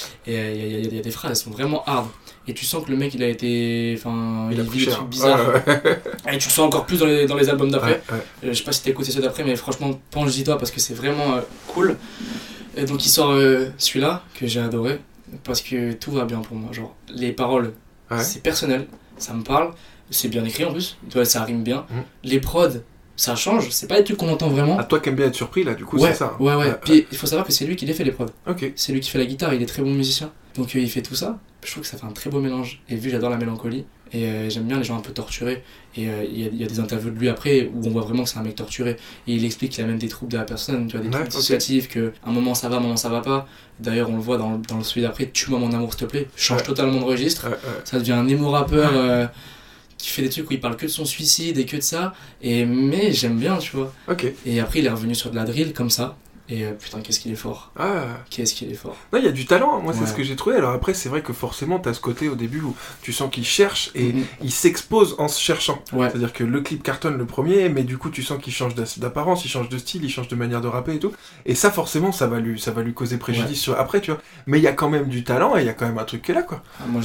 Et il y a des phrases, elles sont vraiment hard. Et tu sens que le mec, il a été... Enfin, il vit des trucs bizarres. Et tu le sens encore plus dans les albums d'après. Je sais pas si t'as écouté ceux d'après, mais franchement, penche-y-toi, parce que c'est vraiment cool. Et donc, il sort celui-là, que j'ai adoré, parce que tout va bien pour moi. Genre, les paroles, c'est personnel. Ça me parle, c'est bien écrit en plus, ça rime bien. Les prods, ça change, c'est pas des trucs qu'on entend vraiment. Toi qui aimes bien être surpris là, du coup c'est ça. Puis il faut savoir que c'est lui qui les fait les prods. C'est lui qui fait la guitare, il est très bon musicien. Donc il fait tout ça, je trouve que ça fait un très beau mélange. Et vu j'adore la mélancolie, et j'aime bien les gens un peu torturés. Et il y a des interviews de lui après où on voit vraiment que c'est un mec torturé. Et il explique qu'il a même des troubles de la personne, tu vois, des troubles dissociatifs, qu'à un moment ça va, un moment ça va pas. D'ailleurs on le voit dans le celui d'après, Tue-moi mon amour s'il te plaît, change totalement de registre. Ça devient un émo rappeur. qui fait des trucs où il parle que de son suicide et que de ça, mais j'aime bien, tu vois. Ok. Et après, il est revenu sur de la drill comme ça. Et putain, qu'est-ce qu'il est fort. Qu'est-ce qu'il est fort. Non, il y a du talent, moi c'est ce que j'ai trouvé. Alors après, c'est vrai que forcément, t'as ce côté au début où tu sens qu'il cherche et il s'expose en se cherchant. C'est-à-dire que le clip cartonne le premier, mais du coup, tu sens qu'il change d'apparence, il change de style, il change de manière de rapper et tout. Et ça, forcément, ça va lui causer préjudice sur après, tu vois. Mais il y a quand même du talent et il y a quand même un truc qui est là, quoi.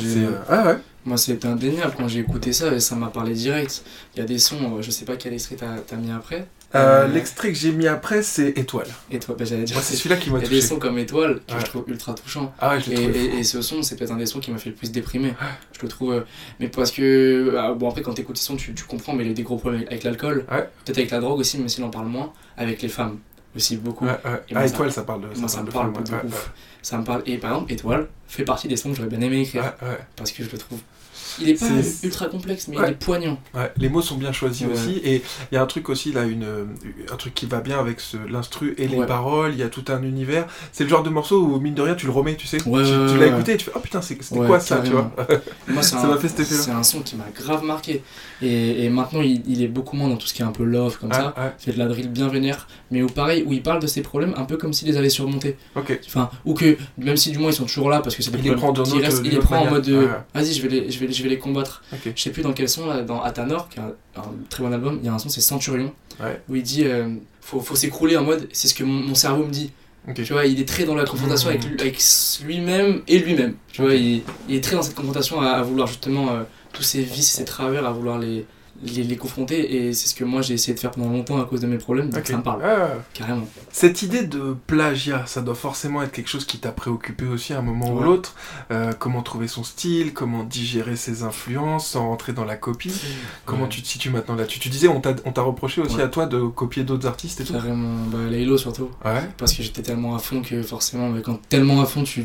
Moi, c'était indéniable quand j'ai écouté ça et ça m'a parlé direct. Il y a des sons, je sais pas quel extrait t'as mis après. L'extrait que j'ai mis après, c'est Étoile. Étoile, j'allais dire. Moi, c'est celui-là qui m'a touché. Il y a des sons comme Étoile que je trouve ultra touchant. Je l'ai trouvé. Et ce son, c'est peut-être un des sons qui m'a fait le plus déprimer. Je le trouve. Mais parce que. Bon, après, quand t'écoutes ces sons, tu comprends, mais il y a des gros problèmes avec l'alcool. Peut-être avec la drogue aussi, même s'il en parle moins. Avec les femmes aussi, beaucoup. Étoile, ça parle de. Moi, ça me parle de ouf. Ça me parle. Et par exemple, Étoile fait partie des sons que j'aurais bien aimé écrire. Parce que je le trouve. Il est pas ultra complexe, mais il est poignant. Les mots sont bien choisis aussi. Et il y a un truc aussi, là, un truc qui va bien avec l'instru et les paroles. Il y a tout un univers. C'est le genre de morceau où, mine de rien, tu le remets, tu sais. Tu l'as écouté et tu fais, oh putain, c'était quoi ça, tu vois. Moi, ça m'a fait cet effet-là. C'est un son qui m'a grave marqué. Et maintenant, il est beaucoup moins dans tout ce qui est un peu love, comme ça. Il fait de la drill bien vénère. Mais pareil, où il parle de ses problèmes un peu comme s'il les avait surmontés. Enfin, ou que, même si du moins ils sont toujours là, parce que c'est des problèmes qui restent, il les prend en mode vas-y, je vais les combattre. Je sais plus dans quel son, là, dans Athanor, qui est un très bon album, il y a un son, c'est Centurion, où il dit faut s'écrouler en mode c'est ce que mon cerveau me dit. Tu vois, il est très dans la confrontation avec lui-même et lui-même. Tu vois, il est très dans cette confrontation à vouloir justement tous ses vices et ses travers, à vouloir les confronter, et c'est ce que moi j'ai essayé de faire pendant longtemps à cause de mes problèmes, donc ça me parle, carrément. Cette idée de plagiat, ça doit forcément être quelque chose qui t'a préoccupé aussi à un moment ou l'autre. Comment trouver son style, comment digérer ses influences sans rentrer dans la copie. Comment tu te situes maintenant là-dessus? Tu disais on t'a reproché aussi à toi de copier d'autres artistes et tout. Carrément, Laylo surtout, parce que j'étais tellement à fond que forcément, quand t'es tellement à fond tu...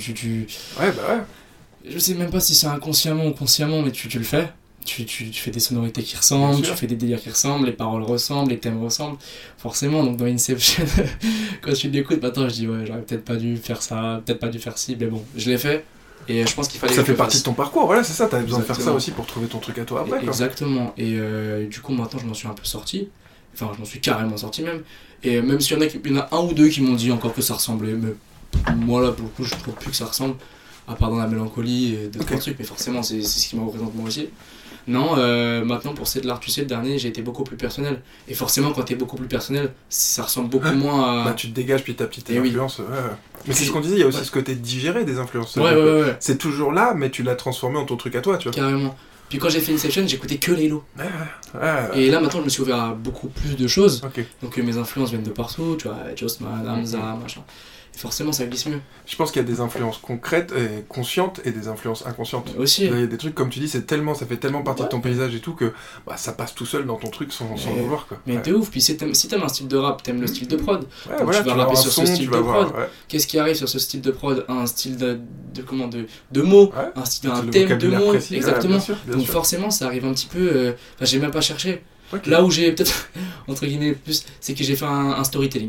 Je sais même pas si c'est inconsciemment ou consciemment, mais tu le fais. Tu fais des sonorités qui ressemblent, tu fais des délires qui ressemblent, les paroles ressemblent, les thèmes ressemblent, forcément. Donc dans Inception, quand tu l'écoutes maintenant, je dis j'aurais peut-être pas dû faire ça, peut-être pas dû faire ci, mais bon, je l'ai fait, et je pense qu'il fallait ça fait partie de ton parcours, voilà, c'est ça, t'avais besoin de faire ça aussi pour trouver ton truc à toi après. Exactement, et du coup maintenant je m'en suis un peu sorti, enfin je m'en suis carrément sorti même, et même s'il y en a un ou deux qui m'ont dit encore que ça ressemblait, mais moi là pour le coup je trouve plus que ça ressemble, à part dans la mélancolie et d'autres trucs, mais forcément c'est ce qui me représente moi aussi. Non, maintenant pour C'est de l'art, tu sais, le dernier, j'ai été beaucoup plus personnel. Et forcément, quand t'es beaucoup plus personnel, ça ressemble beaucoup moins à... tu te dégages petit à petit tes influences. Mais c'est ce qu'on disait, il y a aussi ce côté de digérer des influences. C'est toujours là, mais tu l'as transformé en ton truc à toi, tu vois. Carrément. Puis quand j'ai fait Inception, j'écoutais que Laylo. Et là, maintenant, je me suis ouvert à beaucoup plus de choses. Donc mes influences viennent de partout, tu vois, Jossman, Hamza, machin. Forcément ça glisse mieux. Je pense qu'il y a des influences concrètes et conscientes et des influences inconscientes. Aussi. Il y a des trucs, comme tu dis, ça fait tellement partie de ton paysage et tout que ça passe tout seul dans ton truc sans le vouloir, quoi. Mais de ouf, puis si t'aimes un style de rap, t'aimes le style de prod. Donc tu vas rapper sur ce style de prod. Qu'est-ce qui arrive sur ce style de prod? Un style de mots, un thème de mots. Exactement. Donc forcément ça arrive un petit peu... j'ai même pas cherché. Là où j'ai peut-être, entre guillemets, plus, c'est que j'ai fait un storytelling.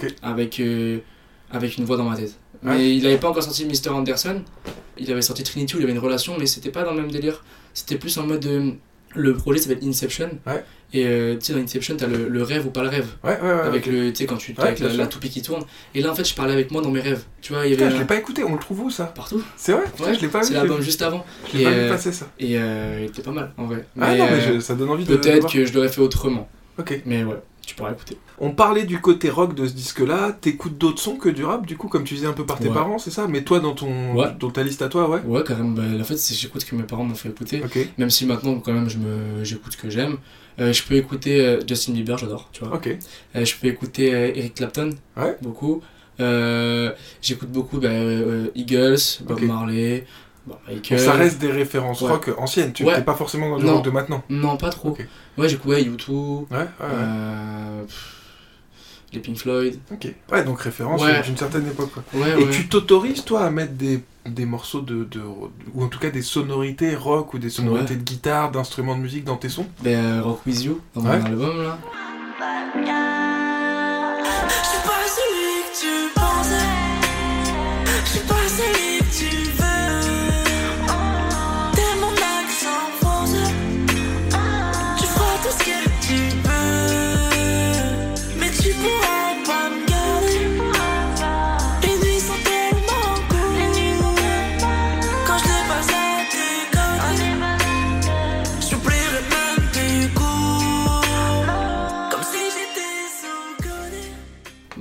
Avec une voix dans ma tête. Mais il avait pas encore sorti Mr. Anderson, il avait sorti Trinity où il avait une relation, mais c'était pas dans le même délire. C'était plus en mode le projet s'appelle Inception. Et tu sais, dans Inception t'as le rêve ou pas le rêve. Avec tu sais, quand tu avec la toupie qui tourne. Et là en fait je parlais avec moi dans mes rêves. Tu vois, il y avait je l'ai pas écouté, on le trouve où ça? Partout. C'est vrai? Je l'ai pas vu. C'est l'album juste avant. Je l'ai pas vu passer ça. Et il était pas mal en vrai. Mais ça donne envie de peut-être que je l'aurais fait autrement. Mais ouais. Tu pourras écouter. On parlait du côté rock de ce disque-là, t'écoutes d'autres sons que du rap, du coup, comme tu disais un peu par tes parents, c'est ça? Mais toi, dans ta liste à toi, Ouais, carrément. En fait, j'écoute ce que mes parents m'ont fait écouter. Même si maintenant, quand même, j'écoute ce que j'aime. Je peux écouter Justin Bieber, j'adore, tu vois. Je peux écouter Eric Clapton, beaucoup. J'écoute beaucoup Eagles, Bob Marley. Donc ça reste des références rock anciennes, tu n'es pas forcément dans le rock de maintenant. Non, pas trop. Ouais, j'écoutais U2, les Pink Floyd. Donc références d'une certaine époque. Et tu t'autorises, toi, à mettre des morceaux ou en tout cas des sonorités rock ou des sonorités de guitare, d'instruments de musique dans tes sons? Rock With You, dans mon album, là.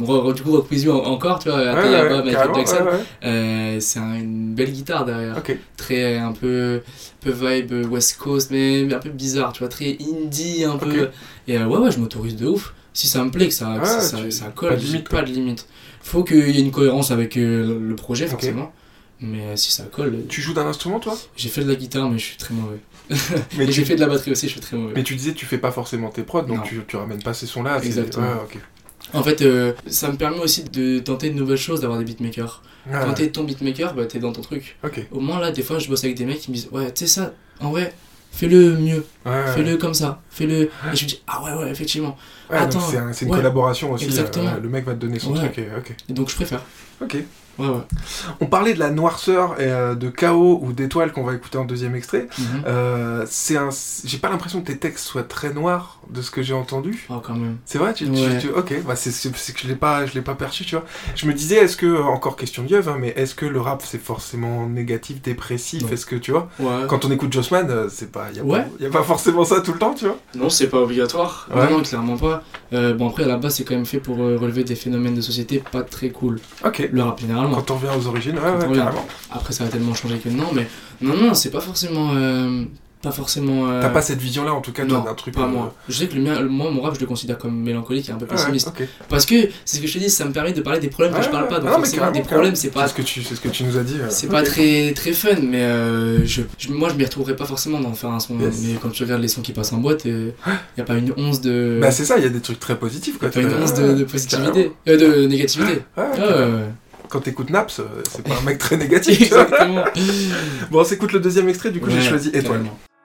Du coup, Rock With You encore, tu vois, Atayaba, Michael Jackson. Ouais. C'est une belle guitare derrière. Ok. Très un peu vibe West Coast, mais un peu bizarre, tu vois, très indie un peu. Et ouais, je m'autorise de ouf. Si ça me plaît, que ça colle, pas de limite. Faut qu'il y ait une cohérence avec le projet, forcément. Mais si ça colle. Tu joues d'un instrument, toi ? J'ai fait de la guitare, mais je suis très mauvais. Mais j'ai fait de la batterie aussi, je suis très mauvais. Mais tu disais, tu fais pas forcément tes prods, donc tu ramènes pas ces sons-là. Exactement. En fait, ça me permet aussi de tenter de nouvelles choses, d'avoir des beatmakers. Quand t'es ton beatmaker, bah t'es dans ton truc. Au moins là, des fois, je bosse avec des mecs qui me disent, ouais, tu sais ça, en vrai, fais-le mieux, fais-le comme ça, fais-le. Et je me dis, ah ouais, effectivement. Attends, c'est une collaboration aussi. Exactement. Le mec va te donner son truc. Et donc je préfère. Ok. Ouais. On parlait de la noirceur et de chaos ou d'étoiles qu'on va écouter en deuxième extrait. J'ai pas l'impression que tes textes soient très noirs de ce que j'ai entendu. Oh, quand même. C'est vrai, ok, bah c'est que je l'ai pas perçu, tu vois. Je me disais, est-ce que, encore question de yeuve, mais est-ce que le rap c'est forcément négatif, dépressif? Non. Est-ce que tu vois, quand on écoute Jossman, c'est pas, y a pas forcément ça tout le temps, tu vois. Non, c'est pas obligatoire. Non, clairement pas. Bon, après, à la base, c'est quand même fait pour relever des phénomènes de société pas très cool. Ok. Le rap, généralement. Quand on revient aux origines, carrément. Après, ça a tellement changé que non, mais non, c'est pas forcément. T'as pas cette vision-là, en tout cas, non, d'un truc. Pas moi. Je sais que moi, mon rap, je le considère comme mélancolique et un peu pessimiste. Parce que c'est ce que je te dis, ça me permet de parler des problèmes que je parle pas. Donc, forcément, des problèmes, c'est pas. C'est ce que tu nous as dit. C'est pas très, très fun, mais moi, je m'y retrouverais pas forcément d'en faire un son. Mais quand tu regardes les sons qui passent en boîte, y a pas une once de. Bah, c'est ça, il y a des trucs très positifs, quoi. Y a pas une once de positivité. De négativité. Quand t'écoutes Naps, c'est pas un mec très négatif. Exactement. Bon, on s'écoute le deuxième extrait, du coup j'ai choisi Étoile.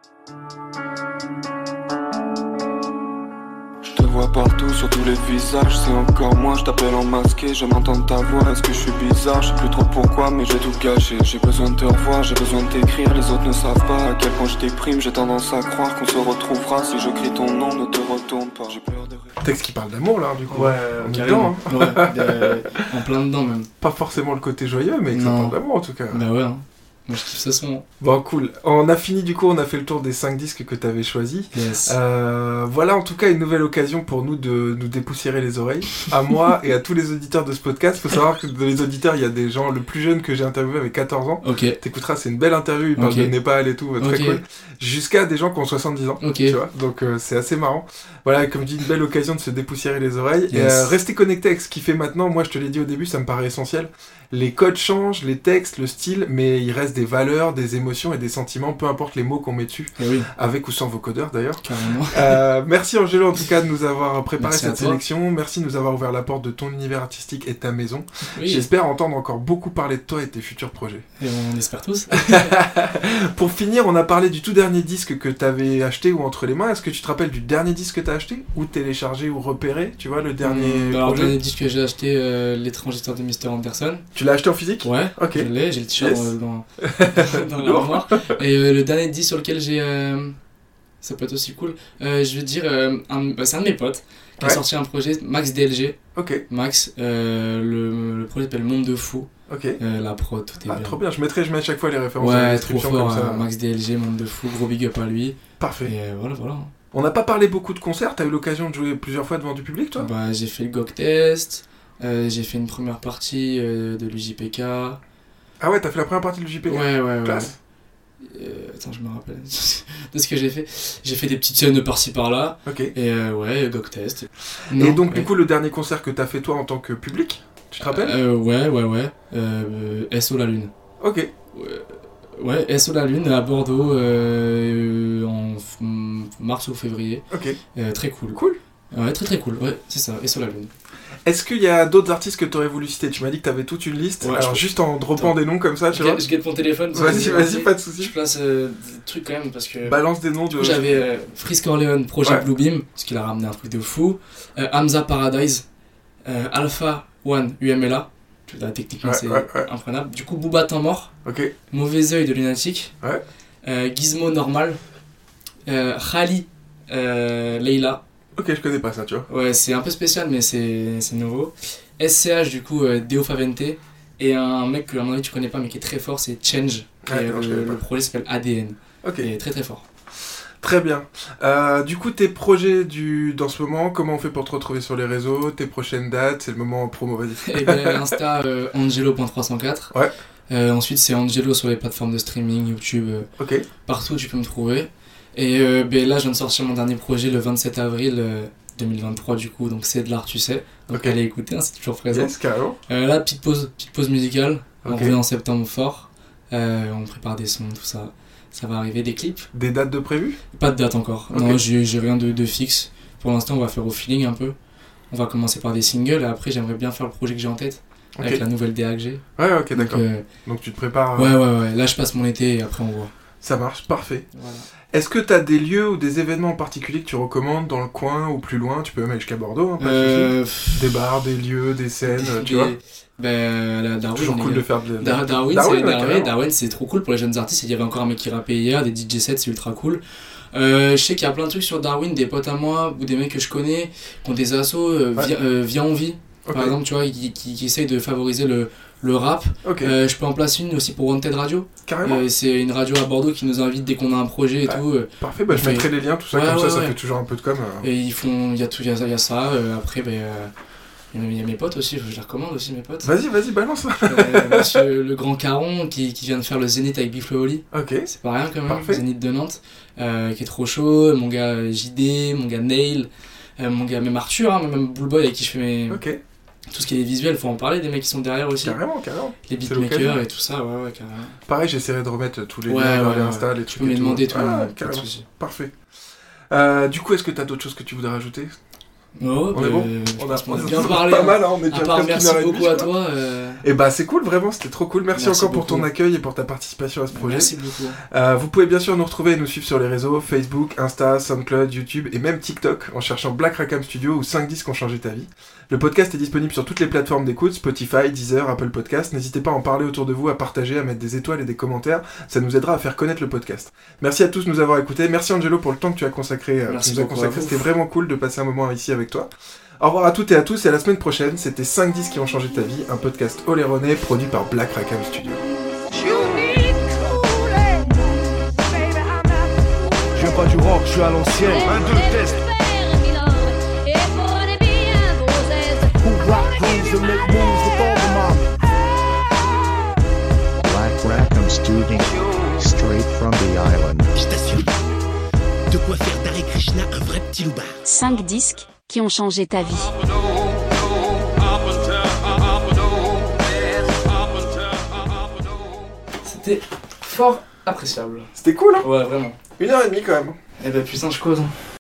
Je te vois partout sur tous les visages, c'est encore moi, je t'appelle en masqué, j'aime entendre ta voix, est-ce que je suis bizarre, je sais plus trop pourquoi, mais je vais tout gâcher, j'ai besoin de te revoir, j'ai besoin de t'écrire, les autres ne savent pas à quel point je déprime, j'ai tendance à croire qu'on se retrouvera, si je crie ton nom, ne te retourne pas, j'ai peur de... Texte qui parle d'amour là, du coup. Ouais, on est dedans, en plein dedans même. Pas forcément le côté joyeux, mais que ça parle d'amour en tout cas. Bah ouais, moi je kiffe ce son. Bon, cool. On a fini du coup, on a fait le tour des 5 disques que t'avais choisis. Yes. Voilà en tout cas une nouvelle occasion pour nous de nous dépoussiérer les oreilles. À moi et à tous les auditeurs de ce podcast. Faut savoir que dans les auditeurs, il y a des gens, le plus jeune que j'ai interviewé avait 14 ans. T'écouteras, c'est une belle interview, il parle de Népal et tout, très cool. Jusqu'à des gens qui ont 70 ans, tu vois. Donc c'est assez marrant. Voilà, comme dit, une belle occasion de se dépoussiérer les oreilles. Yes. Et restez connectés avec ce qu'il fait maintenant. Moi, je te l'ai dit au début, ça me paraît essentiel. Les codes changent, les textes, le style, mais il reste des valeurs, des émotions et des sentiments, peu importe les mots qu'on met dessus, avec ou sans vocodeur d'ailleurs. Merci Angelo en tout cas de nous avoir préparé cette sélection. Merci de nous avoir ouvert la porte de ton univers artistique et de ta maison. J'espère entendre encore beaucoup parler de toi et de tes futurs projets. Et on espère tous. Pour finir, on a parlé du tout dernier disque que t'avais acheté ou entre les mains. Est-ce que tu te rappelles du dernier disque que t'as acheté ou téléchargé ou repéré? Tu vois, le dernier alors, le dernier disque que j'ai acheté, L'étrange histoire de Mr. Anderson. Tu l'as acheté en physique? Ouais, ok. J'ai le t-shirt dans l'armoire. Et le dernier disque sur lequel j'ai... ça peut être aussi cool. Je vais te dire, c'est un de mes potes qui a sorti un projet, Max DLG. Ok. Max, le projet s'appelle Monde de Fou. Ok. La prod, tout est bien. Trop bien, je mets à chaque fois les références. Ouais, trop fort, comme ça. Max DLG, Monde de Fou, gros big up à lui. Parfait. Et voilà. On n'a pas parlé beaucoup de concerts, t'as eu l'occasion de jouer plusieurs fois devant du public, toi? Bah, j'ai fait le GOG Test. J'ai fait une première partie de l'UJPK. Ah ouais, t'as fait la première partie de l'UJPK? Ouais. Classe. Attends, je me rappelle de ce que j'ai fait. J'ai fait des petites scènes de par-ci par-là. Ok. Et GOG Test. Et donc, du coup, le dernier concert que t'as fait toi en tant que public, tu te rappelles? Ouais. SO La Lune. Ok. Ouais, SO La Lune à Bordeaux en mars ou février. Ok. Très cool. Cool. Ouais, très cool. Ouais, c'est ça, SO La Lune. Est-ce qu'il y a d'autres artistes que tu aurais voulu citer? Tu m'as dit que tu avais toute une liste. Ouais, alors juste en droppant des noms comme ça, tu vois. Je guette mon téléphone. Vas-y, pas de soucis. Je place des trucs quand même parce que... Balance des noms de... J'avais Frisk Orleans, Projet Bluebeam, parce qu'il a ramené un truc de fou. Hamza Paradise, Alpha One UMLA. Techniquement c'est imprenable. Du coup Booba Temps Mort. Ok. Mauvais Oeil de Lunatic. Gizmo Normal. Khali Leila. Ok, je connais pas ça, tu vois. Ouais, c'est un peu spécial, mais c'est nouveau. SCH, du coup, Deo Favente. Et un mec que, à mon avis, tu connais pas, mais qui est très fort, c'est Change. Et le projet s'appelle ADN. Ok. Et très très fort. Très bien. Du coup, tes projets dans ce moment, comment on fait pour te retrouver sur les réseaux, tes prochaines dates, c'est le moment promo, vas-y. Et ben Insta, angelo.304. Ouais. Ensuite, c'est Angelo sur les plateformes de streaming, YouTube, Ok. partout où tu peux me trouver. Et ben là, je viens de sortir mon dernier projet le 27 avril 2023, du coup, donc c'est de l'art, tu sais. Donc Ok. allez écouter, hein, c'est toujours présent. Yes, carrément. Là, petite pause musicale. On Ok. revient en septembre fort. On prépare des sons, tout ça. Ça va arriver, des clips. Des dates de prévues? Pas de date encore. Ok. Non, j'ai rien de fixe. Pour l'instant, on va faire au feeling un peu. On va commencer par des singles et après, j'aimerais bien faire le projet que j'ai en tête. Ok. Avec la nouvelle DA que j'ai. Ouais, ok, d'accord. Donc, Donc tu te prépares. ouais. Là, je passe mon été et après, on voit. Ça marche, parfait. Voilà. Est-ce que t'as des lieux ou des événements en particulier que tu recommandes dans le coin ou plus loin? Tu peux même aller jusqu'à Bordeaux, hein, pas de soucis. Des bars, des lieux, des scènes, tu vois? Ben, Darwin, Toujours cool de faire de Darwin, carrément. Darwin, c'est trop cool pour les jeunes artistes. Il y avait encore un mec qui rappait hier, des DJ sets, c'est ultra cool. Je sais qu'il y a plein de trucs sur Darwin, des potes à moi ou des mecs que je connais qui ont des assos, Viens en vie, Ok. par exemple, tu vois, qui essayent de favoriser le rap. Ok. Je peux en placer une aussi pour Wanted Radio. Carrément. C'est une radio à Bordeaux qui nous invite dès qu'on a un projet et Ouais. tout. Parfait, bah je Ouais. mettrai les liens, tout ça, Ouais, comme ça ouais. fait toujours un peu de com. Et il y a ça. Après, il y a mes potes aussi, je les recommande aussi, mes potes. Vas-y, balance. Monsieur le Grand Caron qui vient de faire le Zénith avec Big Flo Oli. Ok. C'est pas rien quand même, Parfait. Zénith de Nantes, qui est trop chaud. Mon gars JD, mon gars Nail, mon gars même Arthur, hein, même Bullboy avec qui je fais Ok. tout ce qui est visuel, faut en parler, des mecs qui sont derrière aussi. Carrément. Les C'est beatmakers l'occasion. et tout ça, ouais, carrément. Pareil, j'essaierai de remettre tous les Ouais, liens dans ouais, les ouais. Insta, les Tu trucs peux me et les tout. demander, toi, pas de carrément. soucis. Parfait. Du coup, est-ce que t'as d'autres choses que tu voudrais rajouter? Oh, On est bon? je On pense qu'on a a bien parlé. pas mal, hein, on est À déjà part, presque merci 1h30, beaucoup je à crois. toi. Et bah c'est cool, vraiment, c'était trop cool. Merci encore pour beaucoup. ton accueil et pour ta participation à ce projet. Merci beaucoup. Vous pouvez bien sûr nous retrouver et nous suivre sur les réseaux Facebook, Insta, SoundCloud, YouTube et même TikTok en cherchant Black Rackham Studio ou 5 disques ont changé ta vie. Le podcast est disponible sur toutes les plateformes d'écoute, Spotify, Deezer, Apple Podcast. N'hésitez pas à en parler autour de vous, à partager, à mettre des étoiles et des commentaires. Ça nous aidera à faire connaître le podcast. Merci à tous de nous avoir écoutés. Merci Angelo pour le temps que tu as consacré. Merci tu nous as beaucoup consacré. à vous. C'était vraiment cool de passer un moment ici avec toi. Au revoir à toutes et à tous et à la semaine prochaine. C'était 5 disques qui ont changé ta vie, un podcast Oléroné produit par Black Rackham Studio. Je viens pas du rock, je suis à l'ancienne. 1, 2, test. Who rock grooves and make moves with all the mama. Black Rackham Studio. Straight from the island. Je t'assure, de quoi faire d'Hare Krishna un vrai petit loupard. 5 disques qui ont changé ta vie. C'était fort appréciable. C'était cool, hein? Ouais, vraiment. 1h30 quand même. Eh ben putain, je cause.